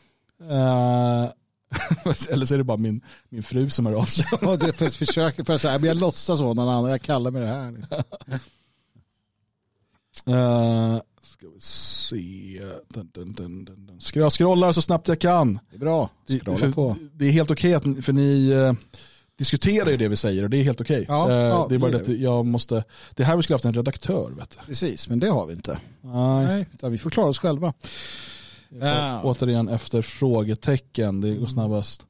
Eller så är det bara min fru som är av sig. Ja, det försöker för att säga, jag låtsas så någon annan, jag kallar mig det här. Ska vi se. Jag scrollar så snabbt jag kan. Det är bra. Det är helt okej för ni diskuterar ju det vi säger och det är helt okej. Ja, det är bara det jag måste. Det här vi skulle haft en redaktör, vet du. Precis, men det har vi inte. Nej, vi får klara oss själva. Återigen efter frågetecken. Det går snabbast.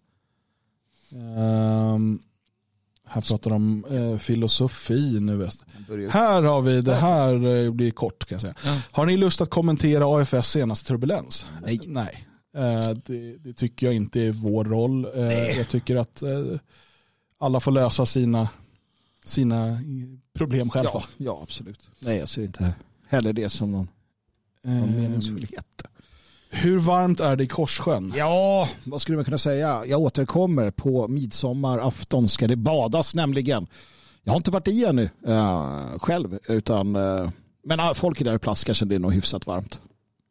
Här pratar de om filosofi nu. Här har vi, det här blir kort kan jag säga. Har ni lust att kommentera AFS senaste turbulens? Nej. Det tycker jag inte är vår roll. Jag tycker att alla får lösa sina problem själva. Ja, absolut. Nej, jag ser inte heller det som någon meningsfullhet. Hur varmt är det i Korssjön? Ja, vad skulle man kunna säga? Jag återkommer på midsommarafton, ska det badas nämligen. Jag har inte varit i ännu själv, utan men folk är där i plaskar så det är nog hyfsat varmt.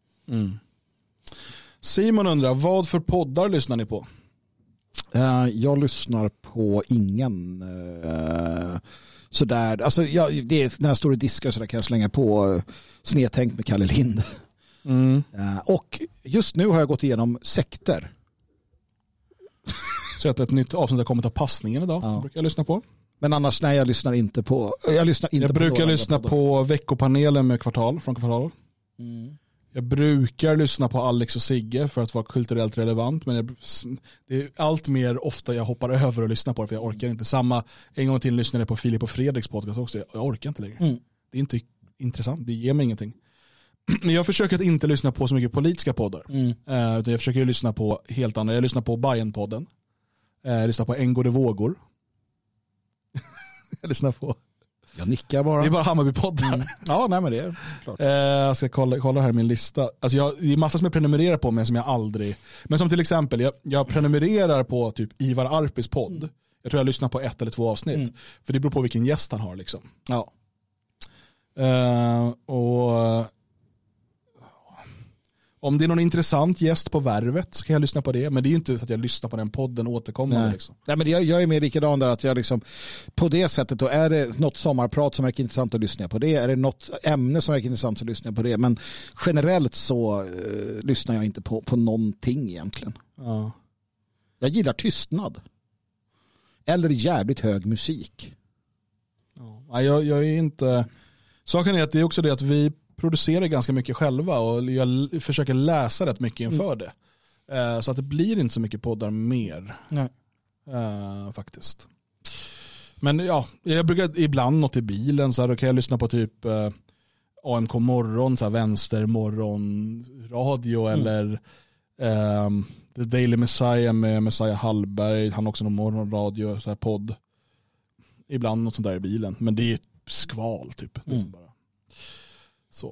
Simon undrar, vad för poddar lyssnar ni på? Jag lyssnar på ingen sådär. Alltså, det är, när jag står och diskar så där kan jag slänga på Snedtänkt med Kalle Lind. Och just nu har jag gått igenom sekter. Så att ett nytt avsnitt har kommit av Passningen idag. Ja. Brukar jag lyssna på. Men annars, nej, jag lyssnar inte på... Jag brukar lyssna på veckopanelen med Kvartal, från Kvartal. Jag brukar lyssna på Alex och Sigge för att vara kulturellt relevant, men det är allt mer ofta jag hoppar över och lyssnar på det, för jag orkar inte. En gång till lyssnade jag på Filip och Fredriks podcast också. Jag orkar inte längre. Det är inte intressant, det ger mig ingenting. Men jag försöker att inte lyssna på så mycket politiska poddar. Utan jag försöker lyssna på helt andra. Jag lyssnar på Bajen-podden. Jag lyssnar på Engårde Vågor. Jag lyssnar på... Jag nickar bara. Det är bara Hammarby-poddar. Ja, nej, men det är klart. Jag ska kolla här i min lista. Alltså det är massa som jag prenumererar på, men som jag aldrig... Men som till exempel, jag prenumererar på typ Ivar Arpis podd. Jag tror jag lyssnar på 1 eller 2 avsnitt. För det beror på vilken gäst han har liksom. Ja. Och om det är någon intressant gäst på Värvet så kan jag lyssna på det. Men det är ju inte så att jag lyssnar på den podden återkommande. Liksom. Nej, men jag är mer likadan där, att jag liksom, på det sättet då, är det något sommarprat som är intressant att lyssna på det. Är det något ämne som är intressant så lyssnar jag på det. Men generellt så lyssnar jag inte på någonting egentligen. Ja. Jag gillar tystnad. Eller jävligt hög musik. Ja, jag är inte... Saken är att det är också det att vi producerar ganska mycket själva och jag försöker läsa rätt mycket inför det. Så att det blir inte så mycket poddar mer. Nej. Faktiskt. Men ja, jag brukar ibland något i bilen så här, då kan jag lyssna på typ AMK morgon, så här vänstermorgonradio eller The Daily Messiah med Messiah Hallberg, han har också någon morgonradio, så här podd. Ibland något sånt där i bilen, men det är skval typ. Det är bara så.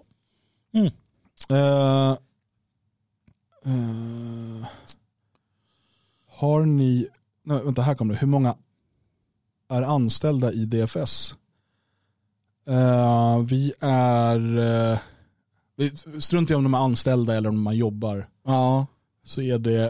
Har ni... Nej, vänta, här kommer det. Hur många är anställda i DFS? Vi är... Strunt i om de är anställda eller om man jobbar. Ja. Så är det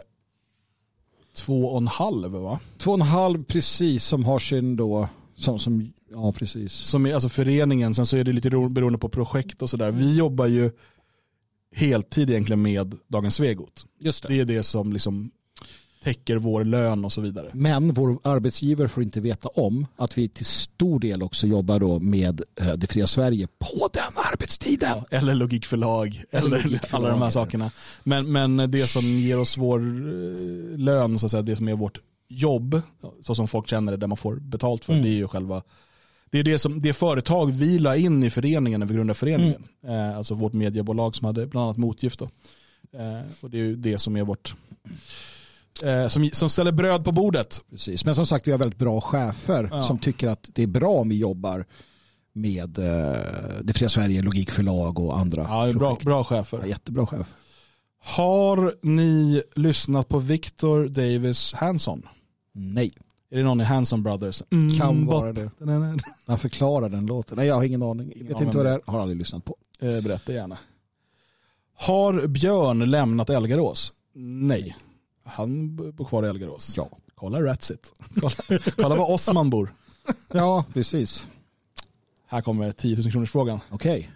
2,5 va? 2,5 precis, som har sin då... Som ja, precis. Som är alltså föreningen, sen så är det lite beroende på projekt och sådär. Vi jobbar ju heltid egentligen med Dagens Svegot. Just det. Det är det som liksom täcker vår lön och så vidare. Men vår arbetsgivare får inte veta om att vi till stor del också jobbar då med Det Fria Sverige på den arbetstiden. Ja, eller Logikförlag eller alla de här sakerna. Men det som ger oss vår lön, så att säga, det som är vårt jobb, så som folk känner det, där man får betalt för, det är ju själva... Det är det företag vi la in i föreningen när vi grundade föreningen. Alltså vårt mediebolag som hade bland annat Motgift. Och det är ju det som är vårt... Som ställer bröd på bordet. Precis. Men som sagt, vi har väldigt bra chefer som tycker att det är bra om vi jobbar med Det Fria Sverige, Logikförlag och andra. Ja, bra chefer. Ja, jättebra chef. Har ni lyssnat på Victor Davis Hanson? Nej. Är det någon i Hanson Brothers? Kan vara det. Han förklarar den låten. Nej, jag har ingen aning. Jag vet inte vad det är. Har aldrig lyssnat på. Berätta gärna. Har Björn lämnat Elgarås? Nej. Han bor kvar i Elgarås. Ja. Kolla Ratsit. Kolla var Osman bor. Ja, precis. Här kommer 10 000 kronors frågan. Okej.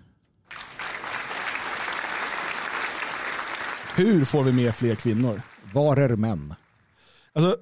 Hur får vi med fler kvinnor? Var är män? Alltså,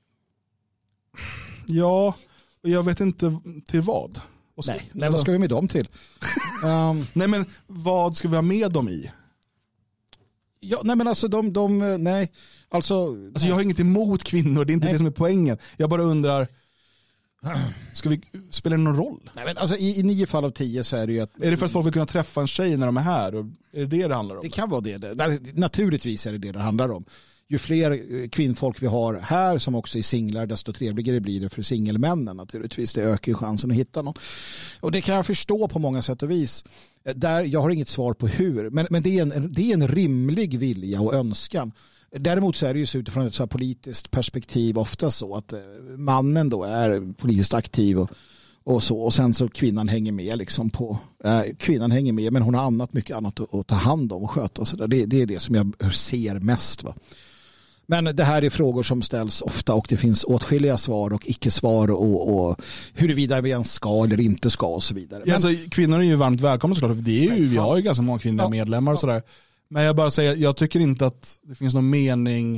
ja, jag vet inte till vad. Nej, vad ska vi med dem till? Nej, men vad ska vi ha med dem i? Ja, nej, men alltså nej. Alltså jag har inget emot kvinnor, det är inte det som är poängen. Jag bara undrar, spelar det någon roll? Nej, men alltså i 9 fall av 10 så är det ju att... Är det för att folk vill kunna träffa en tjej när de är här? Och är det handlar om? Det kan vara det. Naturligtvis är det handlar om. Ju fler kvinnfolk vi har här som också är singlar, desto trevligare blir det för singelmännen naturligtvis. Det ökar ju chansen att hitta någon. Och det kan jag förstå på många sätt och vis. Jag har inget svar på hur. Men det är en rimlig vilja och önskan. Däremot så är det ju så utifrån ett så här politiskt perspektiv ofta så att mannen då är politiskt aktiv och så, och sen så kvinnan hänger med liksom kvinnan hänger med, men hon har mycket annat att ta hand om och sköta och så där. Det är det som jag ser mest, va. Men det här är frågor som ställs ofta och det finns åtskilliga svar och icke-svar och huruvida vi ens ska eller inte ska och så vidare. Men... Alltså, kvinnor är ju varmt välkomna såklart. Vi har ju ganska många kvinnliga medlemmar och sådär. Men jag bara säger, jag tycker inte att det finns någon mening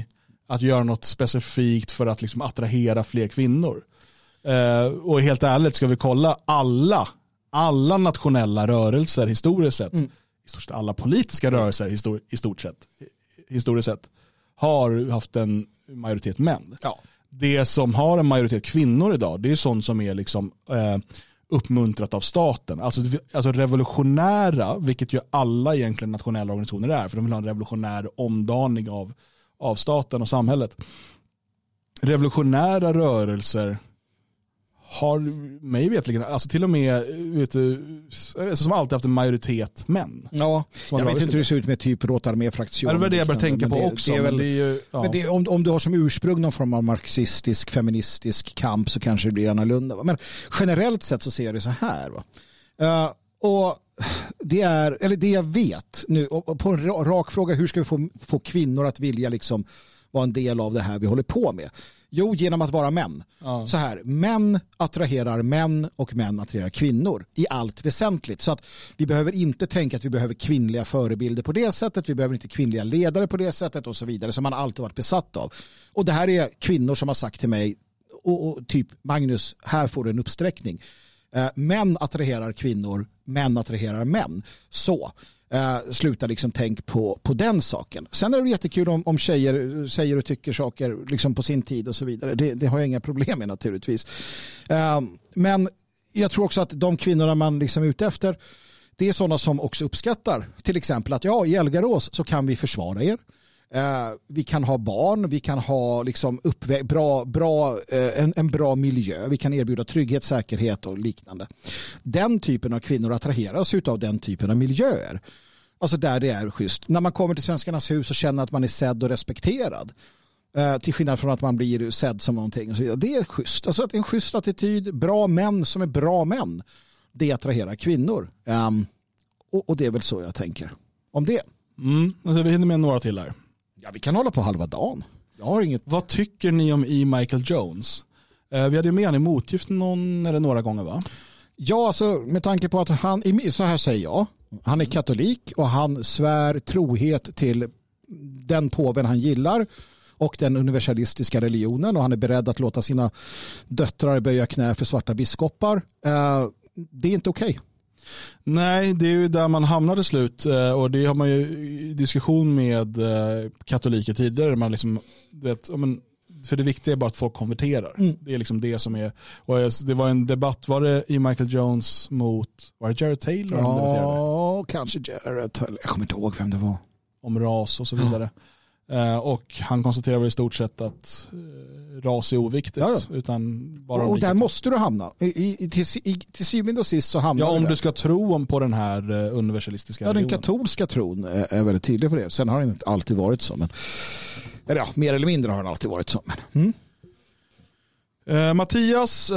att göra något specifikt för att liksom attrahera fler kvinnor. Och helt ärligt ska vi kolla alla nationella rörelser historiskt sett, i stort sett alla politiska rörelser historiskt sett har haft en majoritet män. Ja. Det som har en majoritet kvinnor idag, det är sånt som är liksom uppmuntrat av staten. Alltså revolutionära, vilket ju alla egentligen nationella organisationer är, för de vill ha en revolutionär omdaning av staten och samhället. Revolutionära rörelser har mig vetligen, alltså till och med som alltid haft en majoritet män. Ja, jag vet inte hur det ser ut med typ Rotarmé-fraktionen. Det var det jag började tänka på också. Om du har som ursprung någon form av marxistisk, feministisk kamp så kanske det blir annorlunda. Men generellt sett så ser jag det så här. Och det jag vet nu, och på en rak fråga, hur ska vi få kvinnor att vilja liksom vara en del av det här vi håller på med? Jo, genom att vara män. Ja. Så här, män attraherar män och män attraherar kvinnor i allt väsentligt. Så att vi behöver inte tänka att vi behöver kvinnliga förebilder på det sättet. Vi behöver inte kvinnliga ledare på det sättet och så vidare som man alltid varit besatt av. Och det här är kvinnor som har sagt till mig och typ Magnus, här får du en uppsträckning. Män attraherar kvinnor, män attraherar män. Så sluta liksom tänk på den saken. Sen är det jättekul om tjejer säger och tycker saker liksom på sin tid och så vidare. Det har jag inga problem med naturligtvis. Men jag tror också att de kvinnorna man liksom är ute efter, det är sådana som också uppskattar till exempel att i Elgarås så kan vi försvara er. Vi kan ha barn, vi kan ha liksom en bra miljö, vi kan erbjuda trygghet, säkerhet och liknande. Den typen av kvinnor attraheras av den typen av miljöer. Alltså där det är schysst. När man kommer till Svenskarnas hus och känner att man är sedd och respekterad. Till skillnad från att man blir sedd som någonting. Och så vidare. Det är schysst. Alltså att en schysst attityd, bra män som är bra män, det attraherar kvinnor. Och det är väl så jag tänker om det. Alltså vi hinner med några till här. Ja, vi kan hålla på halva dagen. Jag har inget... Vad tycker ni om Michael Jones? Vi hade med han i motgift någon eller några gånger, va? Ja, alltså med tanke på att han, så här säger jag, han är katolik och han svär trohet till den påven han gillar och den universalistiska religionen, och han är beredd att låta sina döttrar böja knä för svarta biskopar. Det är inte okej. Nej, det är ju där man hamnar till slut, och det har man ju i diskussion med katoliker tidigare. Man liksom, för det viktiga är bara att folk konverterar. Det är liksom det som är, och det var en debatt, var det i Michael Jones mot, var det Jared Taylor? Ja, kanske Jared Taylor, jag kommer inte ihåg vem det var. Om ras och så vidare. Och han konstaterar väl i stort sett att ras är oviktigt. Utan bara och där måste du hamna. Till syvende och sist så hamnar om du ska tro på den här universalistiska religionen. Den katolska tron är väldigt tydlig för det. Sen har den inte alltid varit så. Men, mer eller mindre har den alltid varit så. Mattias,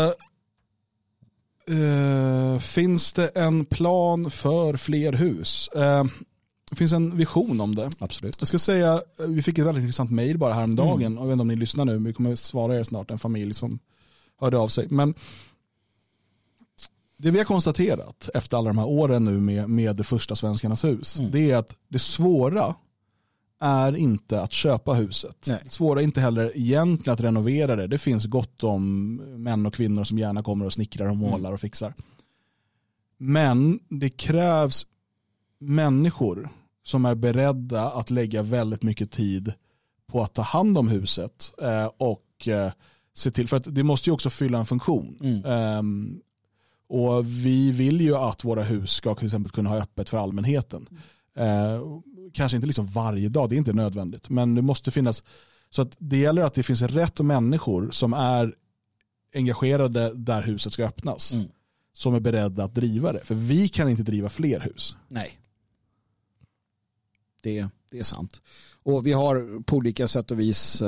finns det en plan för fler hus? Det finns en vision om det. Absolut. Jag ska säga, vi fick ett väldigt intressant mejl bara häromdagen. Jag vet inte om ni lyssnar nu, men vi kommer svara er snart, en familj som hörde av sig. Men det vi har konstaterat efter alla de här åren nu med det första Svenskarnas hus, det är att det svåra är inte att köpa huset. Nej. Det svåra är inte heller egentligen att renovera det. Det finns gott om män och kvinnor som gärna kommer och snickrar och målar och fixar. Men det krävs människor som är beredda att lägga väldigt mycket tid på att ta hand om huset och se till, för att det måste ju också fylla en funktion. Och vi vill ju att våra hus ska till exempel kunna ha öppet för allmänheten. Kanske inte liksom varje dag, det är inte nödvändigt, men det måste finnas, så att det gäller att det finns rätt människor som är engagerade där huset ska öppnas, som är beredda att driva det, för vi kan inte driva fler hus. Nej. Det är sant. Och vi har på olika sätt och vis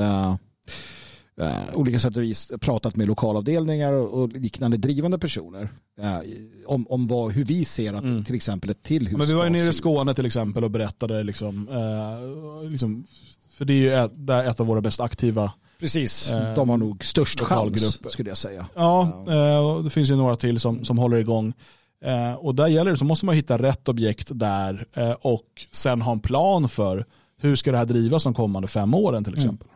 pratat med lokalavdelningar och liknande drivande personer om hur vi ser att till exempel ett till hus. Men vi var ju nere i Skåne till exempel och berättade liksom, för det är ju ett av våra bäst aktiva. Precis, de har nog störst chans skulle jag säga. Ja, det finns ju några till som håller igång. Och där gäller det, så måste man hitta rätt objekt där och sen ha en plan för hur ska det här drivas de kommande 5 åren till exempel.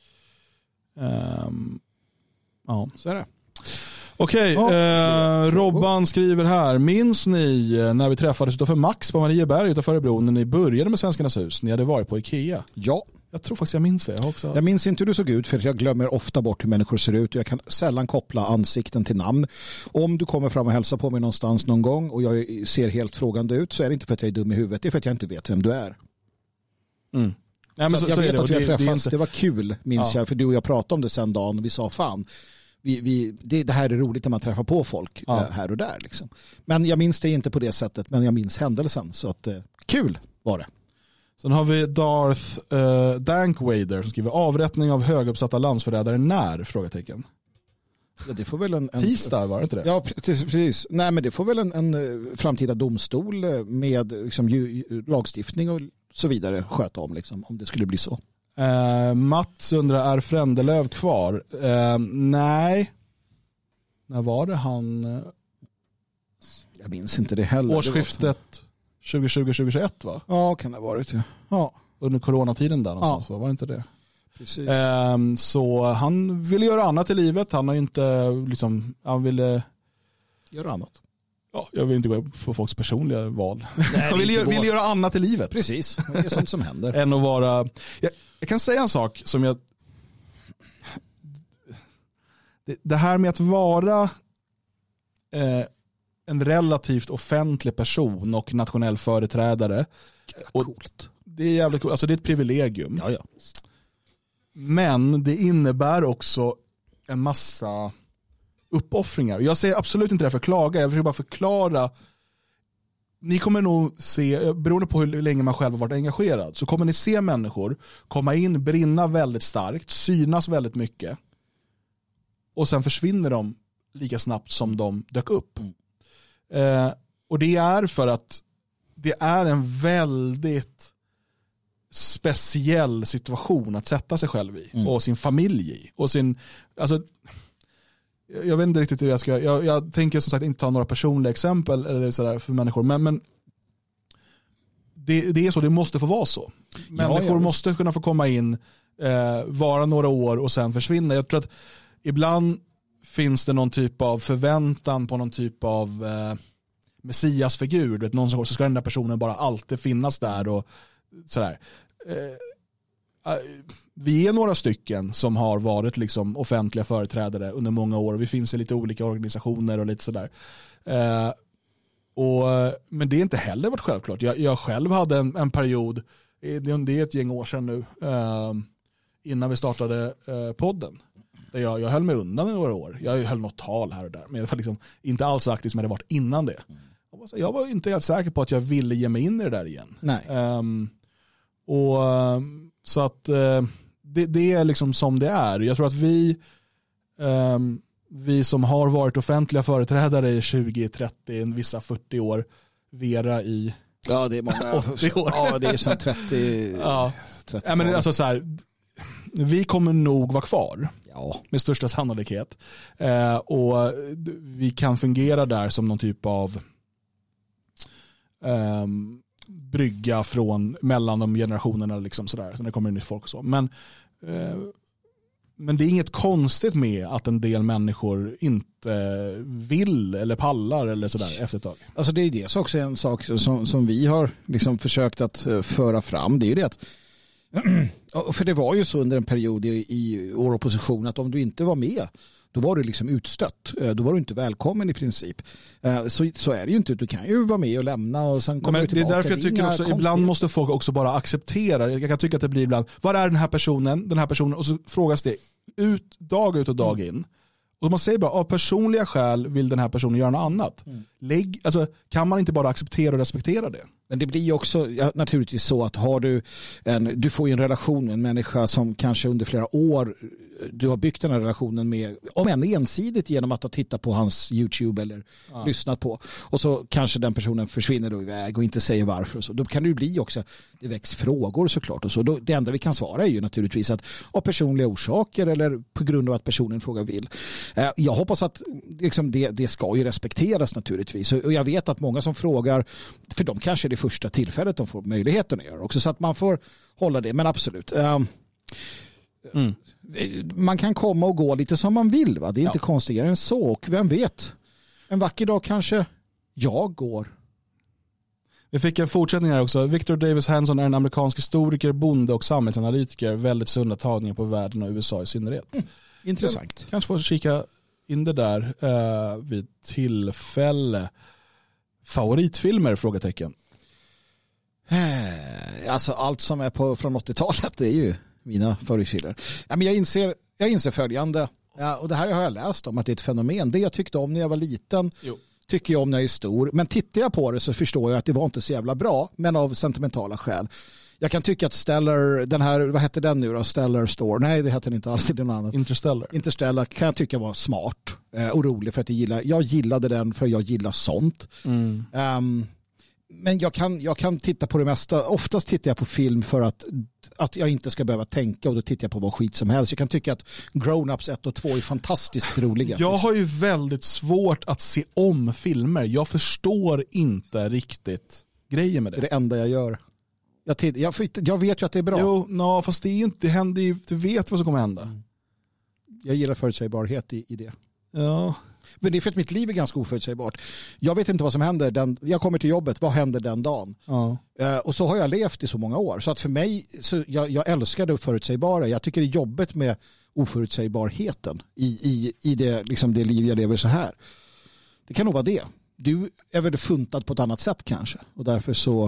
Ja. Så är det. Okej, Robban skriver här. Minns ni när vi träffades utanför Max på Marieberg utanför Örebro när ni började med Svenskarnas hus? Ni hade varit på Ikea. Ja. Jag tror faktiskt jag minns det. Jag minns inte hur du såg ut för jag glömmer ofta bort hur människor ser ut och jag kan sällan koppla ansikten till namn. Om du kommer fram och hälsar på mig någonstans någon gång och jag ser helt frågande ut så är det inte för att jag är dum i huvudet, det är för att jag inte vet vem du är. Nej, men jag vet att vi har träffats, det var kul minns jag, för du och jag pratade om det sen dagen och vi sa fan, det här är roligt när man träffar på folk här och där. Liksom. Men jag minns det inte på det sättet, men jag minns händelsen så att kul var det. Sen har vi Darth Dankwader som skriver avrättning av höguppsatta landsförrädare när? Frågetecken. Ja, det får väl en tisdag var det inte det? Ja, precis. Nej, men det får väl en framtida domstol med liksom, lagstiftning och så vidare sköta om liksom, om det skulle bli så. Mats undrar, är Frändelöv kvar? Nej. När var det han? Jag minns inte det heller. Årsskiftet 2020-2021 va? Ja, kan det ha varit. Ja. Under coronatiden där någonstans, var det inte det? Precis. Så han ville göra annat i livet. Han har inte liksom, han ville göra annat. Ja, jag vill inte gå på folks personliga val. Han vill göra annat i livet. Precis, det är sånt som händer. Än att vara... Jag kan säga en sak som jag... Det här med att vara en relativt offentlig person och nationell företrädare. Coolt. Det är jävligt coolt. Alltså det är ett privilegium. Ja. Men det innebär också en massa uppoffringar. Jag säger absolut inte det för att klaga. Jag försöker bara förklara. Ni kommer nog se, beroende på hur länge man själv har varit engagerad, så kommer ni se människor komma in, brinna väldigt starkt, synas väldigt mycket och sen försvinner de lika snabbt som de dök upp. Och det är för att det är en väldigt speciell situation att sätta sig själv i och sin familj i och sin, alltså jag vet inte riktigt hur jag ska, jag tänker som sagt inte ta några personliga exempel eller sådär för människor, men det är så, det måste få vara så. Människor måste kunna få komma in, vara några år och sen försvinna. Jag tror att ibland finns det någon typ av förväntan på någon typ av messiasfigur, någon som så ska den där personen bara alltid finnas där och sådär. Vi är några stycken som har varit liksom offentliga företrädare under många år och vi finns i lite olika organisationer och lite sådär. Men det är inte heller varit självklart. Jag själv hade en period, det är ett gäng år sedan nu, innan vi startade podden. Där jag höll mig undan i några år. Jag höll något tal här och där, men jag var liksom inte alls så aktiv som jag hade varit innan det. Jag var inte helt säker på att jag ville ge mig in i det där igen. Nej. Så att det är liksom som det är. Jag tror att vi som har varit offentliga företrädare i 20, 30, vissa 40 år, Vera i ja, det är många 80 år. Ja, det är som 30. Ja. 30 men alltså så här, vi kommer nog vara kvar. Ja. Med största sannolikhet. Och vi kan fungera där som någon typ av brygga mellan de generationerna liksom sådär, när det kommer nytt folk och så. Men det är inget konstigt med att en del människor inte vill eller pallar eller sådär efter ett tag. Alltså det är det också en sak som vi har liksom försökt att föra fram. Det är ju det att för det var ju så under en period i vår opposition att om du inte var med, då var du liksom utstött. Då var du inte välkommen i princip. Så är det ju inte. Du kan ju vara med och lämna och sen kommer du tillbaka. Det är därför jag tycker också ibland måste folk också bara acceptera. Jag kan tycka att det blir ibland, vad är den här personen och så frågas det ut och dag in. Och man säger bara, av personliga skäl vill den här personen göra något annat. Alltså, kan man inte bara acceptera och respektera det? Men det blir ju också naturligtvis så att du får ju en relation med en människa som kanske under flera år du har byggt den här relationen med, om än ensidigt genom att ha tittat på hans YouTube eller lyssnat på. Och så kanske den personen försvinner då iväg och inte säger varför. Och så. Då kan det ju bli också, det väcks frågor såklart. Och så. Det enda vi kan svara är ju naturligtvis att av personliga orsaker eller på grund av att personen frågar vill. Jag hoppas att liksom, det ska ju respekteras naturligtvis. Och jag vet att många som frågar, för dem kanske det första tillfället de får möjligheten att göra också. Så att man får hålla det, men absolut. Man kan komma och gå lite som man vill, va? Det är inte konstigare än så. Och vem vet, en vacker dag kanske jag går. Vi fick en fortsättning här också. Victor Davis Hanson är en amerikansk historiker, bonde och samhällsanalytiker. Väldigt sunda tagningar på världen och USA i synnerhet. Intressant. Kanske får kika in det där vid tillfälle. Favoritfilmer? Frågetecken. Alltså allt som är från 80-talet är ju mina favoritfilmer. Ja, men jag inser följande. Ja, och det här har jag läst om att det är ett fenomen. Det jag tyckte om när jag var liten tycker jag om när jag är stor. Men tittar jag på det så förstår jag att det var inte så jävla bra. Men av sentimentala skäl. Jag kan tycka att Stellar, den här, vad hette den nu då? Stellar Store? Nej, det hette den inte alls. Det är något annat. Interstellar kan jag tycka var smart och rolig för att jag gillade den för jag gillar sånt. Men jag kan titta på det mesta. Oftast tittar jag på film för att jag inte ska behöva tänka, och då tittar jag på vad skit som helst. Jag kan tycka att Grown-Ups 1 och 2 är fantastiskt roliga. Jag har ju väldigt svårt att se om filmer. Jag förstår inte riktigt grejen med det. Det är det enda jag gör. Jag vet ju att det är bra. Jo, fast det är ju inte, det händer ju, du vet vad som kommer hända. Jag gillar förutsägbarhet i det. Ja. Men det är för att mitt liv är ganska oförutsägbart. Jag vet inte vad som händer. Jag kommer till jobbet, vad händer den dagen? Ja. Och så har jag levt i så många år. Så att för mig, jag älskar det förutsägbara. Jag tycker det är jobbigt med oförutsägbarheten i det, liksom det liv jag lever så här. Det kan nog vara det. Du är väl funtad på ett annat sätt kanske. Och därför så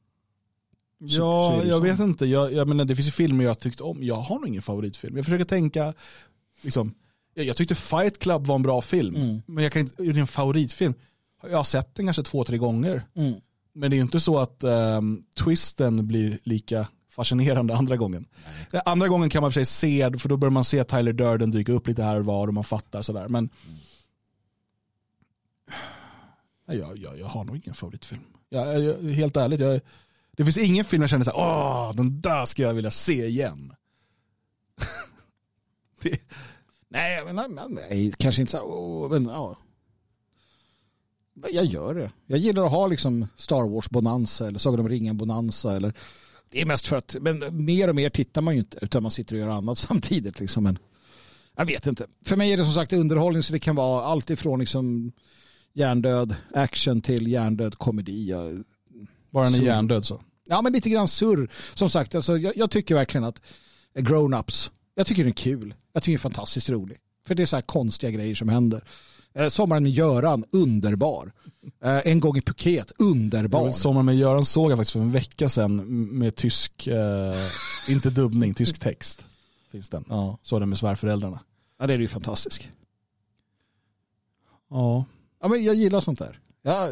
jag vet inte. Jag menar, det finns ju filmer jag tyckt om. Jag har nog ingen favoritfilm. Jag försöker tänka liksom, jag tyckte Fight Club var en bra film. Men jag kan inte, det är en favoritfilm. Jag har sett den kanske 2-3 gånger. Men det är ju inte så att twisten blir lika fascinerande andra gången. Nej. Andra gången kan man för sig se, för då börjar man se Tyler Durden dyka upp lite här och var och man fattar sådär. Men jag har nog ingen favoritfilm. Helt ärligt, det finns ingen film jag känner så här, den där ska jag vilja se igen. Nej, kanske inte så. Men ja. Jag gör det. Jag gillar att ha liksom Star Wars bonanza eller Sagan om ringen bonanza, eller det är mest för att, men mer och mer tittar man ju inte, utan man sitter och gör annat samtidigt liksom. Men jag vet inte. För mig är det som sagt underhållning, så det kan vara allt ifrån liksom hjärndöd action till hjärndöd komedi. Bara en hjärndöd så. Ja, men lite grann surr. Som sagt, alltså, jag tycker verkligen att Grown-Ups, jag tycker den är kul. Jag tycker den är fantastiskt rolig. För det är så här konstiga grejer som händer. Sommaren med Göran, underbar. En gång i Phuket, underbar. Sommaren med Göran såg jag faktiskt för en vecka sedan med tysk, inte dubbning, tysk text. Finns den. Ja. Så den med svärföräldrarna. Ja, det är ju fantastiskt. Ja. Ja, men jag gillar sånt där.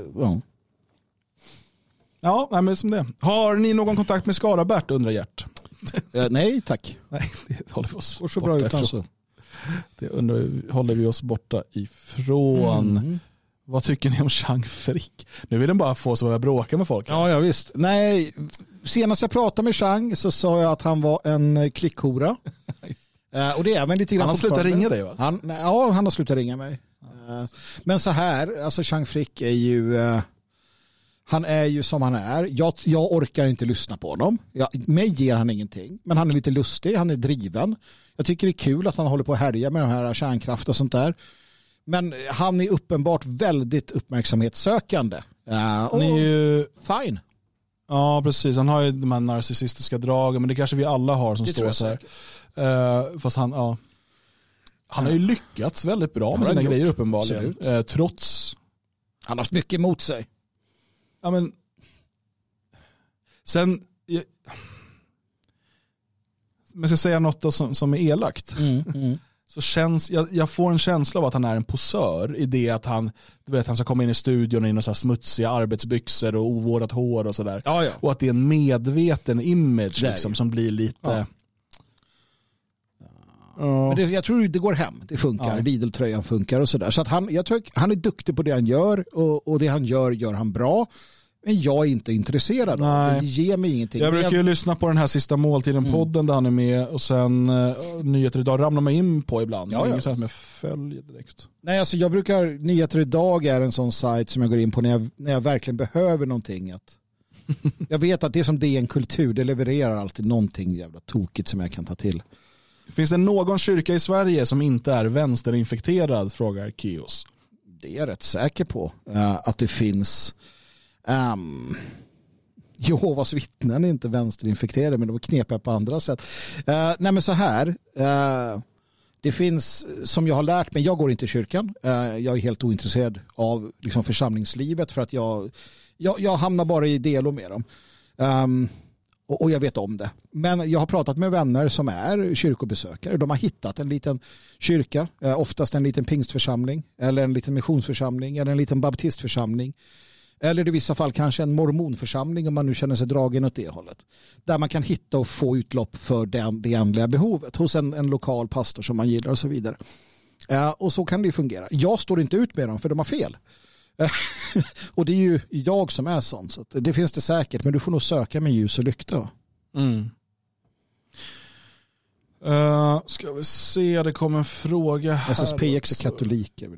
Ja, men som det. Har ni någon kontakt med Skarabert, undrar Gert? Nej, tack. Nej, det håller vi oss så bra ut alltså. Det håller vi oss borta ifrån. Vad tycker ni om Chang Frick? Nu vill den bara få så att jag bråkar med folk. Ja, visst. Nej, senast jag pratade med Chang så sa jag att han var en klickhora. Och det är väl lite grann. Han har slutat ringa dig, va? Han har slutat ringa mig. Men så här, alltså Chang Frick är ju han är ju som han är. Jag orkar inte lyssna på honom. Mig ger han ingenting. Men han är lite lustig, han är driven. Jag tycker det är kul att han håller på att härja med de här kärnkraft och sånt där. Men han är uppenbart väldigt uppmärksamhetssökande. Och är ju fine. Ja, precis. Han har ju de här narcissistiska dragen, men det kanske vi alla har som det står så här. Fast han har ju lyckats väldigt bra med sina grejer uppenbarligen. Trots han har haft mycket emot sig. Ja, men sen men jag ska säga något då som är elakt. Så känns jag får en känsla av att han är en posör i det att han ska komma in i studion i några så här smutsiga arbetsbyxor och ovårdat hår och sådär. Ja. Och att det är en medveten image liksom, som blir lite Men jag tror det går hem. Det funkar. Ja. Lidl-tröjan funkar och sådär. Så att jag tror han är duktig på det han gör och det han gör han bra. Men jag är inte intresserad av det. Ger mig ingenting. Jag brukar ju lyssna på den här sista måltiden-podden där han är med och sen Nyheter idag ramlar man in på ibland. Ja. Inget sånt med följ direkt. Nej, alltså jag brukar, Nyheter idag är en sån sajt som jag går in på när jag verkligen behöver någonting att Jag vet att det som DN Kultur, det levererar alltid någonting jävla tokigt som jag kan ta till. Finns det någon kyrka i Sverige som inte är vänsterinfekterad, frågar Kios. Det är jag rätt säker på att det finns. Jehovas vittnen är inte vänsterinfekterade, men de är knepiga på andra sätt. Nej, men så här. Det finns, som jag har lärt mig, jag går inte i kyrkan. Jag är helt ointresserad av liksom, församlingslivet för att jag hamnar bara i delo med dem. Och jag vet om det. Men jag har pratat med vänner som är kyrkobesökare. De har hittat en liten kyrka, oftast en liten pingstförsamling eller en liten missionsförsamling eller en liten baptistförsamling. Eller i vissa fall kanske en mormonförsamling om man nu känner sig dragen åt det hållet. Där man kan hitta och få utlopp för det ändliga behovet hos en lokal pastor som man gillar och så vidare. Och så kan det ju fungera. Jag står inte ut med dem för de har fel. Och det är ju jag som är sån. Så det finns det säkert, men du får nog söka med ljus och lykta. Ska vi se, det kommer en fråga här. SSPX är katoliker.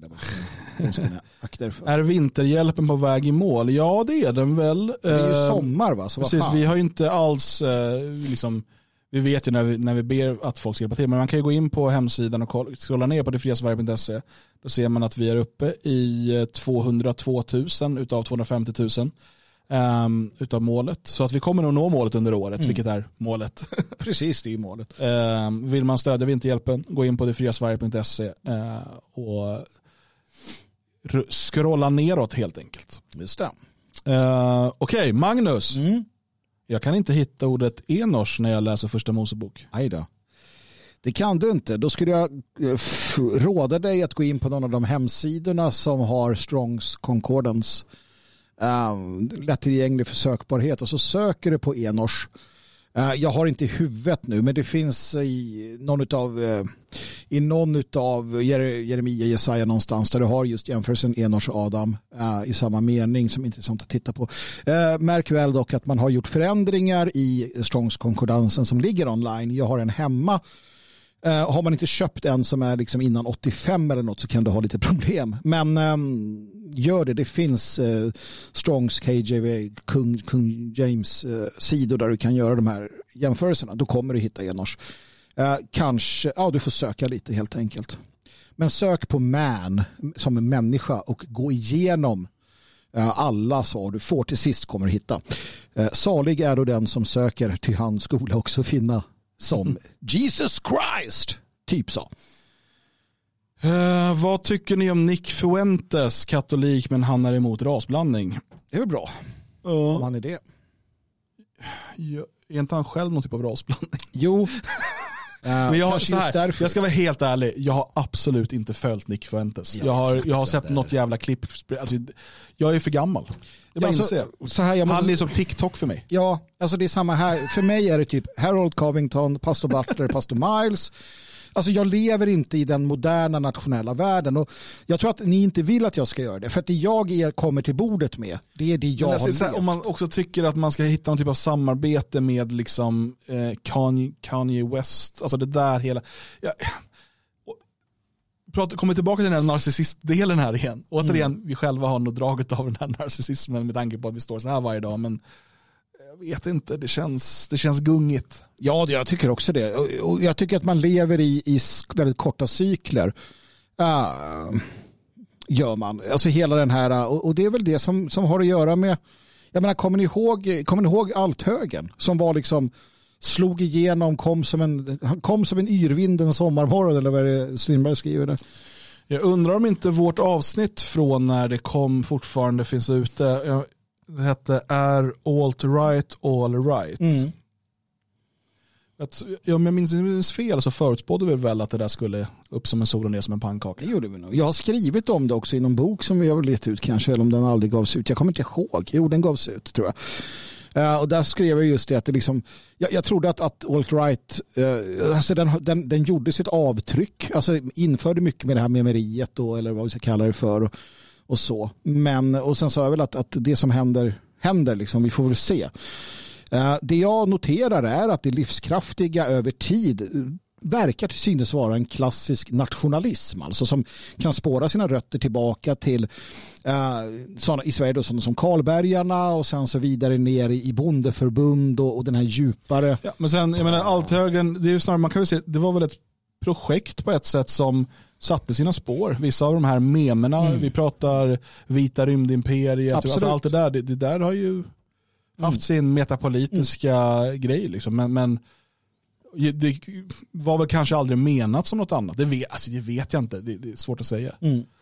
Är vinterhjälpen på väg i mål? Ja, det är den väl. Det är ju sommar, va? Så precis, vi har ju inte alls liksom, vi vet ju när vi ber att folk ska hjälpa till, men man kan ju gå in på hemsidan och scrolla ner på detfriasverige.se. Då ser man att vi är uppe i 202 000 utav 250 000 utav målet. Så att vi kommer nog nå målet under året, vilket är målet. Precis, det är ju målet. Vill man stödja vinterhjälpen, gå in på detfriasverige.se och scrolla neråt helt enkelt. Just det. Okej, Magnus. Jag kan inte hitta ordet Enosh när jag läser första Mosebok. Aj då. Det kan du inte. Då skulle jag råda dig att gå in på någon av de hemsidorna som har Strongs Concordance lättillgänglig för sökbarhet och så söker du på Enosh. Jag har inte i huvudet nu, men det finns i någon utav Jeremia, Jesaja någonstans där du har just jämförelsen Enosh och Adam i samma mening som är intressant att titta på. Märk väl dock att man har gjort förändringar i Strongs konkordansen som ligger online. Jag har en hemma. Har man inte köpt en som är liksom innan 85 eller något så kan du ha lite problem. Men gör det. Det finns Strongs, KJV, Kung James sidor där du kan göra de här jämförelserna. Då kommer du hitta Enosh. Kanske, du får söka lite helt enkelt. Men sök på man som en människa och gå igenom alla svar du får. Till sist kommer du hitta. Salig är då den som söker till hans skola också finna som Jesus Christ, typ så. Vad tycker ni om Nick Fuentes, katolik men han är emot rasblandning? Det är väl bra. Om han är det. Är inte han själv någon typ av rasblandning? Jo. Men jag ska vara helt ärlig, jag har absolut inte följt Nick Fuentes. Jag har sett något jävla klipp. Alltså, jag är för gammal. Han är som TikTok för mig. Ja, alltså det är samma här. För mig är det typ Harold Covington, Pastor Butler, Pastor Miles. Alltså jag lever inte i den moderna nationella världen och jag tror att ni inte vill att jag ska göra det. För att det jag kommer till bordet med, det är det jag har levt. Om man också tycker att man ska hitta någon typ av samarbete med liksom Kanye West, alltså det där hela... Kommer tillbaka till den här narcissistdelen här igen. Återigen, vi själva har nog draget av den här narcissismen med tanke på att vi står så här varje dag, men jag vet inte, det känns gungigt. Ja, jag tycker också det. Och jag tycker att man lever i väldigt korta cykler. Gör man. Alltså hela den här, och det är väl det som har att göra med, jag menar, kommer ni ihåg Althögen som var liksom slog igenom, kom som en yrvind en sommarmorgon, eller vad är det Strindberg skriver där? Jag undrar om inte vårt avsnitt från när det kom fortfarande finns ute. Det hette Är alt-right all right? Om jag minns fel så förutspådde vi väl att det där skulle upp som en sol och ner som en pannkaka. Det gjorde vi nog. Jag har skrivit om det också i någon bok som vi har letat ut kanske, eller om den aldrig gavs ut. Jag kommer inte ihåg. Jo, den gavs ut tror jag. Och där skrev jag just det att det liksom, jag trodde att alt-right alltså den gjorde sitt avtryck, alltså införde mycket med det här memeriet då, eller vad vi ska kalla det för och så. Men, och sen sa jag väl att det som händer liksom, vi får väl se. Det jag noterar är att det livskraftiga över tid verkar till synes vara en klassisk nationalism, alltså som kan spåra sina rötter tillbaka till sådana i Sverige då, sådana som Karlbergarna och sen så vidare ner i bondeförbund och den här djupare. Ja, men sen, jag menar, Althögern, det är ju snarare, man kan väl se, det var väl ett projekt på ett sätt som satte sina spår. Vissa av de här memerna, vi pratar vita rymdimperiet, alltså allt det där har ju haft sin metapolitiska grej liksom, men det var väl kanske aldrig menat som något annat. Det vet jag inte. Det är svårt att säga.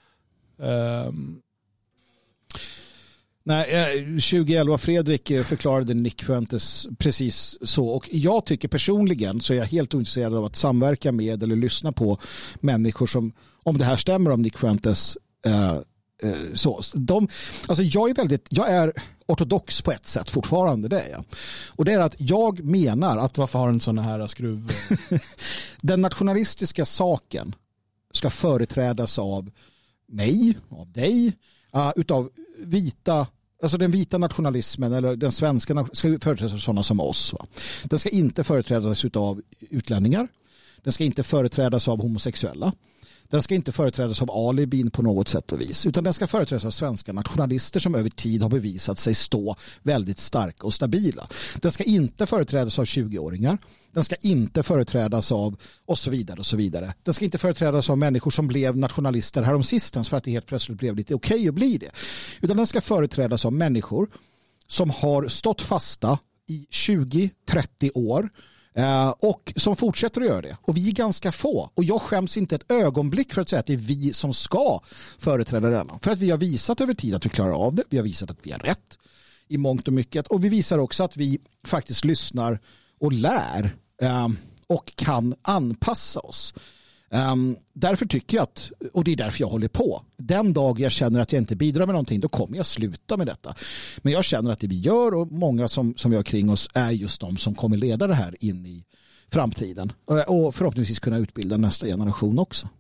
Nej, 2011 Fredrik förklarade Nick Fuentes precis så. Och jag tycker personligen så är jag helt ointresserad av att samverka med eller lyssna på människor som, om det här stämmer om Nick Fuentes så. Jag är ortodox på ett sätt fortfarande, det är jag. Och det är att jag menar att varför har en sån här skruv? Den nationalistiska saken ska företrädas av mig, av dig, utav vita, alltså den vita nationalismen eller den svenska ska företrädas av sådana som oss. Va? Den ska inte företrädas av utlänningar. Den ska inte företrädas av homosexuella. Den ska inte företrädas av alibin på något sätt och vis, utan den ska företrädas av svenska nationalister som över tid har bevisat sig stå väldigt starka och stabila. Den ska inte företrädas av 20-åringar. Den ska inte företrädas av och så vidare och så vidare. Den ska inte företrädas av människor som blev nationalister häromsistens för att det helt plötsligt blev lite okej att bli det. Utan den ska företrädas av människor som har stått fasta i 20-30 år och som fortsätter att göra det. Och vi är ganska få. Och jag skäms inte ett ögonblick för att säga att det är vi som ska företräda denna. För att vi har visat över tid att vi klarar av det. Vi har visat att vi har rätt i mångt och mycket. Och vi visar också att vi faktiskt lyssnar och lär och kan anpassa oss. Därför tycker jag att, och det är därför jag håller på, den dag jag känner att jag inte bidrar med någonting, då kommer jag sluta med detta. Men jag känner att det vi gör och många som vi har kring oss är just de som kommer leda det här in i framtiden och förhoppningsvis kunna utbilda nästa generation också.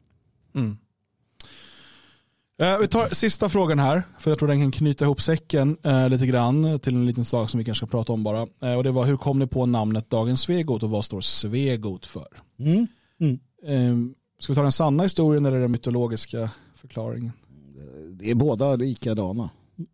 Vi tar sista frågan här, för jag tror den kan knyta ihop säcken lite grann till en liten sak som vi kanske ska prata om bara. Och det var, hur kom ni på namnet Dagens Svegot och vad står Svegot för? Ska vi ta den sanna historien eller den mytologiska förklaringen? Det är båda likadana.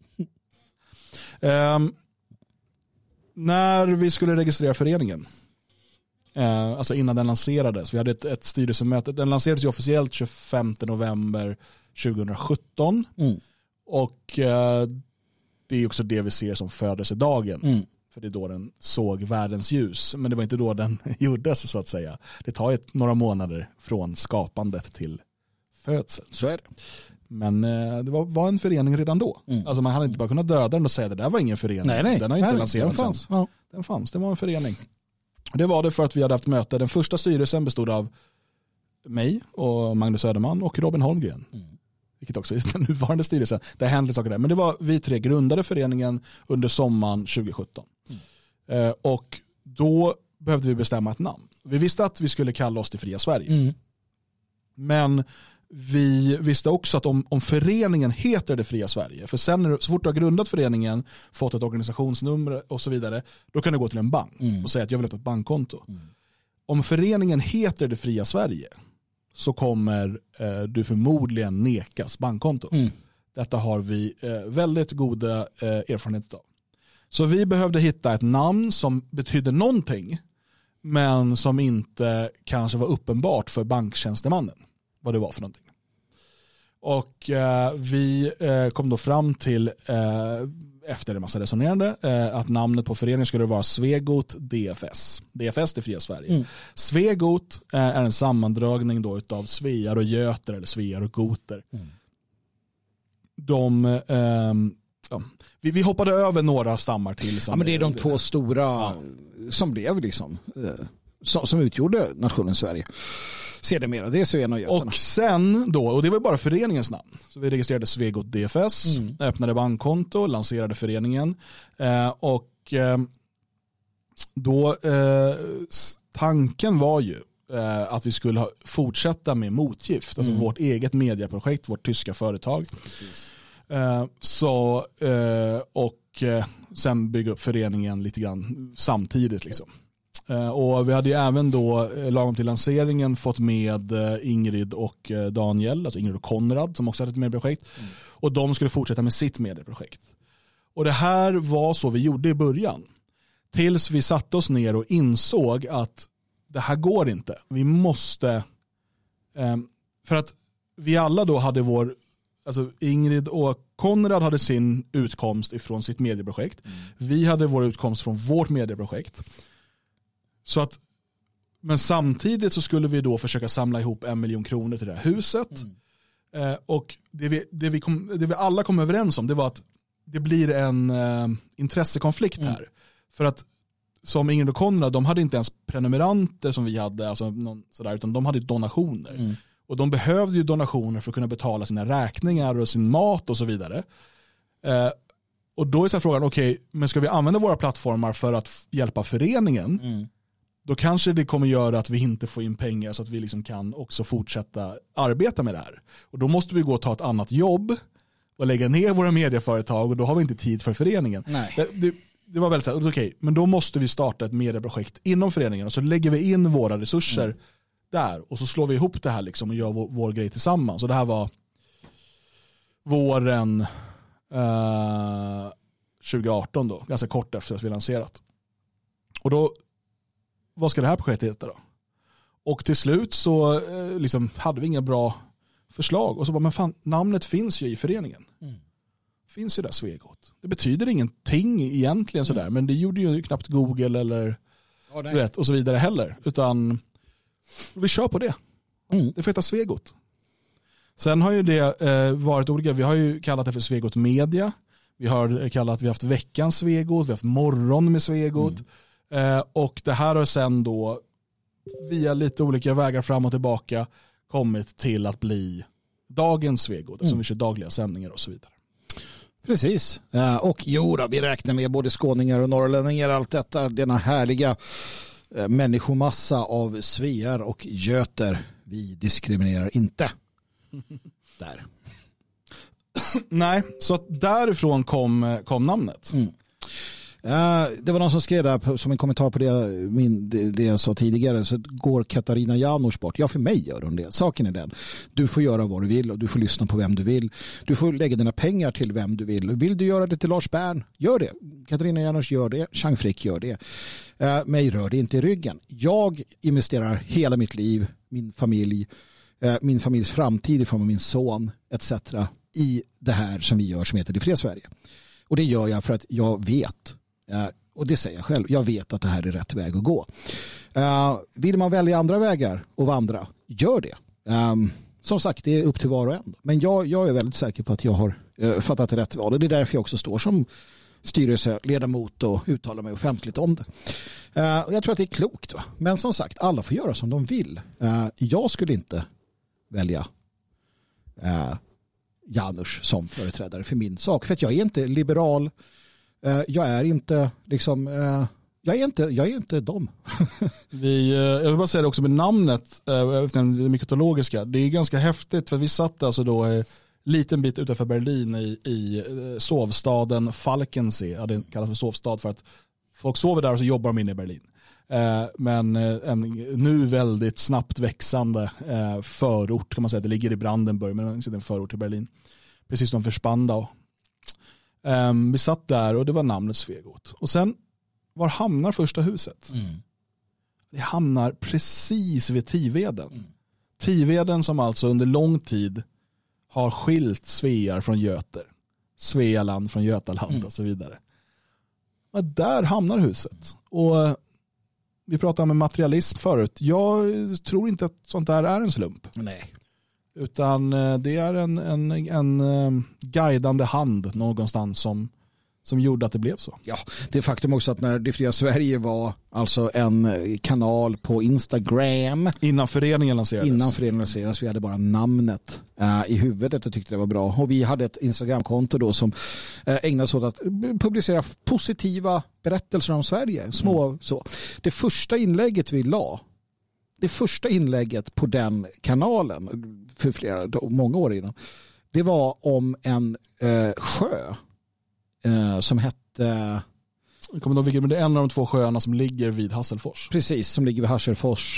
När vi skulle registrera föreningen, alltså innan den lanserades, vi hade ett styrelsemöte, den lanserades ju officiellt 25 november 2017 och det är också det vi ser som födelsedagen. För det är då den såg världens ljus. Men det var inte då den gjordes så att säga. Det tar några månader från skapandet till födseln. Så är det. Men det var en förening redan då. Alltså man hade inte bara kunnat döda den och säga att det där var ingen förening. Nej, den har inte lanserats än. Ja. Den fanns, det var en förening. Det var det för att vi hade haft möte. Den första styrelsen bestod av mig och Magnus Söderman och Robin Holmgren. Vilket också är den nuvarande styrelsen. Det hände saker där. Men det var vi tre grundade föreningen under sommaren 2017. Och då behövde vi bestämma ett namn. Vi visste att vi skulle kalla oss Det Fria Sverige. Men vi visste också att om föreningen heter Det Fria Sverige, för sen så fort du har grundat föreningen, fått ett organisationsnummer och så vidare, då kan du gå till en bank och säga att jag vill ha ett bankkonto. Om föreningen heter Det Fria Sverige så kommer du förmodligen nekas bankkonto. Detta har vi väldigt goda erfarenheter av. Så vi behövde hitta ett namn som betydde någonting, men som inte kanske var uppenbart för banktjänstemannen vad det var för någonting. Och vi kom då fram till, efter en massa resonerande, att namnet på föreningen skulle vara Svegot DFS. DFS, Det Fria Sverige. Svegot är en sammandragning då utav svear och göter eller svear och goter. Vi hoppade över några stammar till. Ja, men det är de två stora som blev liksom som utgjorde nationen Sverige. Sedermera, det är Svearna och götarna. Och sen då, och det var bara föreningens namn. Så vi registrerade Svegot DFS, öppnade bankkonto, lanserade föreningen. Då tanken var ju att vi skulle fortsätta med Motgift, alltså vårt eget medieprojekt, vårt tyska företag. Och sen bygga upp föreningen lite grann samtidigt liksom. Och vi hade ju även då lagom till lanseringen fått med Ingrid och Daniel, alltså Ingrid och Konrad som också hade ett medieprojekt. Och de skulle fortsätta med sitt medieprojekt. Och det här var så vi gjorde i början. Tills vi satte oss ner och insåg att det här går inte. Vi måste, för att vi alla då hade alltså Ingrid och Konrad hade sin utkomst ifrån sitt medieprojekt. Vi hade vår utkomst från vårt medieprojekt. Så att, men samtidigt så skulle vi då försöka samla ihop 1 miljon kronor till det här huset. Och det vi alla kom överens om, det var att det blir en intressekonflikt här. För att som Ingrid och Konrad, de hade inte ens prenumeranter som vi hade, alltså sådär, utan de hade donationer. Och de behövde ju donationer för att kunna betala sina räkningar och sin mat och så vidare. Och då är så här frågan, okej, men ska vi använda våra plattformar för att hjälpa föreningen? Då kanske det kommer göra att vi inte får in pengar så att vi liksom kan också fortsätta arbeta med det här. Och då måste vi gå och ta ett annat jobb och lägga ner våra medieföretag, och då har vi inte tid för föreningen. Det var väldigt så här, okej, men då måste vi starta ett medieprojekt inom föreningen och så lägger vi in våra resurser där och så slår vi ihop det här liksom och gör vår grej tillsammans. Så det här var våren 2018 då, ganska kort efter att vi lanserat. Och då, vad ska det här projektet heta då? Och till slut så liksom hade vi inga bra förslag. Och så bara, men fan, namnet finns ju i föreningen. Finns ju där, Svegot. Det betyder ingenting egentligen sådär, men det gjorde ju knappt Google eller vet, och så vidare heller. Utan vi kör på det. Det får heta Svegot. Sen har ju det varit olika. Vi har ju kallat det för Svegot Media. Vi har haft veckans Svegot. Vi har haft morgon med Svegot. Och det här har sen då via lite olika vägar fram och tillbaka kommit till att bli dagens Svegot. Som vi kör dagliga sändningar och så vidare. Precis. Och vi räknar med både skåningar och norrlänningar, allt detta. Denna härliga människomassa av svear och göter. Vi diskriminerar inte. Där. Nej, så att därifrån kom namnet. Det var någon som skrev där som en kommentar på det jag sa tidigare, så går Katarina Janouch bort. Ja, för mig gör hon det. Saken är den. Du får göra vad du vill och du får lyssna på vem du vill. Du får lägga dina pengar till vem du vill. Vill du göra det till Lars Bern? Gör det. Katarina Janouch gör det. Chang Frick gör det. Mig rör det inte i ryggen. Jag investerar hela mitt liv, min familjs framtid i form av min son etc. i det här som vi gör som heter Det fria Sverige. Och det gör jag för att jag vet, och det säger jag själv, jag vet att det här är rätt väg att gå. Vill man välja andra vägar och vandra, gör det. Som sagt, det är upp till var och en. Men jag är väldigt säker på att jag har fattat rätt val. Och det är därför jag också står som styrelseledamot och uttalar mig offentligt om det. Jag tror att det är klokt. Va? Men som sagt, alla får göra som de vill. Jag skulle inte välja Janouch som företrädare för min sak. För att jag är inte liberal. Jag är inte liksom... Jag är inte dem. Jag vill bara säga det också med namnet, det mytologiska. Det är ganska häftigt för vi satt alltså då en liten bit utanför Berlin i sovstaden Falkensee. Ja, det kallas för sovstad för att folk sover där och så jobbar de inne i Berlin. Men en nu väldigt snabbt växande förort kan man säga. Det ligger i Brandenburg, men det är en förort till Berlin. Precis som för Spandau. Vi satt där och det var namnet Svegot. Och sen, var hamnar första huset? Det hamnar precis vid Tiveden. Tiveden som alltså under lång tid har skilt Svear från Göter. Svealand från Götaland och så vidare. Och där hamnar huset. Och vi pratade om materialism förut. Jag tror inte att sånt där är en slump. Nej. Utan det är en guidande hand någonstans som gjorde att det blev så. Ja, det är faktum också att när Det fria Sverige var alltså en kanal på Instagram. Innan föreningen lanserades. Vi hade bara namnet i huvudet och tyckte det var bra. Och vi hade ett Instagramkonto då som ägnade sig åt att publicera positiva berättelser om Sverige. Så. Det första inlägget vi la, det första inlägget på den kanalen för många år innan, det var om en sjö som hette Jag kommer inte ihåg vilket, men det är en av de 2 sjöarna som ligger vid Hasselfors. Precis, som ligger vid Hasselfors.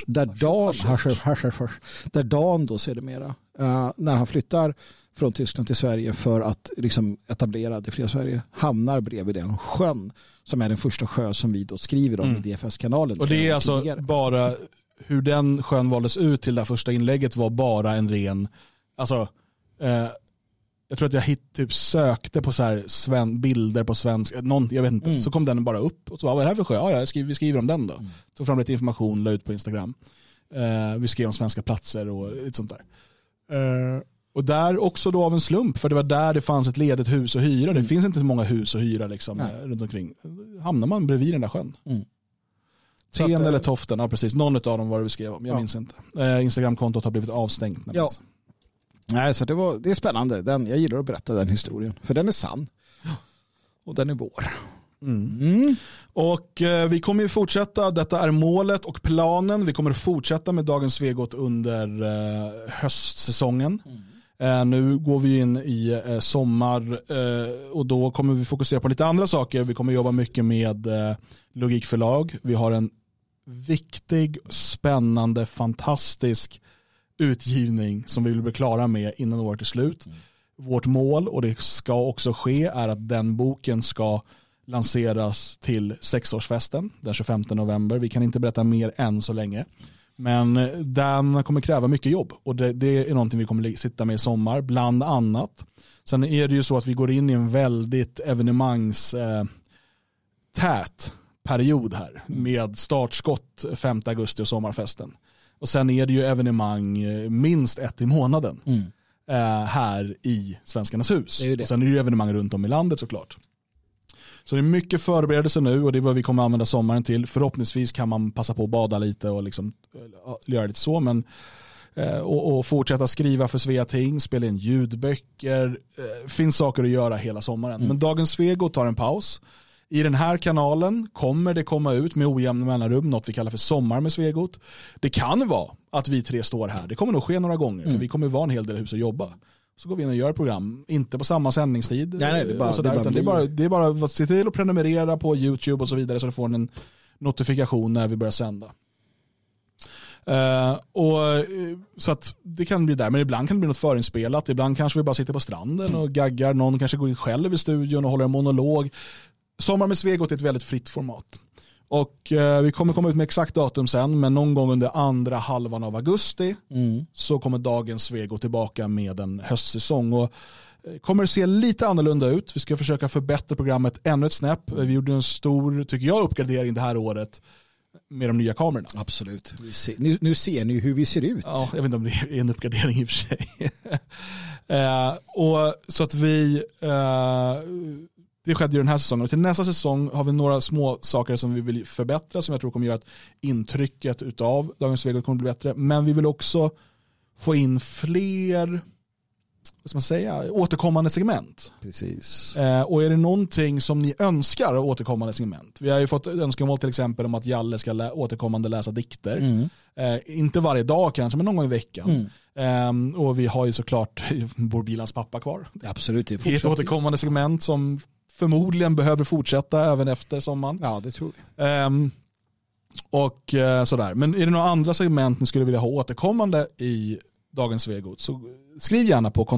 Där Dan då sedermera, när han flyttar från Tyskland till Sverige för att liksom etablera det fria Sverige, hamnar bredvid den sjön som är den första sjö som vi då skriver om i DFS-kanalen. Och det är alltså bara hur den sjön valdes ut till det första inlägget var bara en ren, alltså jag tror att jag typ sökte på så här bilder på svensk, jag vet inte, så kom den bara upp och så vad är det här för sjö? Ja, vi skriver om den då. Tog fram lite information, la ut på Instagram. Vi skrev om svenska platser och lite sånt där. Och där också då av en slump, för det var där det fanns ett ledigt hus att hyra. Det finns inte så många hus att hyra liksom, runt omkring. Hamnar man bredvid den där sjön. Ten eller Toften, ja precis. Någon av dem var det vi skrev om, jag minns inte. Instagramkontot har blivit avstängt. Ja. Nej, så det är spännande. Jag gillar att berätta den historien. För den är sann. Och den är vår. Och vi kommer ju fortsätta. Detta är målet och planen. Vi kommer att fortsätta med Dagens Svegot under höstsäsongen. Nu går vi in i sommar och då kommer vi fokusera på lite andra saker. Vi kommer jobba mycket med Logikförlag. Vi har en viktig, spännande, fantastisk utgivning som vi vill bli klara med innan året är slut. Vårt mål, och det ska också ske, är att den boken ska lanseras till 6-årsfesten den 25 november. Vi kan inte berätta mer än så länge. Men den kommer kräva mycket jobb och det är någonting vi kommer sitta med i sommar, bland annat. Sen är det ju så att vi går in i en väldigt evenemangstät period här med startskott 5 augusti och sommarfesten. Och sen är det ju evenemang minst 1 i månaden här i Svenskarnas hus. Och sen är det ju evenemang runt om i landet såklart. Så det är mycket förberedelse nu och det är vad vi kommer använda sommaren till. Förhoppningsvis kan man passa på att bada lite och liksom göra lite så. Men, och fortsätta skriva för Sveating, spela in ljudböcker. Finns saker att göra hela sommaren. Men Dagens Svegot tar en paus. I den här kanalen kommer det komma ut med ojämna mellanrum något vi kallar för Sommar med Svegot. Det kan vara att vi 3 står här. Det kommer nog ske några gånger för vi kommer vara en hel del hus att jobba. Så går vi in och gör program. Inte på samma sändningstid. Nej, det är bara att se till att prenumerera på YouTube och så vidare så du får en notifikation när vi börjar sända. Så att det kan bli där. Men ibland kan det bli något förinspelat. Ibland kanske vi bara sitter på stranden och gaggar. Någon kanske går in själv i studion och håller en monolog. Sommar med Svegot är ett väldigt fritt format. Och vi kommer komma ut med exakt datum sen, men någon gång under andra halvan av augusti så kommer Dagens Svegot tillbaka med en höstsäsong och kommer se lite annorlunda ut. Vi ska försöka förbättra programmet ännu ett snäpp. Vi gjorde en stor, tycker jag, uppgradering det här året med de nya kamerorna. Absolut. Nu ser ni hur vi ser ut. Ja, jag vet inte om det är en uppgradering i och för sig. Och så att vi... Det skedde ju den här säsongen och till nästa säsong har vi några små saker som vi vill förbättra som jag tror kommer göra att intrycket utav Dagens Svegot kommer bli bättre. Men vi vill också få in fler, vad ska man säga, återkommande segment. Precis. Och är det någonting som ni önskar av återkommande segment? Vi har ju fått önskemål till exempel om att Jalle ska återkommande läsa dikter. Inte varje dag kanske, men någon gång i veckan. Och vi har ju såklart Borbilans pappa kvar. Absolut. Det är ett återkommande segment som förmodligen behöver fortsätta även efter sommaren. Ja, det tror jag. Sådär. Men är det några andra segment ni skulle vilja ha återkommande i Dagens Svegot så skriv gärna på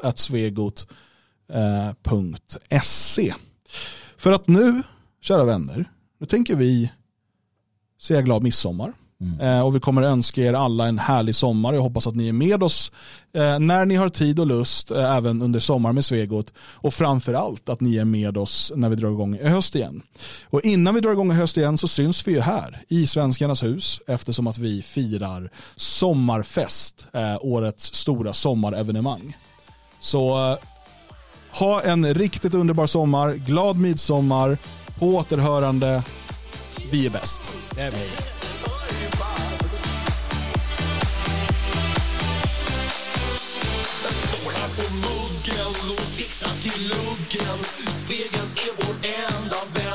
kontakt@svegot.se. För att nu, kära vänner, nu tänker vi säga glad midsommar. Och vi kommer önska er alla en härlig sommar. Jag hoppas att ni är med oss när ni har tid och lust även under sommar med Svegot och framförallt att ni är med oss när vi drar igång i höst igen. Och innan vi drar igång i höst igen så syns vi ju här i Svenskarnas hus eftersom att vi firar sommarfest, årets stora sommarevenemang. Så ha en riktigt underbar sommar, glad midsommar, på återhörande, vi är bäst. Det är vi. Till luggen, spegeln är vår enda vän.